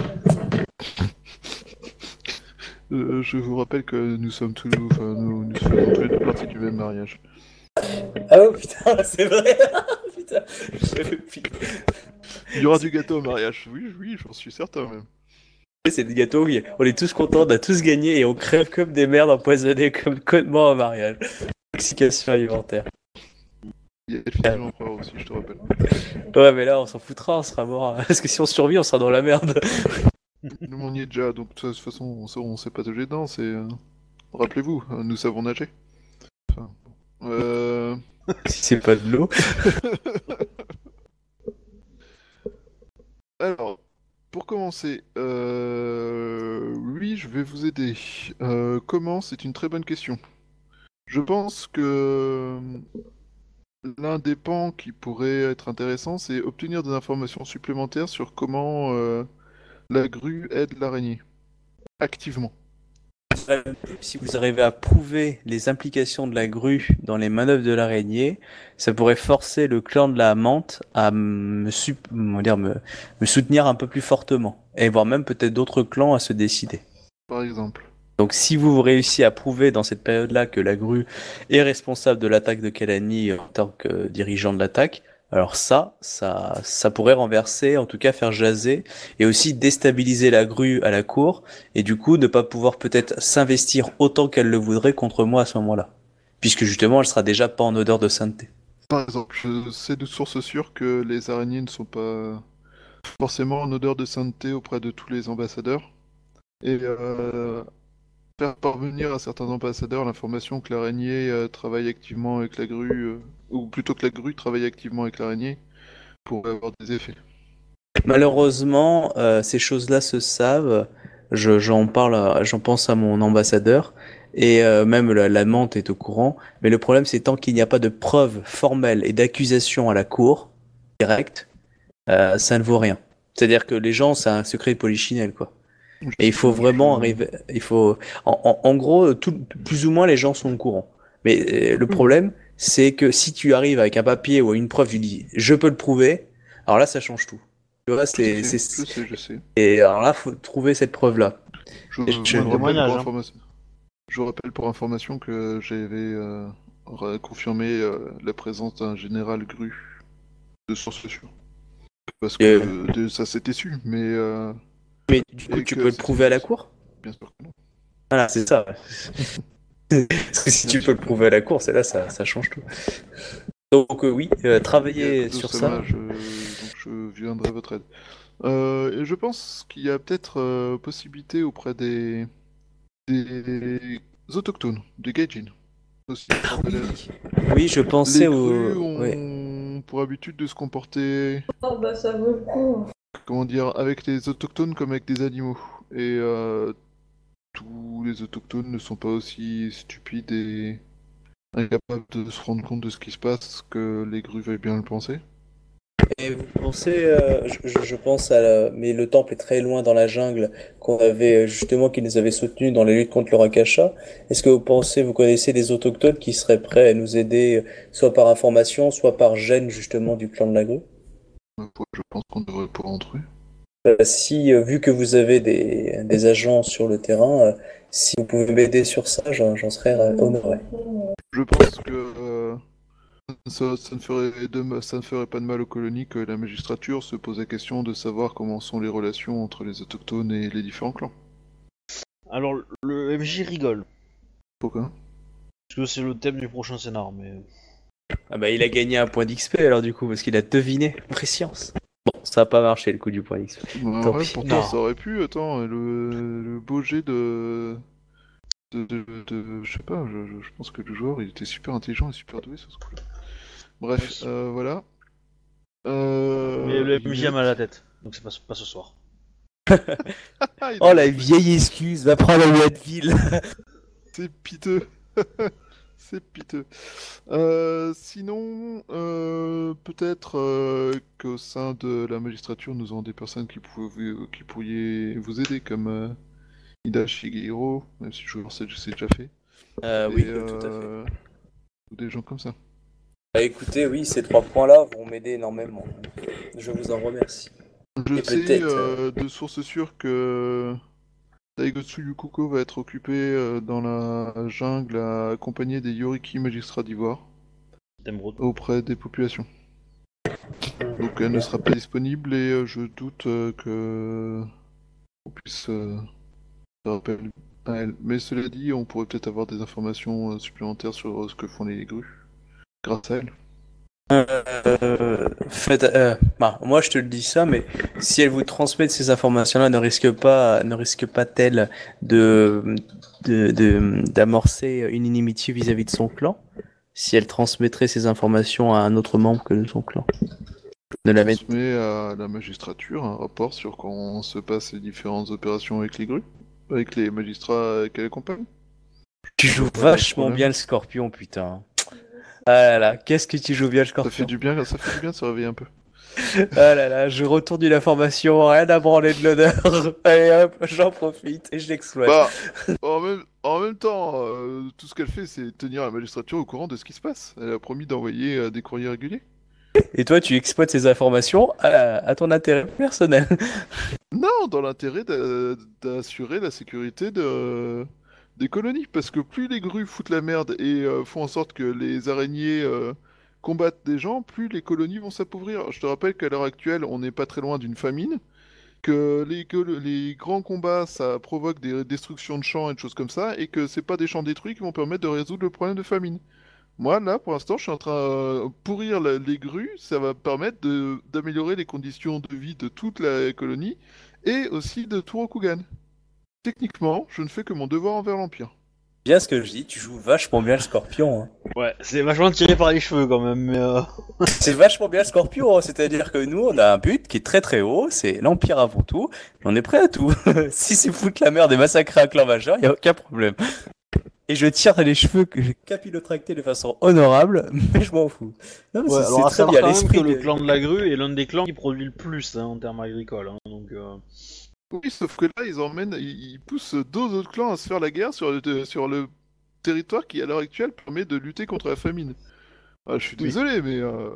euh, je vous rappelle que nous sommes tous, enfin, nous, nous faisons tous les deux partie du même mariage. Ah oh putain, c'est vrai. Putain, j'avais plus. Il y aura du gâteau au mariage, oui, oui, j'en suis certain même. C'est des gâteaux, oui. On est tous contents, on a tous gagné et on crève comme des merdes empoisonnées comme connement au mariage. Intoxication alimentaire. Il y a le fils de l'empereur aussi, je te rappelle. Ouais, mais là, on s'en foutra, on sera mort. Parce que si on survit, on sera dans la merde. Nous on y est déjà, donc de toute façon on sait, on sait pas toucher dedans, c'est... euh, Rappelez-vous, euh, nous savons nager. Enfin, bon. Euh... Si c'est pas de l'eau. Alors, pour commencer, euh... oui, je vais vous aider. Euh, comment? C'est une très bonne question. Je pense que l'un des pans qui pourrait être intéressant, c'est obtenir des informations supplémentaires sur comment euh, la grue aide l'araignée. Activement. Si vous arrivez à prouver les implications de la grue dans les manœuvres de l'araignée, ça pourrait forcer le clan de la menthe à me, sup- on va dire, me, me soutenir un peu plus fortement. Et voire même peut-être d'autres clans à se décider. Par exemple. Donc si vous réussissez à prouver dans cette période-là que la grue est responsable de l'attaque de Kalani en tant que dirigeant de l'attaque, alors ça, ça, ça pourrait renverser, en tout cas faire jaser, et aussi déstabiliser la grue à la cour, et du coup ne pas pouvoir peut-être s'investir autant qu'elle le voudrait contre moi à ce moment-là. Puisque justement elle sera déjà pas en odeur de sainteté. Par exemple, je sais de sources sûres que les araignées ne sont pas forcément en odeur de sainteté auprès de tous les ambassadeurs. Et euh, faire parvenir à certains ambassadeurs l'information que l'araignée euh, travaille activement avec la grue, euh, ou plutôt que la grue travaille activement avec l'araignée, pourrait avoir des effets. Malheureusement, euh, ces choses-là se savent. Je, j'en parle, à- j'en pense à mon ambassadeur, et euh, même la, la menthe est au courant. Mais le problème, c'est tant qu'il n'y a pas de preuves formelles et d'accusations à la cour directe, euh, ça ne vaut rien. C'est-à-dire que les gens, c'est un secret de polichinelle, quoi. Et il faut vraiment arriver. Il faut, en, en, en gros, tout, plus ou moins, les gens sont au courant. Mais euh, le problème, c'est que si tu arrives avec un papier ou une preuve, tu dis, je peux le prouver. Alors là, ça change tout. Tu vois, Tout à c'est, fait, c'est, je sais, je sais. et alors là, faut trouver cette preuve-là. Je, Et je je- vous rappelle témoignage, pour hein. information. Je vous rappelle pour information que j'avais euh, ra- confirmé euh, la présence d'un général Gru de source sûre. Parce que Euh. euh, de- ça s'était su, mais euh, Mais du coup, Et tu que peux le c'est prouver à la une- cour. bien sûr que non. Voilà, c'est ça. Parce que si tu peux le prouver à la cour, c'est là, ça, ça change tout. Donc euh, oui, euh, Et à travailler cause de sur Sama, ça. je... donc je viendrai à votre aide. Euh, et je pense qu'il y a peut-être euh, possibilité auprès des... des autochtones, des gaijin aussi. Oui, oui, je pensais Les au. grues ont Ouais. pour habitude de se comporter, Oh bah ça vaut le coup. comment dire, avec les autochtones comme avec des animaux. Et euh, tous les autochtones ne sont pas aussi stupides et incapables de se rendre compte de ce qui se passe que les grues veuillent bien le penser. Et vous pensez, euh, je, je- je pense à la- mais le temple est très loin dans la jungle, qu'on avait euh, justement, qui nous avait soutenus dans les luttes contre le Rakasha. Est-ce que vous pensez, vous connaissez des autochtones qui seraient prêts à nous aider, euh, soit par information, soit par gêne justement du clan de la grue? Je pense qu'on devrait pouvoir entrer. Euh, si, euh, vu que vous avez des, des agents sur le terrain, euh, si vous pouvez m'aider sur ça, j'en j'en serais euh, honoré. Je pense que euh, ça, ça ne ferait de, ça ne ferait pas de mal aux colonies que la magistrature se pose la question de savoir comment sont les relations entre les autochtones et les différents clans. Alors, le M J rigole, Pourquoi? parce que c'est le thème du prochain scénar, mais... Ah bah il a gagné un point d'X P alors du coup, parce qu'il a deviné, préscience. Bon, ça a pas marché le coup du point d'X P. Bah, Tant ouais, pis. pourtant Non. ça aurait pu, attends, le, le beau jet de... De, de, de- je sais pas, je, je- je pense que le joueur il était super intelligent et super doué sur ce coup-là. Bref, Oui. euh, voilà. Euh, Mais le il M J a est- mal à la tête, donc c'est pas, pas ce soir. Ah, il Oh est- la vieille excuse, va prendre la Watteville. C'est piteux. C'est piteux. Euh, sinon, euh, peut-être euh, qu'au sein de la magistrature, nous avons des personnes qui, pouvaient, qui pourraient vous aider, comme euh, Ida Shigehiro, même si je sais que c'est déjà fait. Euh, Et, oui, tout à fait. euh, ou des gens comme ça. Bah, écoutez, oui, ces trois points-là vont m'aider énormément. Je vous en remercie. Je Et sais peut-être, euh, de sources sûres que Daigotsu Yukuko va être occupé euh, dans la jungle à accompagner des Yoriki magistrats d'ivoire T'aimes auprès des populations. Donc elle ne sera pas disponible et euh, je doute euh, que on puisse euh, faire appel à elle. Mais cela dit, on pourrait peut-être avoir des informations euh, supplémentaires sur euh, ce que font les grues grâce à elle. Euh, faites, euh, bah, moi je te le dis ça, mais si elle vous transmet ces informations-là, ne risque pas, ne risque pas-t-elle de, de, de- d'amorcer une inimitié vis-à-vis de son clan, si elle transmettrait ces informations à un autre membre que de son clan? Ne la On met... se met à la magistrature un rapport sur comment se passent les différentes opérations avec les grues, avec les magistrats qu'elle accompagne. Tu joues pas de vachement problème. bien le scorpion, putain. Ah là là, qu'est-ce que tu joues bien le Ça fait scorpion. du bien, ça fait du bien de se réveiller un peu. Ah là là, je retourne une information, rien à branler de l'honneur. Allez hop, j'en profite et je l'exploite. Bah, en même, en même temps, euh, tout ce qu'elle fait, c'est tenir la magistrature au courant de ce qui se passe. Elle a promis d'envoyer euh, des courriers réguliers. Et toi, tu exploites ces informations à, à ton intérêt personnel. Non, dans l'intérêt d'a- d'assurer la sécurité de, des colonies. Parce que plus les grues foutent la merde et euh, font en sorte que les araignées euh, combattent des gens, plus les colonies vont s'appauvrir. Je te rappelle qu'à l'heure actuelle, on n'est pas très loin d'une famine. Que les, que le- les grands combats, ça provoque des destructions de champs et de choses comme ça, et que c'est pas des champs détruits qui vont permettre de résoudre le problème de famine. Moi, là, pour l'instant, je suis en train de pourrir la- les grues, ça va permettre de- d'améliorer les conditions de vie de toute la colonie, et aussi de tout Rokugan. Techniquement, je ne fais que mon devoir envers l'Empire. Bien ce que je dis, tu joues vachement bien le scorpion. Hein. Ouais, c'est vachement tiré par les cheveux quand même, mais... Euh... C'est vachement bien le scorpion, hein. C'est-à-dire que nous, on a un but qui est très très haut, c'est l'Empire avant tout, et on est prêt à tout. Si c'est foutre la merde et massacrer un clan majeur, y a aucun problème. Et je tire les cheveux que j'ai capillotractés de façon honorable, mais je m'en fous. Non, mais Ouais, c'est- alors c'est à très savoir bien quand même l'esprit que le de- clan de la grue est l'un des clans qui produit le plus hein, en termes agricoles, hein, donc... Euh... Oui, sauf que là, ils emmènent, ils, ils poussent deux autres clans à se faire la guerre sur le, de- sur le territoire qui, à l'heure actuelle, permet de lutter contre la famine. Ah, je suis Oui. désolé, mais... Euh...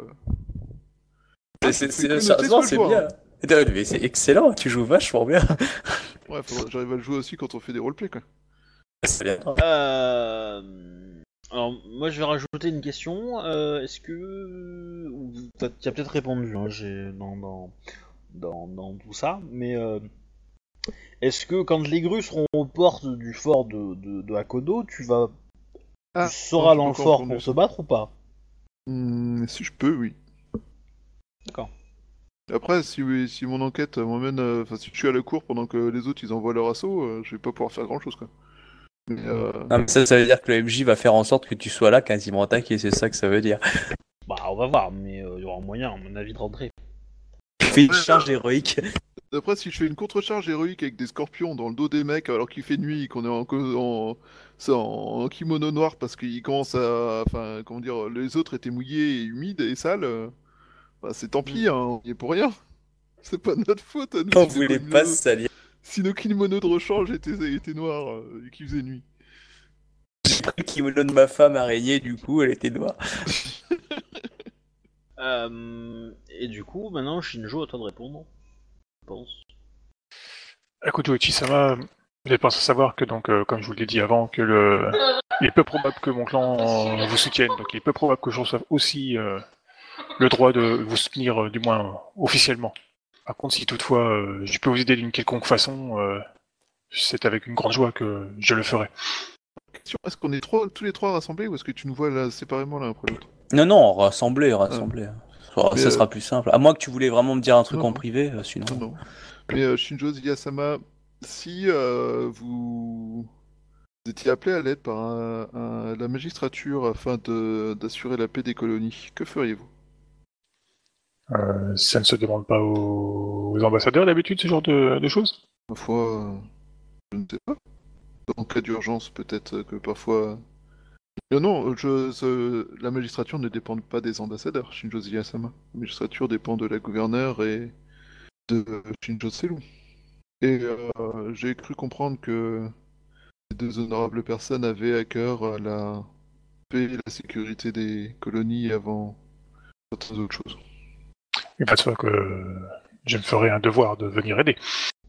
C'est- je c'est- fais c'est- que noter Sérieusement, ce que c'est je vois, bien. hein. Mais c'est excellent, tu joues vachement bien. Ouais, faudra que j'arrive à le jouer aussi quand on fait des roleplays, quoi. C'est bien. Euh... Alors, moi je vais rajouter une question. Euh, Est-ce que... ou t'as- Tu as peut-être répondu hein, j'ai- dans, dans, dans, dans tout ça, mais... Euh... Est-ce que quand les grues seront aux portes du fort de, de, de Hakodo, tu vas... Ah, tu seras non, dans le je peux fort comprendre. pour se battre ou pas? Hmm, si je peux, oui. D'accord. Après, si, oui, si mon enquête m'emmène... euh, Enfin, si je suis à la cour pendant que les autres, ils envoient leur assaut, euh, je vais pas pouvoir faire grand-chose, quoi. Mais, euh... Non, mais ça, ça veut dire que le M J va faire en sorte que tu sois là quasiment attaqué, c'est ça que ça veut dire. Bah on va voir, mais il euh, y aura moyen à mon avis de rentrer. Fais une charge héroïque. Après, si je fais une contre-charge héroïque avec des scorpions dans le dos des mecs alors qu'il fait nuit, qu'on est en, en, c'est en, en kimono noir parce qu'ils commencent à... Enfin, comment dire, les autres étaient mouillés et humides et sales, euh, Bah, c'est tant pis, hein, on y est pour rien. C'est pas de notre faute à nous. On si nos voulait kimonos- pas se salir. Si nos kimonos de rechange étaient, étaient noirs euh, et qu'il faisait nuit. Le kimono de ma femme araignée, du coup, elle était noire. Euh, et du coup, maintenant, Shinjo, à toi de répondre. Je pense. Écoute, Uechi-sama, vous n'êtes pas sans savoir que, donc, euh, comme je vous l'ai dit avant, que le... il est peu probable que mon clan euh, vous soutienne, donc il est peu probable que je reçoive aussi euh, le droit de vous soutenir, euh, du moins euh, officiellement. Par contre, si toutefois euh, je peux vous aider d'une quelconque façon, euh, c'est avec une grande joie que je le ferai. Question, est-ce qu'on est trois, tous les trois rassemblés ou est-ce que tu nous vois là séparément l'un après l'autre? Non, non, rassembler, rassembler. Ça, Mais, ça euh, sera plus simple. À moins que tu voulais vraiment me dire un truc non, en non. privé, euh, sinon. Non, non. Mais euh, Shinjo Ziyasama, si euh, vous... vous étiez appelé à l'aide par un- un- la magistrature afin de- d'assurer la paix des colonies, que feriez-vous? Euh, ça ne se demande pas aux, aux ambassadeurs d'habitude, ce genre de, de choses? Ma foi, euh, je ne sais pas. En cas d'urgence, peut-être que parfois... Non, non, je, ce- la magistrature ne dépend pas des ambassadeurs, Shinjo Ziyasama. La magistrature dépend de la gouverneure et de Shinjo Selu. Et euh, j'ai cru comprendre que ces deux honorables personnes avaient à cœur euh, la paix et la sécurité des colonies avant certaines autres choses. Il va de soi que je me ferai un devoir de venir aider.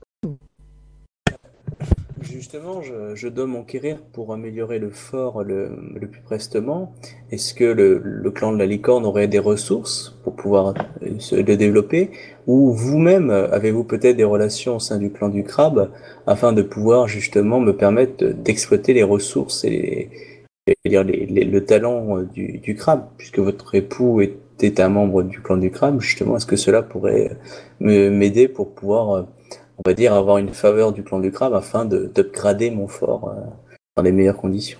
Justement, je, je dois m'enquérir pour améliorer le fort le, le plus prestement. Est-ce que le, le clan de la licorne aurait des ressources pour pouvoir euh, se le développer? Ou vous-même, euh, avez-vous peut-être des relations au sein du clan du crabe afin de pouvoir justement me permettre de- d'exploiter les ressources et, les, et dire les, les- le talent euh, du, du crabe? Puisque votre époux était un membre du clan du crabe, justement, est-ce que cela pourrait me- m'aider pour pouvoir... euh, on va dire, avoir une faveur du clan du crabe afin de d'upgrader mon fort euh, dans les meilleures conditions.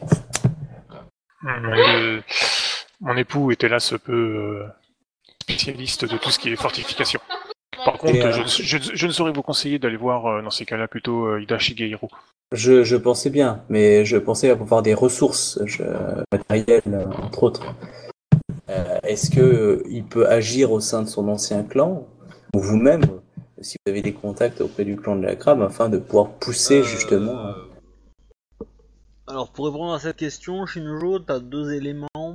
Le- Mon époux était là ce peu euh, spécialiste de tout ce qui est fortification. Par contre, Et, euh, je, je- je ne saurais vous conseiller d'aller voir euh, dans ces cas-là plutôt euh, Ida Shigehiro. Je, je pensais bien, mais je pensais avoir des ressources je, matérielles, euh, entre autres. Euh, est-ce que euh, il peut agir au sein de son ancien clan, ou vous-même, euh, si vous avez des contacts auprès du clan de la crabe, afin de pouvoir pousser Euh, justement... euh, Alors, pour répondre à cette question, Shinjo, t'as deux éléments.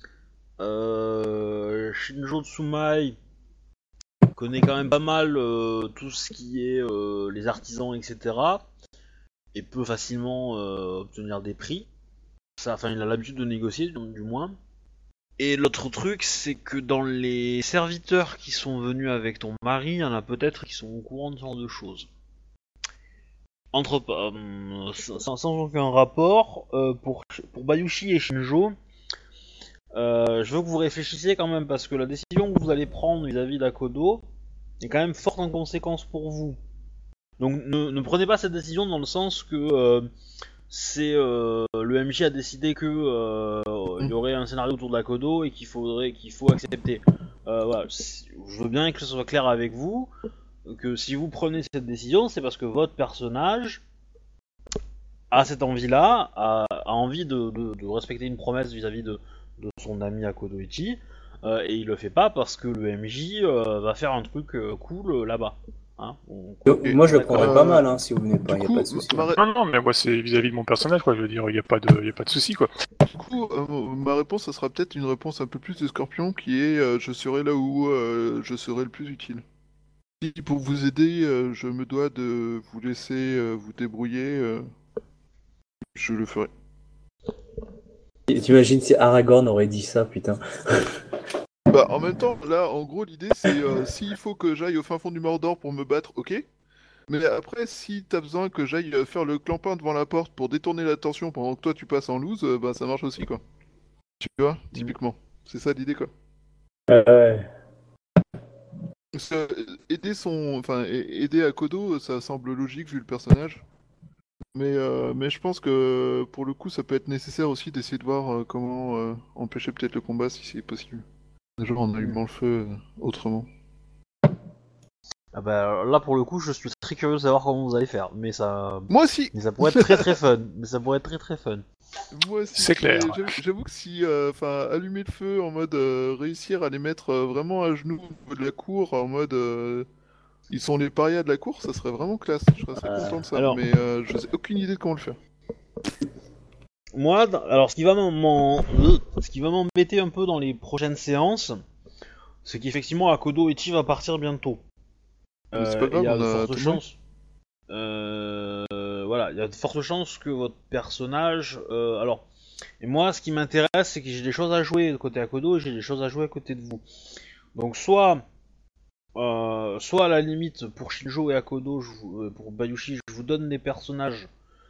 Euh, Shinjo Tsumae connaît quand même pas mal euh, tout ce qui est euh, les artisans, et cetera. Et peut facilement euh, obtenir des prix. Ça, enfin, il a l'habitude de négocier, du, du moins. Et l'autre truc, c'est que dans les serviteurs qui sont venus avec ton mari, il y en a peut-être qui sont au courant de ce genre de choses. Entre euh, sans, sans aucun rapport, euh, pour, pour Bayushi et Shinjo, euh, je veux que vous réfléchissiez quand même, parce que la décision que vous allez prendre vis-à-vis d'Akodo est quand même forte en conséquence pour vous. Donc ne, ne prenez pas cette décision dans le sens que euh, c'est euh, le M J a décidé que euh, il y aurait un scénario autour d'Akodo et qu'il faudrait qu'il faut accepter. Euh, voilà, je veux bien que ce soit clair avec vous, que si vous prenez cette décision, c'est parce que votre personnage a cette envie-là, a, a envie de, de, de respecter une promesse vis-à-vis de, de son ami Akodo-ichi, euh, et il le fait pas parce que le M J euh, va faire un truc euh, cool euh, là-bas. Hein, on- Donc, moi, je le prendrais Euh, pas mal, hein, si vous venez pas, Du il n'y a coup, pas de souci. ma, ma- Non, non, mais moi c'est vis-à-vis de mon personnage, quoi. Je veux dire, il n'y a pas de, il y a pas de souci, quoi. du coup, euh, ma réponse, ça sera peut-être une réponse un peu plus de Scorpion, qui est euh, je serai là où euh, je serai le plus utile. Si pour vous aider, euh, je me dois de vous laisser euh, vous débrouiller, euh, je le ferai. T'imagines si Aragorn aurait dit ça, putain. Bah, en même temps, là, en gros, l'idée, c'est euh, s'il faut que j'aille au fin fond du Mordor pour me battre, ok. Mais après, si t'as besoin que j'aille euh, faire le clampin devant la porte pour détourner l'attention pendant que toi tu passes en loose, euh, bah ça marche aussi, quoi. Tu vois, typiquement. C'est ça l'idée, quoi. Ouais. Parce que, euh, aider son... Enfin, a- aider Akodo, ça semble logique vu le personnage. Mais, euh, mais je pense que, pour le coup, ça peut être nécessaire aussi d'essayer de voir euh, comment euh, empêcher peut-être le combat si c'est possible. Genre en allumant le feu euh, autrement. Ah bah, là pour le coup, je suis très très curieux de savoir comment vous allez faire, mais ça, Moi aussi. mais ça pourrait être très très fun. Mais ça pourrait être très très fun. Moi aussi. C'est clair. Mais j'avoue- J'avoue que si, euh, enfin, allumer le feu en mode euh, réussir à les mettre euh, vraiment à genoux au niveau de la cour, en mode euh, ils sont les parias de la cour, ça serait vraiment classe. Je serais assez Euh, content de ça. alors- Mais euh, je sais aucune idée de comment le faire. Moi, dans- alors ce qui va m'en- m'en- euh, ce qui va m'embêter un peu dans les prochaines séances, c'est qu'effectivement Akodo Echi va partir bientôt. Mais c'est pas grave, il y a on de a fortes tout le monde. chances. Euh, voilà, il y a de fortes chances que votre personnage. euh, alors, et moi, ce qui m'intéresse, c'est que j'ai des choses à jouer côté Akodo et j'ai des choses à jouer à côté de vous. Donc, soit, euh, soit à la limite pour Shinjo et Akodo, je vous- euh, pour Bayushi, je vous donne des personnages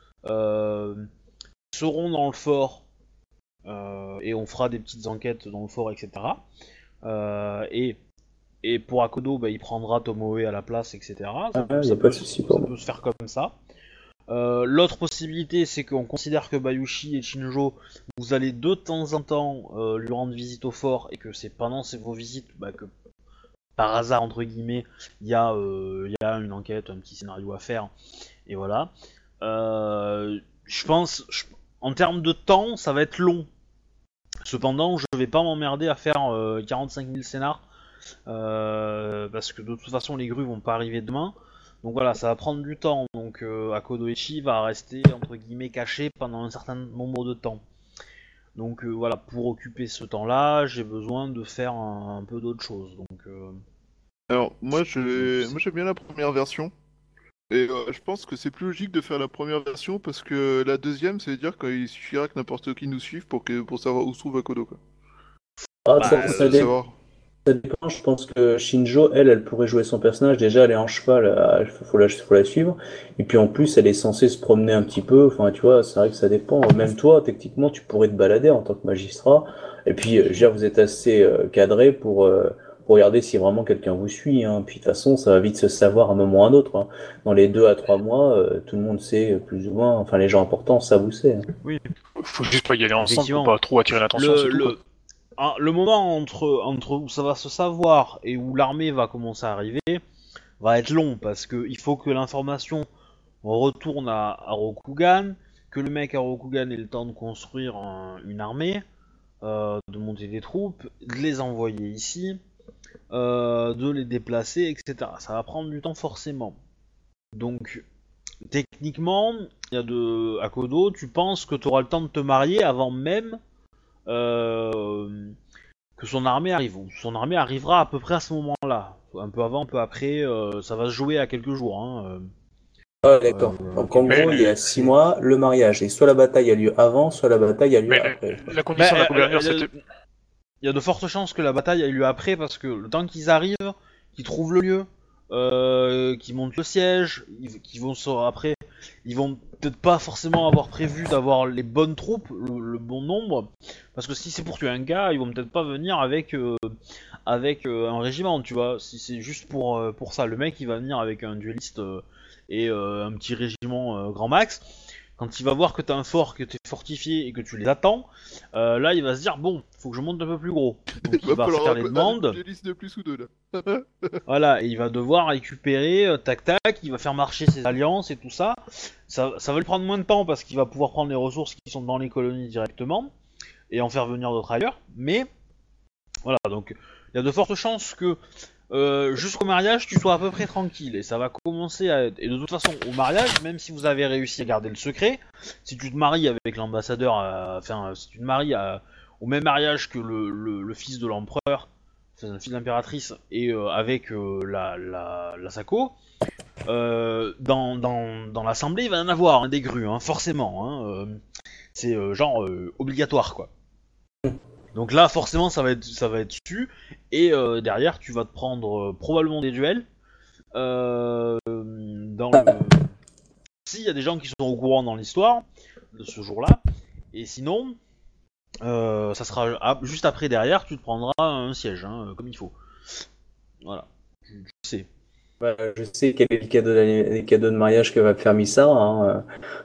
euh, qui seront dans le fort euh, et on fera des petites enquêtes dans le fort, et cetera. Euh, et et pour Akodo, bah, il prendra Tomoe à la place, et cetera. Ça, Ah, ça y a peut, pas de souci pour ça moi. peut se faire comme ça. Euh, L'autre possibilité, c'est qu'on considère que Bayushi et Shinjo, vous allez de temps en temps euh, lui rendre visite au fort, et que c'est pendant ces, vos visites bah, que, par hasard, entre guillemets, il y, euh, y a une enquête, un petit scénario à faire, et voilà. Euh, je pense, je- en termes de temps, ça va être long. Cependant, je vais pas m'emmerder à faire euh, quarante-cinq mille scénars. Euh, parce que de toute façon les grues vont pas arriver demain, donc voilà, ça va prendre du temps. Donc euh, Akodo Echi va rester entre guillemets caché pendant un certain nombre de temps. Donc euh, voilà, pour occuper ce temps-là, j'ai besoin de faire un, un peu d'autres choses. Donc euh, Alors, moi, je... moi j'aime bien la première version. Et euh, je pense que c'est plus logique de faire la première version parce que la deuxième, ça veut dire qu'il suffira que n'importe qui nous suive pour, que... pour savoir où se trouve Akodo. Quoi. Ah, Bah, ça, euh, ça De dé- savoir. ça dépend, je pense que Shinjo, elle, elle pourrait jouer son personnage. Déjà, elle est en cheval, il faut la, faut la suivre. Et puis en plus, elle est censée se promener un petit peu. Enfin, tu vois, c'est vrai que ça dépend. Même toi, techniquement, tu pourrais te balader en tant que magistrat. Et puis, euh, je veux dire, vous êtes assez euh, cadré pour, euh, pour regarder si vraiment quelqu'un vous suit. Hein. Puis de toute façon, ça va vite se savoir à un moment ou à un autre. Hein. Dans les deux à trois mois, euh, tout le monde sait euh, plus ou moins. Enfin, les gens importants, ça vous sait. Hein. Faut juste pas y aller ensemble Effectivement. pour pas trop attirer l'attention, le, c'est tout. le, quoi. ah, le moment entre, entre où ça va se savoir et où l'armée va commencer à arriver va être long, parce que il faut que l'information retourne à, à Rokugan, que le mec à Rokugan ait le temps de construire un- une armée, euh, de monter des troupes, de les envoyer ici, euh, de les déplacer, et cetera. Ça va prendre du temps forcément. Donc, techniquement, il y a de Akodo, tu penses que tu auras le temps de te marier avant même euh, que son armée arrive. Ou son armée arrivera à peu près à ce moment-là. Un peu avant, un peu après, euh, ça va se jouer à quelques jours. Hein, euh. Ah, d'accord. Euh, Donc en mais gros, le- il y a six mois, le mariage. Et soit la bataille a lieu avant, soit la bataille a lieu Mais après. la, la condition Bah, de la gouverneur, euh, c'était. Il y a de fortes chances que la bataille ait lieu après, parce que le temps qu'ils arrivent, qu'ils trouvent le lieu, euh, qu'ils montent le siège, ils, qu'ils vont se, après, ils vont peut-être pas forcément avoir prévu d'avoir les bonnes troupes, le, le bon nombre, parce que si c'est pour tuer un gars, ils vont peut-être pas venir avec euh, avec euh, un régiment, tu vois. Si c'est juste pour euh, pour ça, le mec il va venir avec un dueliste euh, et euh, un petit régiment euh, grand max. Quand il va voir que t'as un fort, que t'es fortifié et que tu les attends, euh, là il va se dire bon, faut que je monte un peu plus gros. Donc il va faire les demandes. Une liste de plus ou deux là. Voilà, et il va devoir récupérer, euh, tac tac, il va faire marcher ses alliances et tout ça. ça. Ça va lui prendre moins de temps parce qu'il va pouvoir prendre les ressources qui sont dans les colonies directement et en faire venir d'autres ailleurs. Mais voilà, donc il y a de fortes chances que euh, jusqu'au mariage tu sois à peu près tranquille et ça va commencer à être... Et de toute façon, au mariage, même si vous avez réussi à garder le secret, si tu te maries avec l'ambassadeur, euh, enfin, si tu te maries à... au même mariage que le, le, le fils de l'empereur, le fils de l'impératrice, et euh, avec euh, la, la, la Sako, euh, dans, dans, dans l'assemblée, il va y en avoir hein, des grues, hein, forcément. Hein, euh, c'est euh, genre euh, obligatoire, quoi. Donc là, forcément, ça va être, ça va être su, et euh, derrière, tu vas te prendre euh, probablement des duels. Euh, dans le... S'il y a des gens qui sont au courant dans l'histoire de ce jour-là, et sinon, euh, ça sera ah, juste après derrière, tu te prendras un siège, hein, comme il faut. Voilà, je, je sais. Bah, je sais quel est le cadeau, les cadeaux de mariage que va me faire Missa. Hein.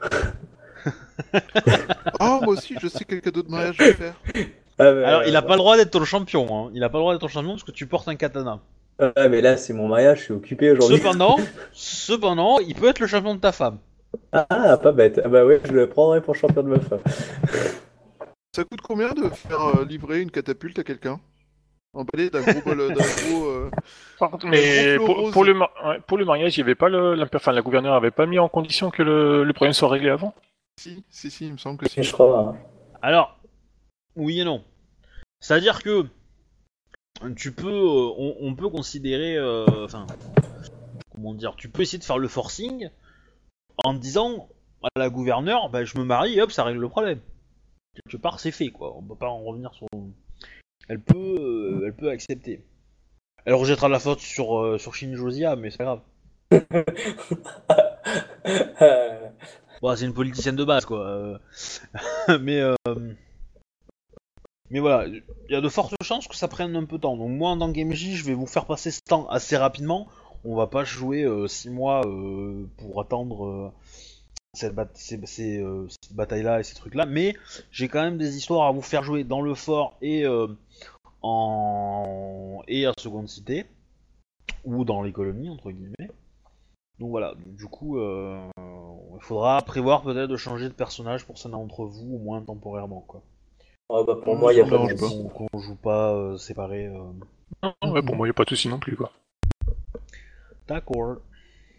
Oh, moi aussi, je sais quel cadeau de mariage je vais faire. Ah, bah, Alors, il a bah, pas le droit d'être le champion, hein. Il a pas le droit d'être le champion parce que tu portes un katana. Ouais, mais là, c'est mon mariage, je suis occupé aujourd'hui. Cependant, cependant, il peut être le champion de ta femme. Ah, pas bête. Ah bah ouais, je le prendrai pour champion de ma femme. Ça coûte combien de faire euh, livrer une catapulte à quelqu'un? Emballé d'un gros bol, d'un gros. euh, Mais gros flot pour, rose. pour le, mar- ouais, pour le mariage, il y avait pas le, l'imper- enfin, la gouverneure avait pas mis en condition que le, le problème soit réglé avant. Si, si, si, il me semble que si. Je crois. Hein. Alors, oui et non. C'est-à-dire que tu peux, euh, on, on peut considérer, euh, enfin, comment dire, tu peux essayer de faire le forcing en disant à la gouverneure, bah, je me marie et hop, ça règle le problème. Quelque part, c'est fait, quoi. On peut pas en revenir sur. Elle peut, euh, elle peut accepter. Elle rejettera la faute sur euh, sur Shin Josia, mais c'est pas grave. Bon, c'est une politicienne de base, quoi. Euh, mais euh, mais voilà, il y a de fortes chances que ça prenne un peu de temps. Donc moi, en tant qu'M J, je vais vous faire passer ce temps assez rapidement. On va pas jouer six mois euh, pour attendre euh, cette, bat- ces, ces, euh, cette bataille-là et ces trucs-là. Mais j'ai quand même des histoires à vous faire jouer dans le fort et euh, en et à Seconde Cité ou dans les colonies entre guillemets. Donc voilà, du coup, euh, il faudra prévoir peut-être de changer de personnage pour certains d'entre vous, au moins temporairement, quoi. Oh, bah, pour Mmh, moi, il n'y a ça pas me de dérange souci. Qu'on qu'on joue pas euh, séparés. euh. Non, ouais, pour moi, il n'y a pas de souci non plus, quoi. D'accord,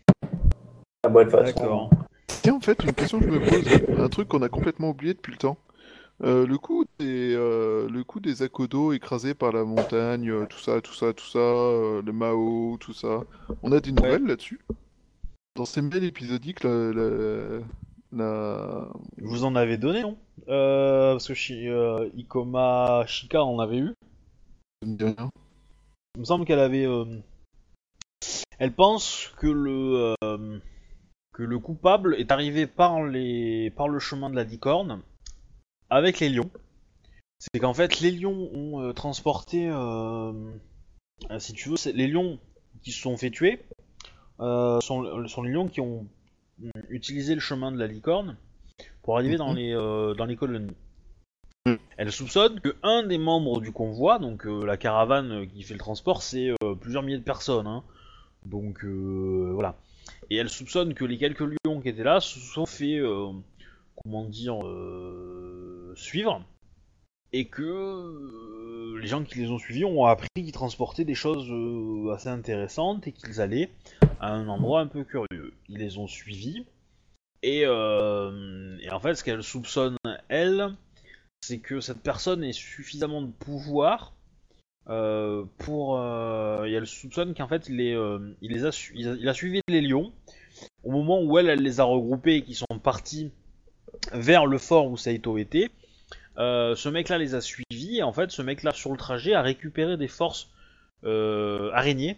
Ah, bon, de toute façon, d'accord. Tiens, en fait, une question que je me pose, un truc qu'on a complètement oublié depuis le temps. Euh, le coup des, euh, le coup des Akodo écrasés par la montagne, euh, tout ça, tout ça, tout ça, euh, le Mao, tout ça. On a des nouvelles là-dessus? Dans ces mails épisodiques, la, la, la- Vous en avez donné, non euh, Parce que Shi- euh, Ikoma Shika en avait eu. ça me dit rien. Il me semble qu'elle avait. euh, Elle pense que le euh, que le coupable est arrivé par les par le chemin de la licorne avec les lions. C'est qu'en fait les lions ont euh, transporté, euh, euh, si tu veux, c'est- les lions qui se sont fait tuer euh, sont, sont les lions qui ont euh, utilisé le chemin de la licorne pour arriver dans Mhm. les euh, dans les colonies. Mm. Elle soupçonne que un des membres du convoi, donc euh, la caravane qui fait le transport, c'est euh, plusieurs milliers de personnes. Hein. Donc euh, voilà. Et elle soupçonne que les quelques lions qui étaient là se sont fait, euh, comment dire, euh, suivre, et que euh, les gens qui les ont suivis ont appris qu'ils transportaient des choses euh, assez intéressantes et qu'ils allaient à un endroit un peu curieux. Ils les ont suivis, et, euh, et en fait, ce qu'elle soupçonne, elle, c'est que cette personne ait suffisamment de pouvoir euh, pour. Euh, et elle soupçonne qu'en fait, il, les, euh, il, les a su- il, a, il a suivi les lions au moment où elle, elle les a regroupés et qu'ils sont partis vers le fort où Saito était. Euh, ce mec-là les a suivis et en fait, ce mec-là sur le trajet a récupéré des forces euh, araignées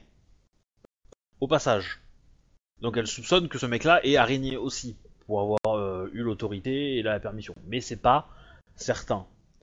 au passage. Donc elle soupçonne que ce mec-là est araignée aussi pour avoir euh, eu l'autorité et la permission. Mais c'est pas certain.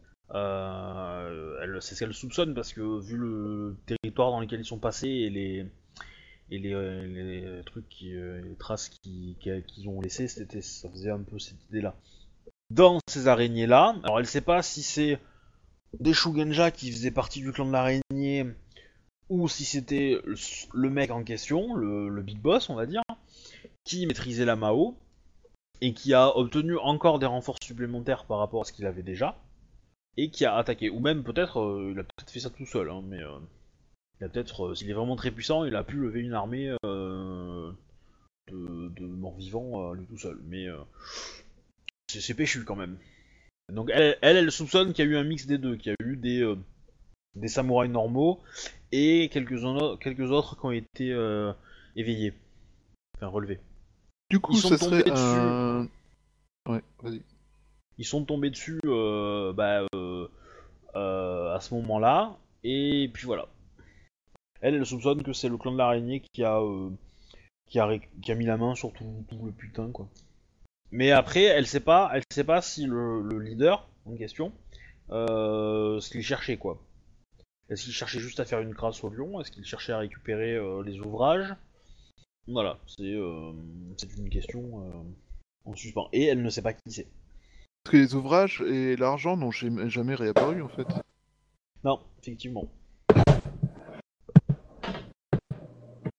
Euh, elle, c'est ce qu'elle soupçonne parce que vu le territoire dans lequel ils sont passés et les et les, euh, les trucs qui, euh, les traces qui, qui, qu'ils ont laissées, c'était, ça faisait un peu cette idée-là. Dans ces araignées-là, alors elle sait pas si c'est des Shugenja qui faisaient partie du clan de l'araignée ou si c'était le, le mec en question, le, le big boss, on va dire, qui maîtrisait la Mao et qui a obtenu encore des renforts supplémentaires par rapport à ce qu'il avait déjà et qui a attaqué. Ou même peut-être, euh, il a peut-être fait ça tout seul, hein, mais euh, il a peut-être, euh, s'il est vraiment très puissant, il a pu lever une armée euh, de, de morts-vivants euh, lui tout seul. Mais euh, c'est, c'est péchu quand même. Donc elle, elle, elle soupçonne qu'il y a eu un mix des deux, qu'il y a eu des, euh, des samouraïs normaux et quelques, en- quelques autres qui ont été euh, éveillés, enfin relevés. Du coup, Ils sont ça tombés serait dessus. un. Ouais, vas-y. Ils sont tombés dessus euh, bah, euh, euh, à ce moment-là, et puis voilà. Elle, elle soupçonne que c'est le clan de l'araignée qui a, euh, qui a, ré- qui a mis la main sur tout, tout le putain, quoi. Mais après, elle sait pas, elle sait pas si le, le leader en question, euh, ce qu'il cherchait, quoi. Est-ce qu'il cherchait juste à faire une crasse au lion? Est-ce qu'il cherchait à récupérer euh, les ouvrages? Voilà, c'est euh, c'est une question euh, en suspens. Et elle ne sait pas qui c'est. Parce que les ouvrages et l'argent n'ont jamais jamais réapparu en fait. Non, effectivement.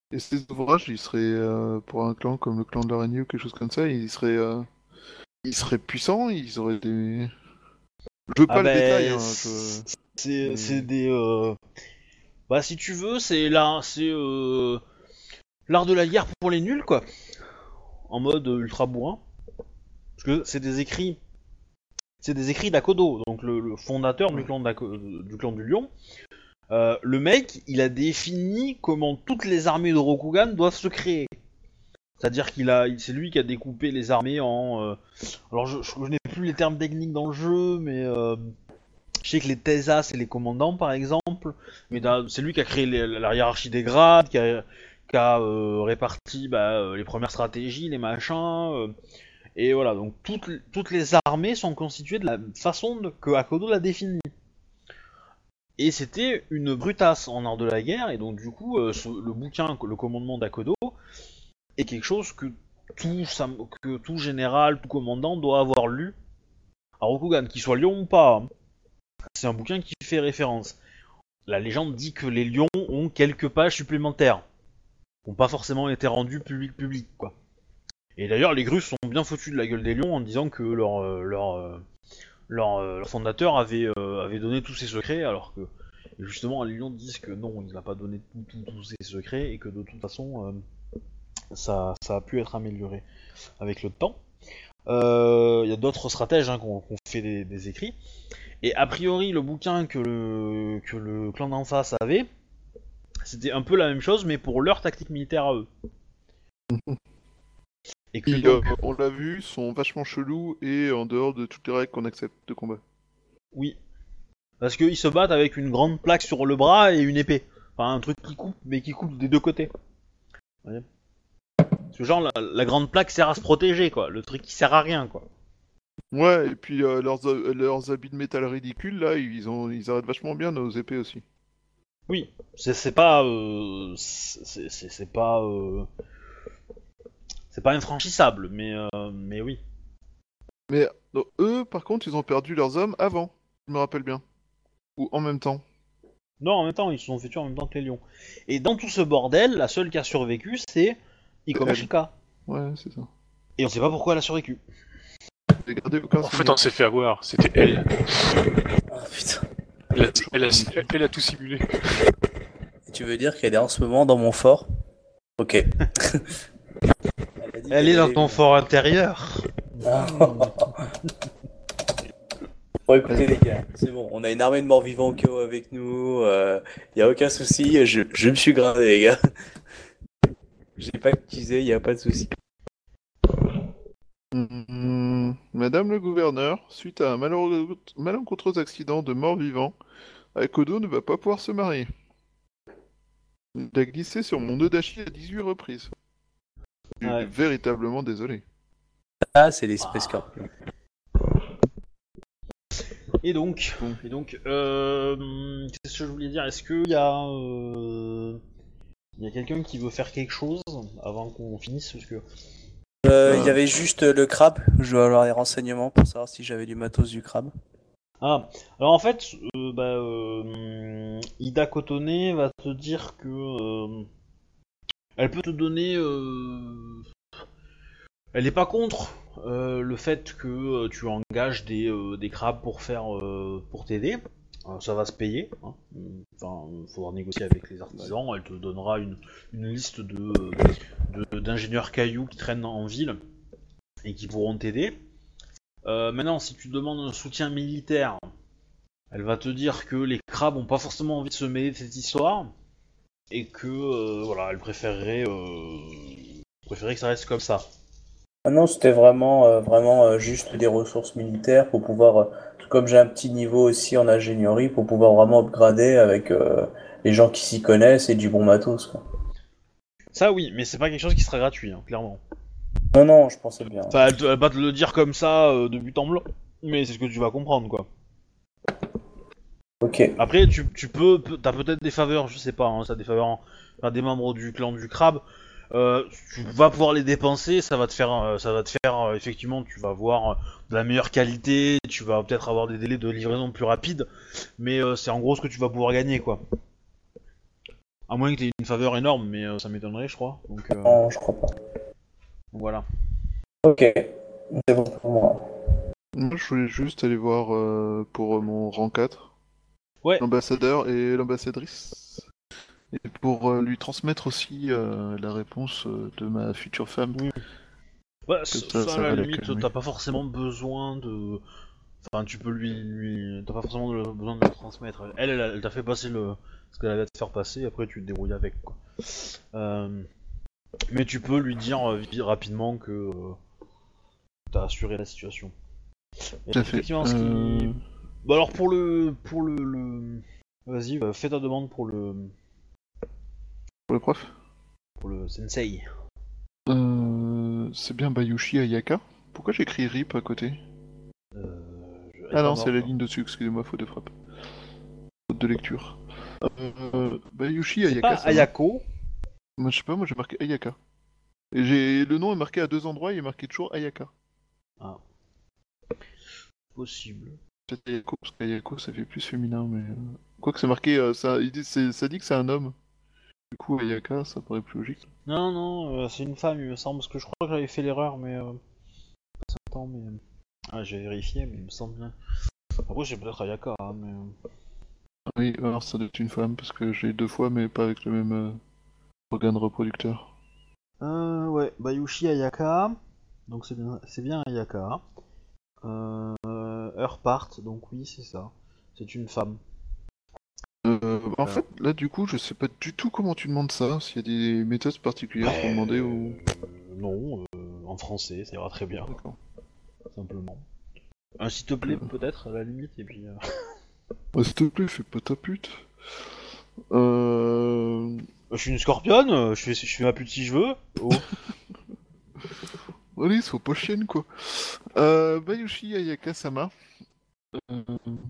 Et ces ouvrages, ils seraient, euh, pour un clan comme le clan de l'araignée ou quelque chose comme ça, ils seraient, euh, ils seraient puissants, ils auraient des... Je veux Ah pas le ben, détail, hein, je... c'est mais- c'est des... euh, Bah si tu veux, c'est là, c'est euh, l'art de la guerre pour les nuls, quoi. En mode euh, ultra bourrin. Parce que c'est des écrits... C'est des écrits d'Akodo, donc le, le fondateur du Ouais. clan, d'Ako- du clan du lion. Euh, le mec, il a défini comment toutes les armées de Rokugan doivent se créer. C'est-à-dire qu'il a, c'est lui qui a découpé les armées en. Euh, alors je, je connais plus les termes techniques dans le jeu, mais euh, je sais que les Tesa c'est les commandants par exemple. Mais dans- c'est lui qui a créé les- la hiérarchie des grades, qui a, qui a, euh, réparti bah, euh, les premières stratégies, les machins. euh, et voilà, donc toutes, toutes les armées sont constituées de la façon de- que Akodo l'a définie. Et c'était une brutasse en art de la guerre, et donc du coup, euh, ce- le bouquin, le commandement d'Akodo, est quelque chose que tout, sam- que tout général, tout commandant doit avoir lu à Rokugan, qu'il soit lion ou pas. Hein. C'est un bouquin qui fait référence. La légende dit que les lions ont quelques pages supplémentaires, qui n'ont pas forcément été rendues public public, quoi. Et d'ailleurs, les Grusses sont bien foutus de la gueule des lions en disant que leur, euh, leur, euh, leur, euh, leur fondateur avait, euh, avait donné tous ses secrets, alors que justement les lions disent que non, il n'a pas donné tous tout, tout ses secrets et que de toute façon, euh, ça, ça a pu être amélioré avec le temps. Il euh, y a d'autres stratèges hein, qui ont fait des, des écrits. Et a priori, le bouquin que le, que le clan d'en face avait, c'était un peu la même chose, mais pour leur tactique militaire à eux. Et que Qui, donc, euh, on l'a vu, sont vachement chelous et en dehors de toutes les règles qu'on accepte de combat. oui. Parce qu'ils se battent avec une grande plaque sur le bras et une épée. Enfin, un truc qui coupe, mais qui coupe des deux côtés. Vous voyez ? Parce que genre, la, la grande plaque sert à se protéger, quoi. Le truc qui sert à rien, quoi. Ouais, et puis euh, leurs, euh, leurs habits de métal ridicules, là, ils, ont, ils arrêtent vachement bien nos épées aussi. Oui, c'est, c'est pas... Euh, c'est, c'est, c'est pas... Euh, c'est pas infranchissable, mais, euh, mais oui. Mais donc, eux, par contre, ils ont perdu leurs hommes avant, je me rappelle bien. Ou en même temps. Non, en même temps, ils se sont fait tuer en même temps que les lions. Et dans tout ce bordel, la seule qui a survécu, c'est Ikomashika. Ouais, c'est ça. Et on sait pas pourquoi elle a survécu. J'ai gardé aucun En fait, souvenir. on s'est fait avoir. C'était elle. Ah putain. Elle a, elle a- elle a tout simulé. Et tu veux dire qu'elle est en ce moment dans mon fort? Ok. Elle, a dit Elle qu'elle est dans allait- ton fort intérieur. Bon écoutez les gars, c'est bon, on a une armée de morts vivants au K O avec nous, euh, y a aucun souci, je, je me suis gradé les gars. Je l'ai pas utilisé, y a pas de souci. Hum, Madame le gouverneur, suite à un malheureux- malencontreux accident de mort-vivant, Akodo ne va pas pouvoir se marier. Il a glissé sur mon nœud d'Achille à dix-huit reprises. Je suis Ouais. véritablement désolé. Ah, c'est l'esprit scorpion. Et donc, et donc, euh, qu'est-ce que je voulais dire? Est-ce qu'il y a, euh, il y a quelqu'un qui veut faire quelque chose avant qu'on finisse? Parce que Euh, y avait juste le crabe, je dois avoir les renseignements pour savoir si j'avais du matos du crabe. ah, alors en fait, euh, bah, euh, Ida Cotonnet va te dire que euh, elle peut te donner, euh, elle est pas contre euh, le fait que euh, tu engages des, euh, des crabes pour faire, euh, pour t'aider. Alors, ça va se payer. Hein. Enfin, il faudra négocier avec les artisans. Elle te donnera une, une liste de, de- d'ingénieurs cailloux qui traînent en ville et qui pourront t'aider. Euh, maintenant, si tu demandes un soutien militaire, elle va te dire que les crabes ont pas forcément envie de se mêler de cette histoire et que euh, voilà, elle préférerait, euh, préférerait que ça reste comme ça. Ah non, c'était vraiment, euh, vraiment euh, juste des ressources militaires pour pouvoir, euh, comme j'ai un petit niveau aussi en ingénierie, pour pouvoir vraiment upgrader avec euh, les gens qui s'y connaissent et du bon matos, quoi. Ça oui, mais c'est pas quelque chose qui sera gratuit, hein, clairement. Non, non, je pensais bien. Enfin, elle, te- elle va te le dire comme ça euh, de but en blanc, mais c'est ce que tu vas comprendre, quoi. Ok. Après, tu, tu peux, pe- t'as peut-être des faveurs, je sais pas, hein, t'as des faveurs en- à des membres du clan du crabe. Euh, tu vas pouvoir les dépenser, ça va te faire, euh, ça va te faire, euh, effectivement, tu vas avoir euh, de la meilleure qualité, tu vas peut-être avoir des délais de livraison plus rapides, mais euh, c'est en gros ce que tu vas pouvoir gagner, quoi. À moins que t'aies une faveur énorme, mais euh, ça m'étonnerait, je crois. Donc, euh, Non, je crois pas. donc voilà. Ok, c'est bon pour moi. Moi, je voulais juste aller voir euh, pour mon rang quatre, Ouais. l'ambassadeur et l'ambassadrice. Et pour euh, lui transmettre aussi euh, la réponse euh, de ma future femme. Oui. Ouais, Comme ça, ça, ça, ça à la va la limite, calmer. t'as pas forcément besoin de. Enfin, tu peux lui, lui... t'as pas forcément de- besoin de le transmettre. Elle, elle, elle t'a fait passer le ce qu'elle avait à te faire passer. Après, tu te débrouilles avec, quoi. Euh... Mais tu peux lui dire euh, vi- rapidement que euh, t'as assuré la situation. Et Tout à fait. effectivement, ce qui. Euh, Bah alors pour le, pour le, le... vas-y, euh, fais ta demande pour le, Pour le prof pour le sensei. euh, C'est bien Bayushi Ayaka. Pourquoi j'écris R I P à côté? Euh... je- Ah pas non, c'est mort, la quoi. ligne dessus, excusez-moi, faute de frappe. Faute de lecture. Euh, Bayushi C'est pas Ayaka, ça va. Ayako. Moi, je sais pas, moi j'ai marqué Ayaka. Et j'ai le nom est marqué à deux endroits, il est marqué toujours Ayaka. Ah. Possible. Peut-être Ayako, parce qu'Ayako ça fait plus féminin, mais. euh, Quoi que c'est marqué, euh, ça, il dit, c'est- ça dit que c'est un homme. Du coup, Ayaka, ça paraît plus logique. Non, non, euh, c'est une femme, il me semble, parce que je crois que j'avais fait l'erreur, mais euh, pas certain, mais ah, j'ai vérifié, mais il me semble bien. Après, c'est peut-être Ayaka, hein, mais euh, Oui, alors ça doit être une femme, parce que j'ai deux fois, mais pas avec le même euh, organe reproducteur. Euh, ouais, Bayushi Ayaka, donc c'est bien, c'est bien Ayaka. Euh, Heurpart, donc oui, c'est ça. C'est une femme. Euh, en Euh, fait, là, du coup, je sais pas du tout comment tu demandes ça, s'il y a des méthodes particulières pour demander ou... euh, non, euh, en français, ça ira très bien, D'accord. simplement. Un s'il te plaît, Euh. peut-être, à la limite, et puis... euh, Ah, s'il te plaît, fais pas ta pute. Euh... Je suis une scorpionne, euh, je fais, je fais ma pute si je veux. Oh. Allez, sois pas chienne, quoi. Euh, Bayushi Ayaka-sama. Euh...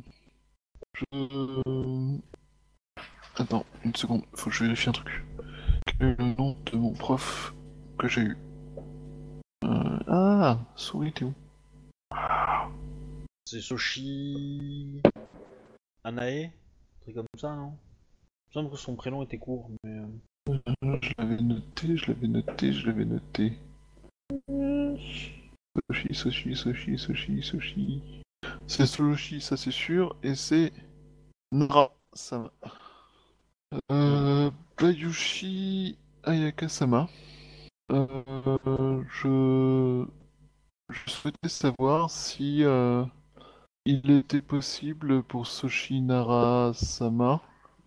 Je... Attends, une seconde, faut que je vérifie un truc. Quel est le nom de mon prof que j'ai eu? euh... Ah, souris, t'es où? C'est Soshi... Anae, un truc comme ça, non? Il me semble que son prénom était court, mais... euh, Je l'avais noté, je l'avais noté, je l'avais noté. Soshi, Soshi, Soshi, Soshi, Soshi. C'est Soshi, ça c'est sûr, et c'est Nara, sama. Euh, Bayushi Ayaka-sama. Euh, je... je souhaitais savoir si euh, il était possible pour Soshi Nara-sama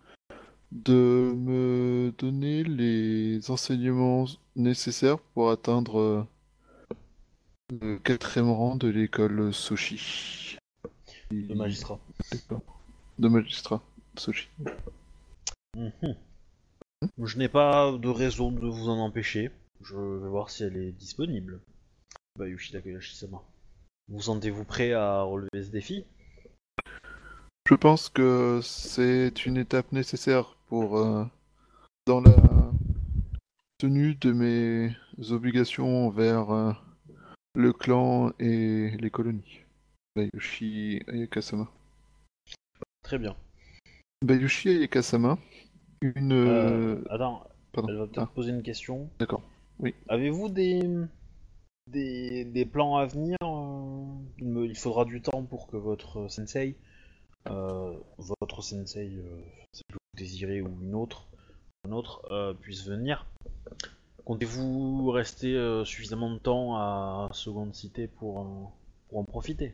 de me donner les enseignements nécessaires pour atteindre euh, le quatrième rang de l'école Soshi. de magistrat. D'accord. De magistrat, Soshi. Mhm. Je n'ai pas de raison de vous en empêcher. Je vais voir si elle est disponible. Bayushi Takayashi-sama. Vous sentez-vous prêt à relever ce défi? Je pense que c'est une étape nécessaire pour, euh, dans la tenue de mes obligations envers euh, le clan et les colonies. Bayushi Ayaka-sama. Très bien. Bayushi Ayaka-sama, une... Euh, euh, attends, Pardon. elle va peut-être Ah, poser une question. d'accord. Oui. Avez-vous des, des, des plans à venir euh, il, me, il faudra du temps pour que votre sensei, euh, votre sensei, euh, si vous désirez, ou une autre, un autre, euh, puisse venir. Comptez-vous rester euh, suffisamment de temps à Seconde Cité pour, euh, pour en profiter?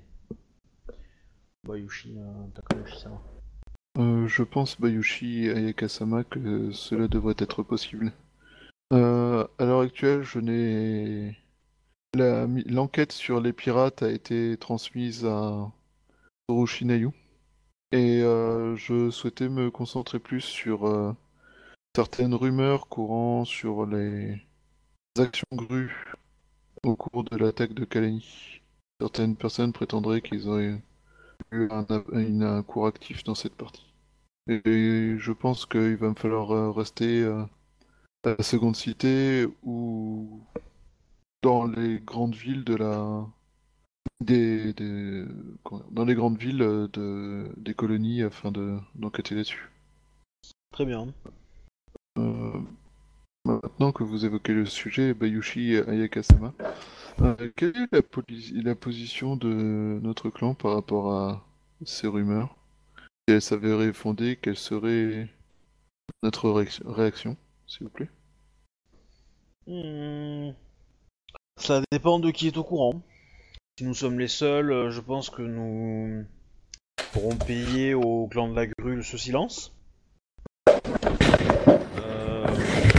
Bayushi euh, Takayoshi-sama. Euh, je pense, Bayushi Ayaka-sama, que cela devrait être possible. Euh, à l'heure actuelle, je n'ai... la- L'enquête sur les pirates a été transmise à Orochinayu. Et euh, je souhaitais me concentrer plus sur euh, certaines rumeurs courant sur les actions grues au cours de l'attaque de Kalani. Certaines personnes prétendraient qu'ils auraient eu un, une- un cours actif dans cette partie. Et je pense qu'il va me falloir euh, rester euh, à la seconde cité ou dans les grandes villes de la des, des- comment dire, dans les grandes villes euh, de, des colonies afin de d'enquêter là-dessus. Très bien. Euh, Maintenant que vous évoquez le sujet, Bayushi Ayakasama, euh, quelle est la, poli- la position de notre clan par rapport à ces rumeurs? Si elles s'avéraient fondées, quelle serait notre réac- réaction, s'il vous plaît? Hmm, Ça dépend de qui est au courant. Si nous sommes les seuls, euh, je pense que nous pourrons payer au clan de la grue ce silence. Euh,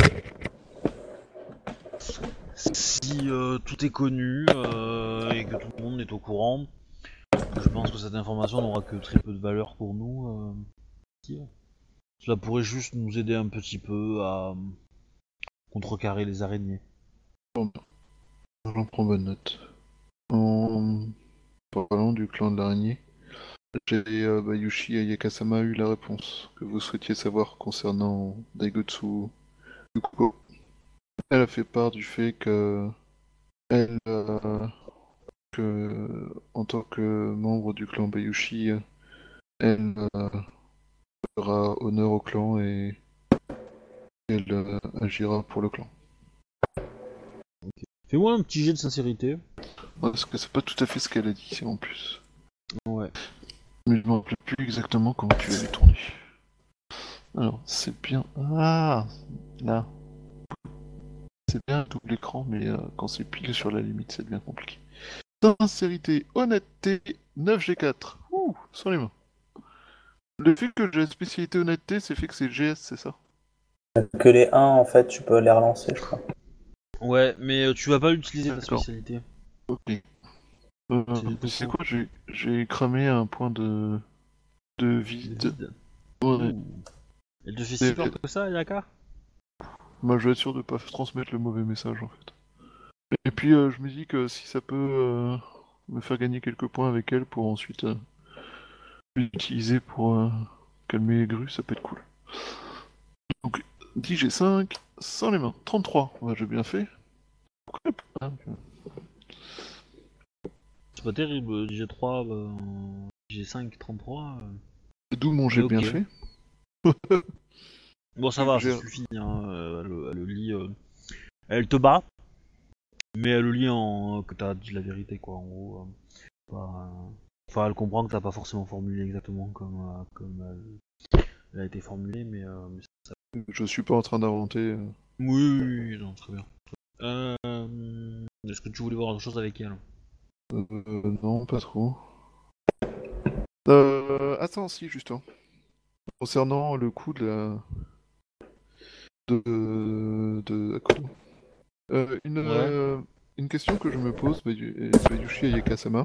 Si euh, tout est connu euh, et que tout le monde est au courant, je pense que cette information n'aura que très peu de valeur pour nous. euh, si. Cela pourrait juste nous aider un petit peu à contrecarrer les araignées. Bon, j'en prends bonne note. En parlant du clan de l'araignée, j'ai euh, Bayushi Ayakasama eu la réponse que vous souhaitiez savoir concernant Daigotsu Yuko. Elle a fait part du fait que elle, euh, que en tant que membre du clan Bayushi, elle euh, fera honneur au clan et elle euh, agira pour le clan. Fais-moi un petit jet de sincérité. Parce que c'est pas tout à fait ce qu'elle a dit, en plus. Ouais. Mais je me rappelle plus exactement comment tu l'avais tourné. Alors, c'est bien. Ah, là. C'est bien un double écran, mais euh, quand c'est pile sur la limite, c'est bien compliqué. Sincérité, honnêteté, neuf G quatre. Ouh, sans les mains. Le fait que j'ai la spécialité honnêteté, c'est fait que c'est G S, c'est ça? Que les un, en fait, tu peux les relancer, je crois. Ouais, mais euh, tu vas pas utiliser ta D'accord. spécialité. Ok. Euh, C'est du tout c'est faux. quoi? J'ai j'ai cramé un point de, de Le vide. vide. Ouais. Ouh. Elle te fait C'est- si peur que ça, Yaka? Moi, je vais être sûr de pas transmettre le mauvais message, en fait. Et puis, euh, je me dis que si ça peut euh, me faire gagner quelques points avec elle pour ensuite euh, l'utiliser pour euh, calmer les grues, ça peut être cool. Donc, dix G cinq, sans les mains, trente-trois. Ouais, j'ai bien fait. Pourquoi pas? Ah, C'est pas terrible, G trois, euh, G cinq, trente-trois. euh. d'où mon Mais j'ai bien ok. fait. Bon, ça va, ça J'ai- suffit. Hein. euh, Elle, elle le lit. euh, Elle te bat, mais elle le lit en que t'as dit la vérité, quoi. En gros. euh, pas, euh, Enfin, elle comprend que t'as pas forcément formulé exactement comme, euh, comme elle, elle a été formulée, mais, euh, mais ça. Je suis pas en train d'inventer. euh. Oui, oui, oui, non, très bien. Euh, Est-ce que tu voulais voir autre chose avec elle? Euh, non, pas trop. Euh, attends, si, justement. Concernant le coup de la... de... de Akudo. Euh, une, Ouais. euh, une question que je me pose, Bayu- Bayushi Ayakasama.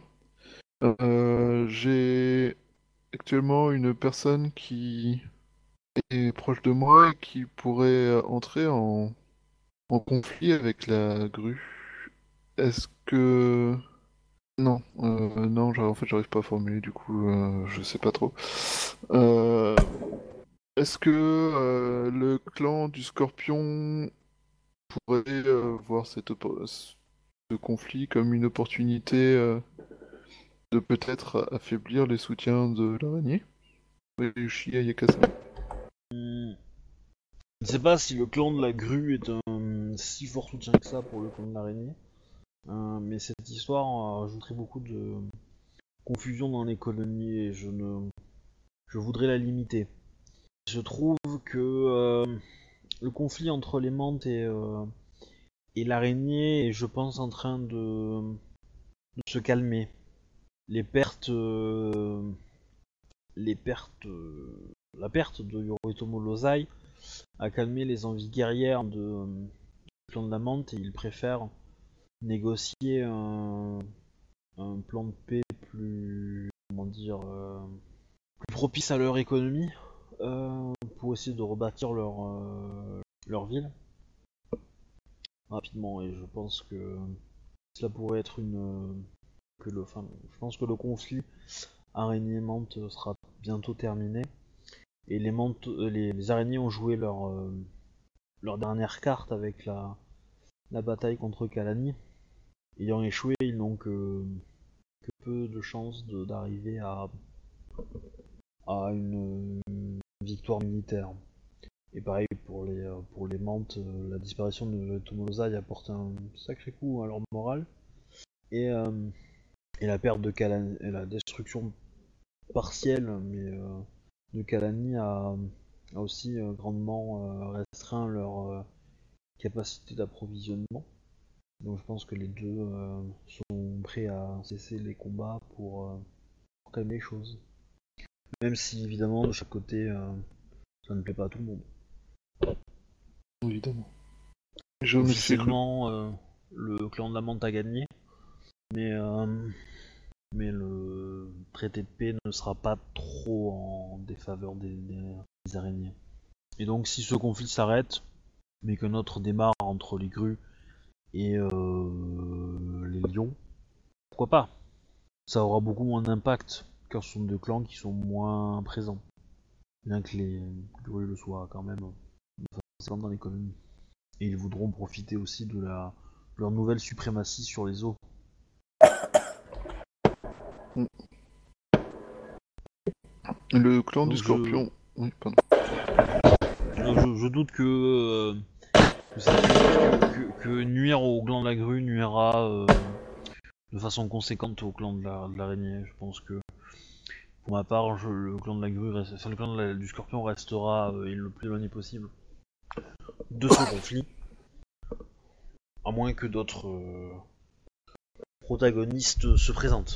Euh, j'ai actuellement une personne qui est proche de moi et qui pourrait euh, entrer en, en conflit avec la grue. Est-ce que... Non, euh, non, j'arrive- en fait, j'arrive pas à formuler, du coup, euh, je sais pas trop. Euh, Est-ce que euh, le clan du Scorpion pourrait euh, voir cette oppo- ce conflit comme une opportunité euh, de peut-être affaiblir les soutiens de l'araignée? Ryushi Ayakasama. Hmm, Je ne sais pas si le clan de la grue est un si fort soutien que ça pour le clan de l'araignée, euh, mais cette histoire euh, rajouterait beaucoup de confusion dans les colonies et je ne, je voudrais la limiter. Je trouve que euh, le conflit entre les mantes et, euh, et l'araignée est, je pense, en train de, de se calmer. Les pertes, euh, les pertes, euh, la perte de Yoritomo Lozai a calmé les envies guerrières de, euh, du clan de la menthe et ils préfèrent négocier un, un plan de paix plus, comment dire, euh, plus propice à leur économie euh, pour essayer de rebâtir leur, euh, leur ville rapidement. Et je pense que cela pourrait être une, que le, enfin, je pense que le conflit araignée-menthe sera bientôt terminé. Et les, menthes, euh, les, les araignées ont joué leur, euh, leur dernière carte avec la, la bataille contre Kalani. Ayant échoué, ils n'ont que, que peu de chances de- d'arriver à, à une, une victoire militaire. Et pareil pour les euh, pour les Mantes, euh, la disparition de Tomozai apporte un sacré coup à leur morale. Et, euh, et la perte de Kalani, et la destruction partielle mais euh, de Kalani a, a aussi euh, grandement euh, restreint leur euh, capacité d'approvisionnement. Donc je pense que les deux euh, sont prêts à cesser les combats pour, euh, pour calmer les choses. Même si évidemment de chaque côté euh, ça ne plaît pas à tout le monde. Évidemment. Je me suis cru. Officiellement, euh, le clan de la Mante a gagné, mais, euh, mais le traité de paix ne sera pas trop en défaveur des, des, des araignées. Et donc si ce conflit s'arrête, mais que notre démarre entre les grues et euh, les lions, pourquoi pas? Ça aura beaucoup moins d'impact car ce sont deux clans qui sont moins présents. Bien que les grues le soient quand même enfin, dans l'économie. Et ils voudront profiter aussi de la leur nouvelle suprématie sur les eaux. Le clan Donc du je- Scorpion. Oui, pardon. Je, je doute que, euh, que, ça- que- que nuire au clan de la grue nuira euh, de façon conséquente au clan de la- de l'araignée. Je pense que, pour ma part, je- le clan de la grue, reste- enfin, le clan de la- du scorpion restera euh, le plus éloigné possible de ce conflit, à moins que d'autres euh, protagonistes se présentent.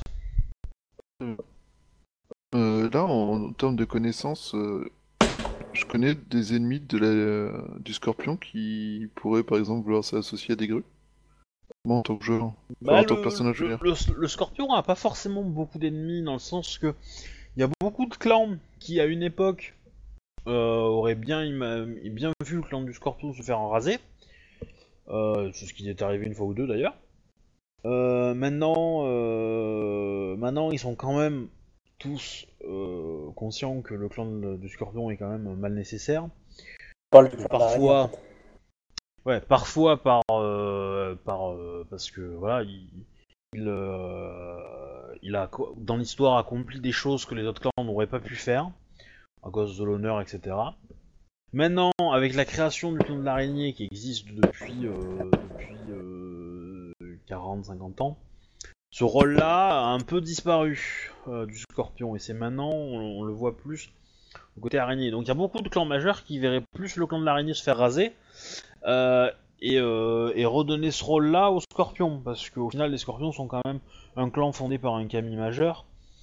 Euh, là, en, en termes de connaissances, euh, je connais des ennemis de la, du Scorpion qui pourraient par exemple vouloir s'associer à des grues. Moi, en tant que joueur. Enfin, Bah, en tant que le, personnage, je veux le, dire. le- le scorpion a pas forcément beaucoup d'ennemis dans le sens que il y a beaucoup de clans qui à une époque euh, auraient bien, ima- bien vu le clan du scorpion se faire raser. Euh, c'est ce qui est arrivé une fois ou deux d'ailleurs. Euh, maintenant, euh, maintenant ils sont quand même tous euh, conscients que le clan de- du scorpion est quand même mal nécessaire. Parle du Que clan d'araignée, parfois, en fait. ouais, parfois par, euh, par euh, parce que voilà, il, il, euh, il a co- dans l'histoire accompli des choses que les autres clans n'auraient pas pu faire à cause de l'honneur, et cetera. Maintenant, avec la création du clan de l'araignée qui existe depuis euh, depuis euh, quarante cinquante ans, ce rôle-là a un peu disparu euh, du scorpion et c'est maintenant on, on le voit plus au côté araignée. Donc il y a beaucoup de clans majeurs qui verraient plus le clan de l'araignée se faire raser. Euh, et, euh, et redonner ce rôle-là aux scorpions, parce qu'au final les scorpions sont quand même un clan fondé par un kami majeur.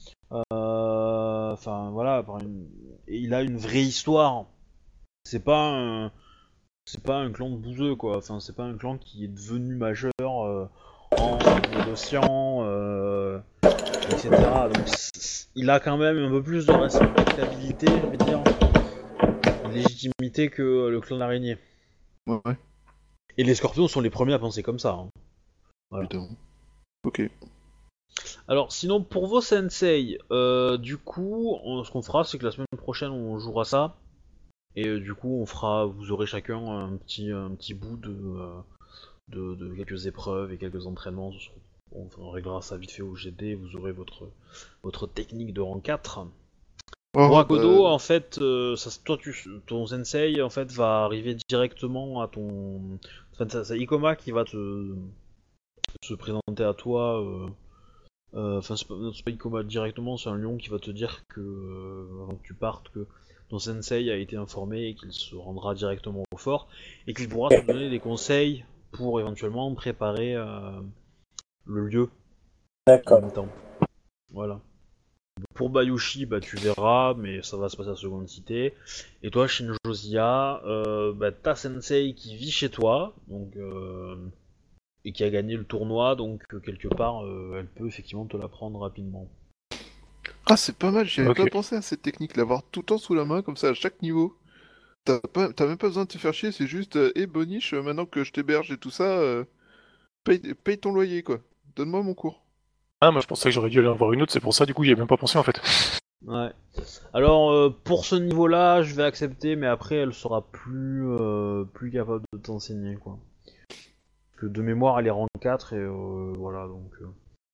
Euh, Enfin voilà, par une... et il a une vraie histoire. C'est pas un, c'est pas un clan de bouseux quoi. Enfin c'est pas un clan qui est devenu majeur euh, en négociant, euh, et cetera. Donc c'est- il a quand même un peu plus de respectabilité, je vais dire, de légitimité que le clan d'araignée. Ouais, ouais, Et les scorpions sont les premiers à penser comme ça. Hein. Voilà. évidemment. Ok. Alors, sinon, pour vos sensei, euh, du coup, on- ce qu'on fera, c'est que la semaine prochaine, on jouera ça. Et euh, du coup, on fera, vous aurez chacun un petit, un petit bout de, euh, de, de quelques épreuves et quelques entraînements. On, on réglera ça vite fait au G D. Vous aurez votre, votre technique de rang quatre. Oh, Pour Akodo, bah, en fait, euh, ça, toi, tu, ton sensei, en fait, va arriver directement à ton... Enfin, c'est c'est Ikoma qui va te se présenter à toi... Euh, Euh, Enfin, c'est pas, non, c'est pas Ikoma directement, c'est un lion qui va te dire que, euh, avant que tu partes, que ton sensei a été informé et qu'il se rendra directement au fort et qu'il pourra te donner des conseils pour éventuellement préparer euh, le lieu en D'accord. même temps. Voilà. Pour Bayushi, bah tu verras, mais ça va se passer à Seconde Cité. Et toi, Shinjozia, euh, bah t'as sensei qui vit chez toi, donc. Euh, et qui a gagné le tournoi, donc euh, quelque part, euh, elle peut effectivement te l'apprendre rapidement. Ah, c'est pas mal, j'y avais Ok. pas pensé à cette technique, l'avoir tout le temps sous la main, comme ça, à chaque niveau. T'as pas... t'as même pas besoin de te faire chier, c'est juste, euh, hé Boniche, euh, maintenant que je t'héberge et tout ça, euh, paye... paye ton loyer, quoi. Donne-moi mon cours. Ah, moi je pensais que j'aurais dû aller en voir une autre, c'est pour ça, du coup, j'y ai même pas pensé en fait. Ouais. Alors, euh, pour ce niveau-là, je vais accepter, mais après, elle sera plus, euh, plus capable de t'enseigner, quoi. Parce que de mémoire, elle est rang quatre, et euh, voilà, donc... euh,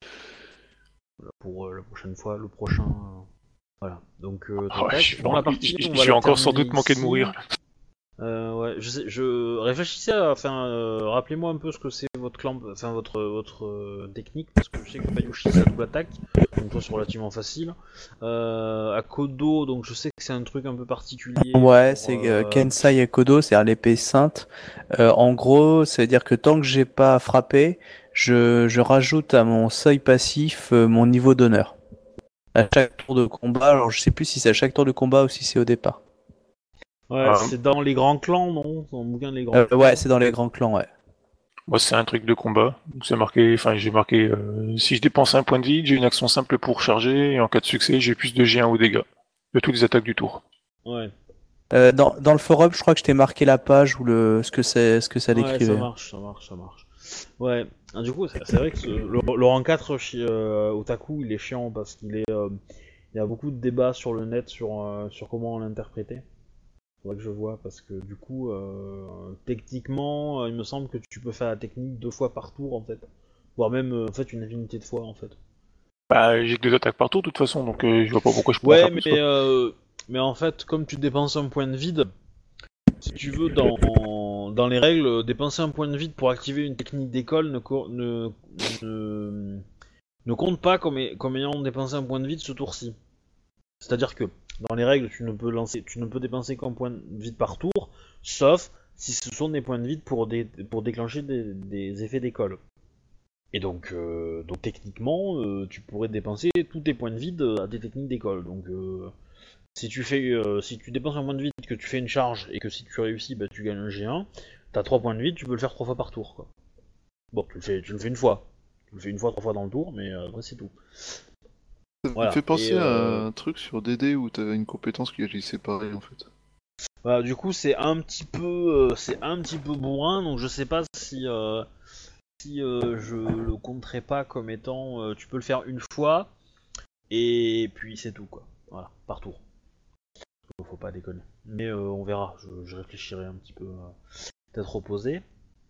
voilà, pour euh, la prochaine fois, le prochain... euh, voilà, donc... Euh, Oh, tac, tac. je vais, Dans en- la partie, je- on je va vais la encore sans terminer doute manquer de ici. mourir. Euh, ouais, je sais, je réfléchissais à, enfin, euh, rappelez-moi un peu ce que c'est votre clan, enfin votre votre euh, technique, parce que je sais que Bayushi c'est la double attaque, donc toi c'est relativement facile. Euh, à Kodo, donc je sais que c'est un truc un peu particulier. Ouais, pour, c'est euh, euh, Kensai et Kodo, c'est-à-dire l'épée sainte. Euh, en gros, ça veut dire que tant que j'ai pas frappé, je, je rajoute à mon seuil passif euh, mon niveau d'honneur. À chaque tour de combat, alors je sais plus si c'est à chaque tour de combat ou si c'est au départ. Ouais, Ah. c'est dans les grands clans, non? Dans le bouquin des grands Euh, clans. ouais, c'est dans les grands clans, ouais. Moi, c'est un truc de combat. Donc, c'est marqué, enfin, j'ai marqué, euh, si je dépense un point de vie, j'ai une action simple pour charger, et en cas de succès, j'ai plus de G un aux dégâts de toutes les attaques du tour. Ouais. Euh, dans, dans le forum, je crois que je t'ai marqué la page ou le ce que c'est, ce que ça Ouais, décrivait. ça marche, ça marche, ça marche. Ouais, ah, du coup, c'est c'est vrai que ce- le, le rang quatre chez euh, Otaku, il est chiant parce qu'il est, euh, il y a beaucoup de débats sur le net sur, euh, sur comment l'interpréter. Faudrait que je vois parce que du coup, euh, techniquement, euh, il me semble que tu peux faire la technique deux fois par tour en fait, voire même euh, en fait une infinité de fois en fait. Bah, j'ai que deux attaques par tour, de toute façon, donc euh, je vois pas pourquoi je pourrais en Ouais, faire mais plus, quoi. euh, mais en fait, comme tu dépenses un point de vide, si tu veux, dans, dans les règles, dépenser un point de vide pour activer une technique d'école ne, co- ne, ne, ne compte pas comme, ay- comme ayant dépensé un point de vide ce tour-ci. C'est-à-dire que dans les règles, tu ne peux lancer, tu ne peux dépenser qu'un point de vide par tour, sauf si ce sont des points de vide pour, dé- pour déclencher des, des effets d'école. Et donc, euh, donc techniquement, euh, tu pourrais dépenser tous tes points de vide à des techniques d'école. Donc, euh, si tu fais, euh, si tu dépenses un point de vide, que tu fais une charge et que si tu réussis, bah, tu gagnes un G un. T'as trois points de vide, tu peux le faire trois fois par tour, quoi. Bon, tu le fais, tu le fais une fois. Tu le fais une fois, trois fois dans le tour, mais euh, après c'est tout. Ça Voilà. me fait penser Et, à euh, un truc sur D D où t'avais une compétence qui agissait pareil en fait. Voilà, du coup, c'est un petit peu, euh, c'est un petit peu bourrin, donc je sais pas si, euh, si euh, je le compterai pas comme étant, euh, tu peux le faire une fois et puis c'est tout, quoi. Voilà, par tour. Faut pas déconner. Mais euh, on verra. Je, je réfléchirai un petit peu, euh, peut-être opposé.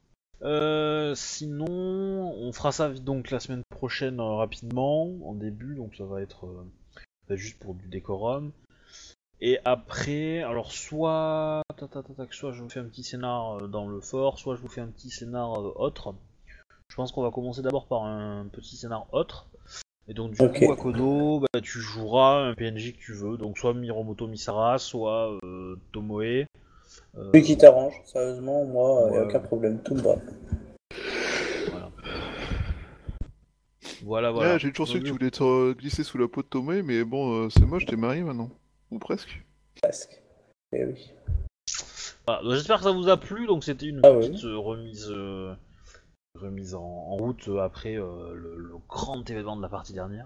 Euh, sinon, on fera ça donc la semaine prochaine euh, rapidement, en début, donc ça va être euh, bah, juste pour du décorum. Et après, alors soit, ta, ta, ta, ta, soit je vous fais un petit scénar euh, dans le fort, soit je vous fais un petit scénar euh, autre. Je pense qu'on va commencer d'abord par un petit scénar autre. Et donc du Ok. coup, à Kodo, bah, tu joueras un P N J que tu veux, donc soit Miromoto Misara, soit euh, Tomoe. Euh, Celui qui t'arrange, sérieusement, moi, y a ouais, aucun ouais. problème, tout me va. Voilà. Voilà, Ouais, voilà. j'ai toujours su Donc, que du tu voulais te euh, glisser sous la peau de Tomé, mais bon, euh, c'est moche, t'es marié maintenant. Ou presque. Presque. Eh oui. Voilà, donc j'espère que ça vous a plu. Donc c'était une Ah oui. petite euh, remise, euh, remise en, en route euh, après euh, le, le grand événement de la partie dernière.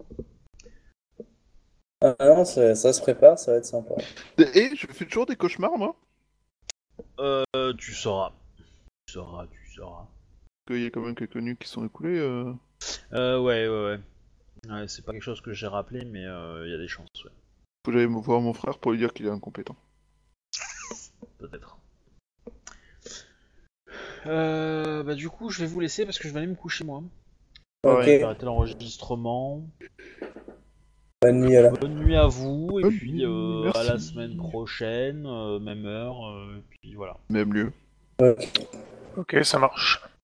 Ah non, ça, ça se prépare, ça va être sympa. Et je fais toujours des cauchemars, moi. Euh, tu sauras, tu sauras, tu sauras. Qu'il y a quand même quelques nuits qui sont écoulées. Euh... Euh, ouais, ouais, ouais. Ouais, c'est pas quelque chose que j'ai rappelé, mais il euh, y a des chances, ouais. Faut que j'aille me voir mon frère pour lui dire qu'il est incompétent. Peut-être. Euh, bah du coup, je vais vous laisser parce que je vais aller me coucher moi. Ok, Je vais arrêter l'enregistrement. bonne nuit alors. Bonne nuit à vous et Bonne puis nuit, euh, à la merci. semaine prochaine, euh, même heure, euh, et puis voilà. Même lieu. Ok. Ok, ça marche.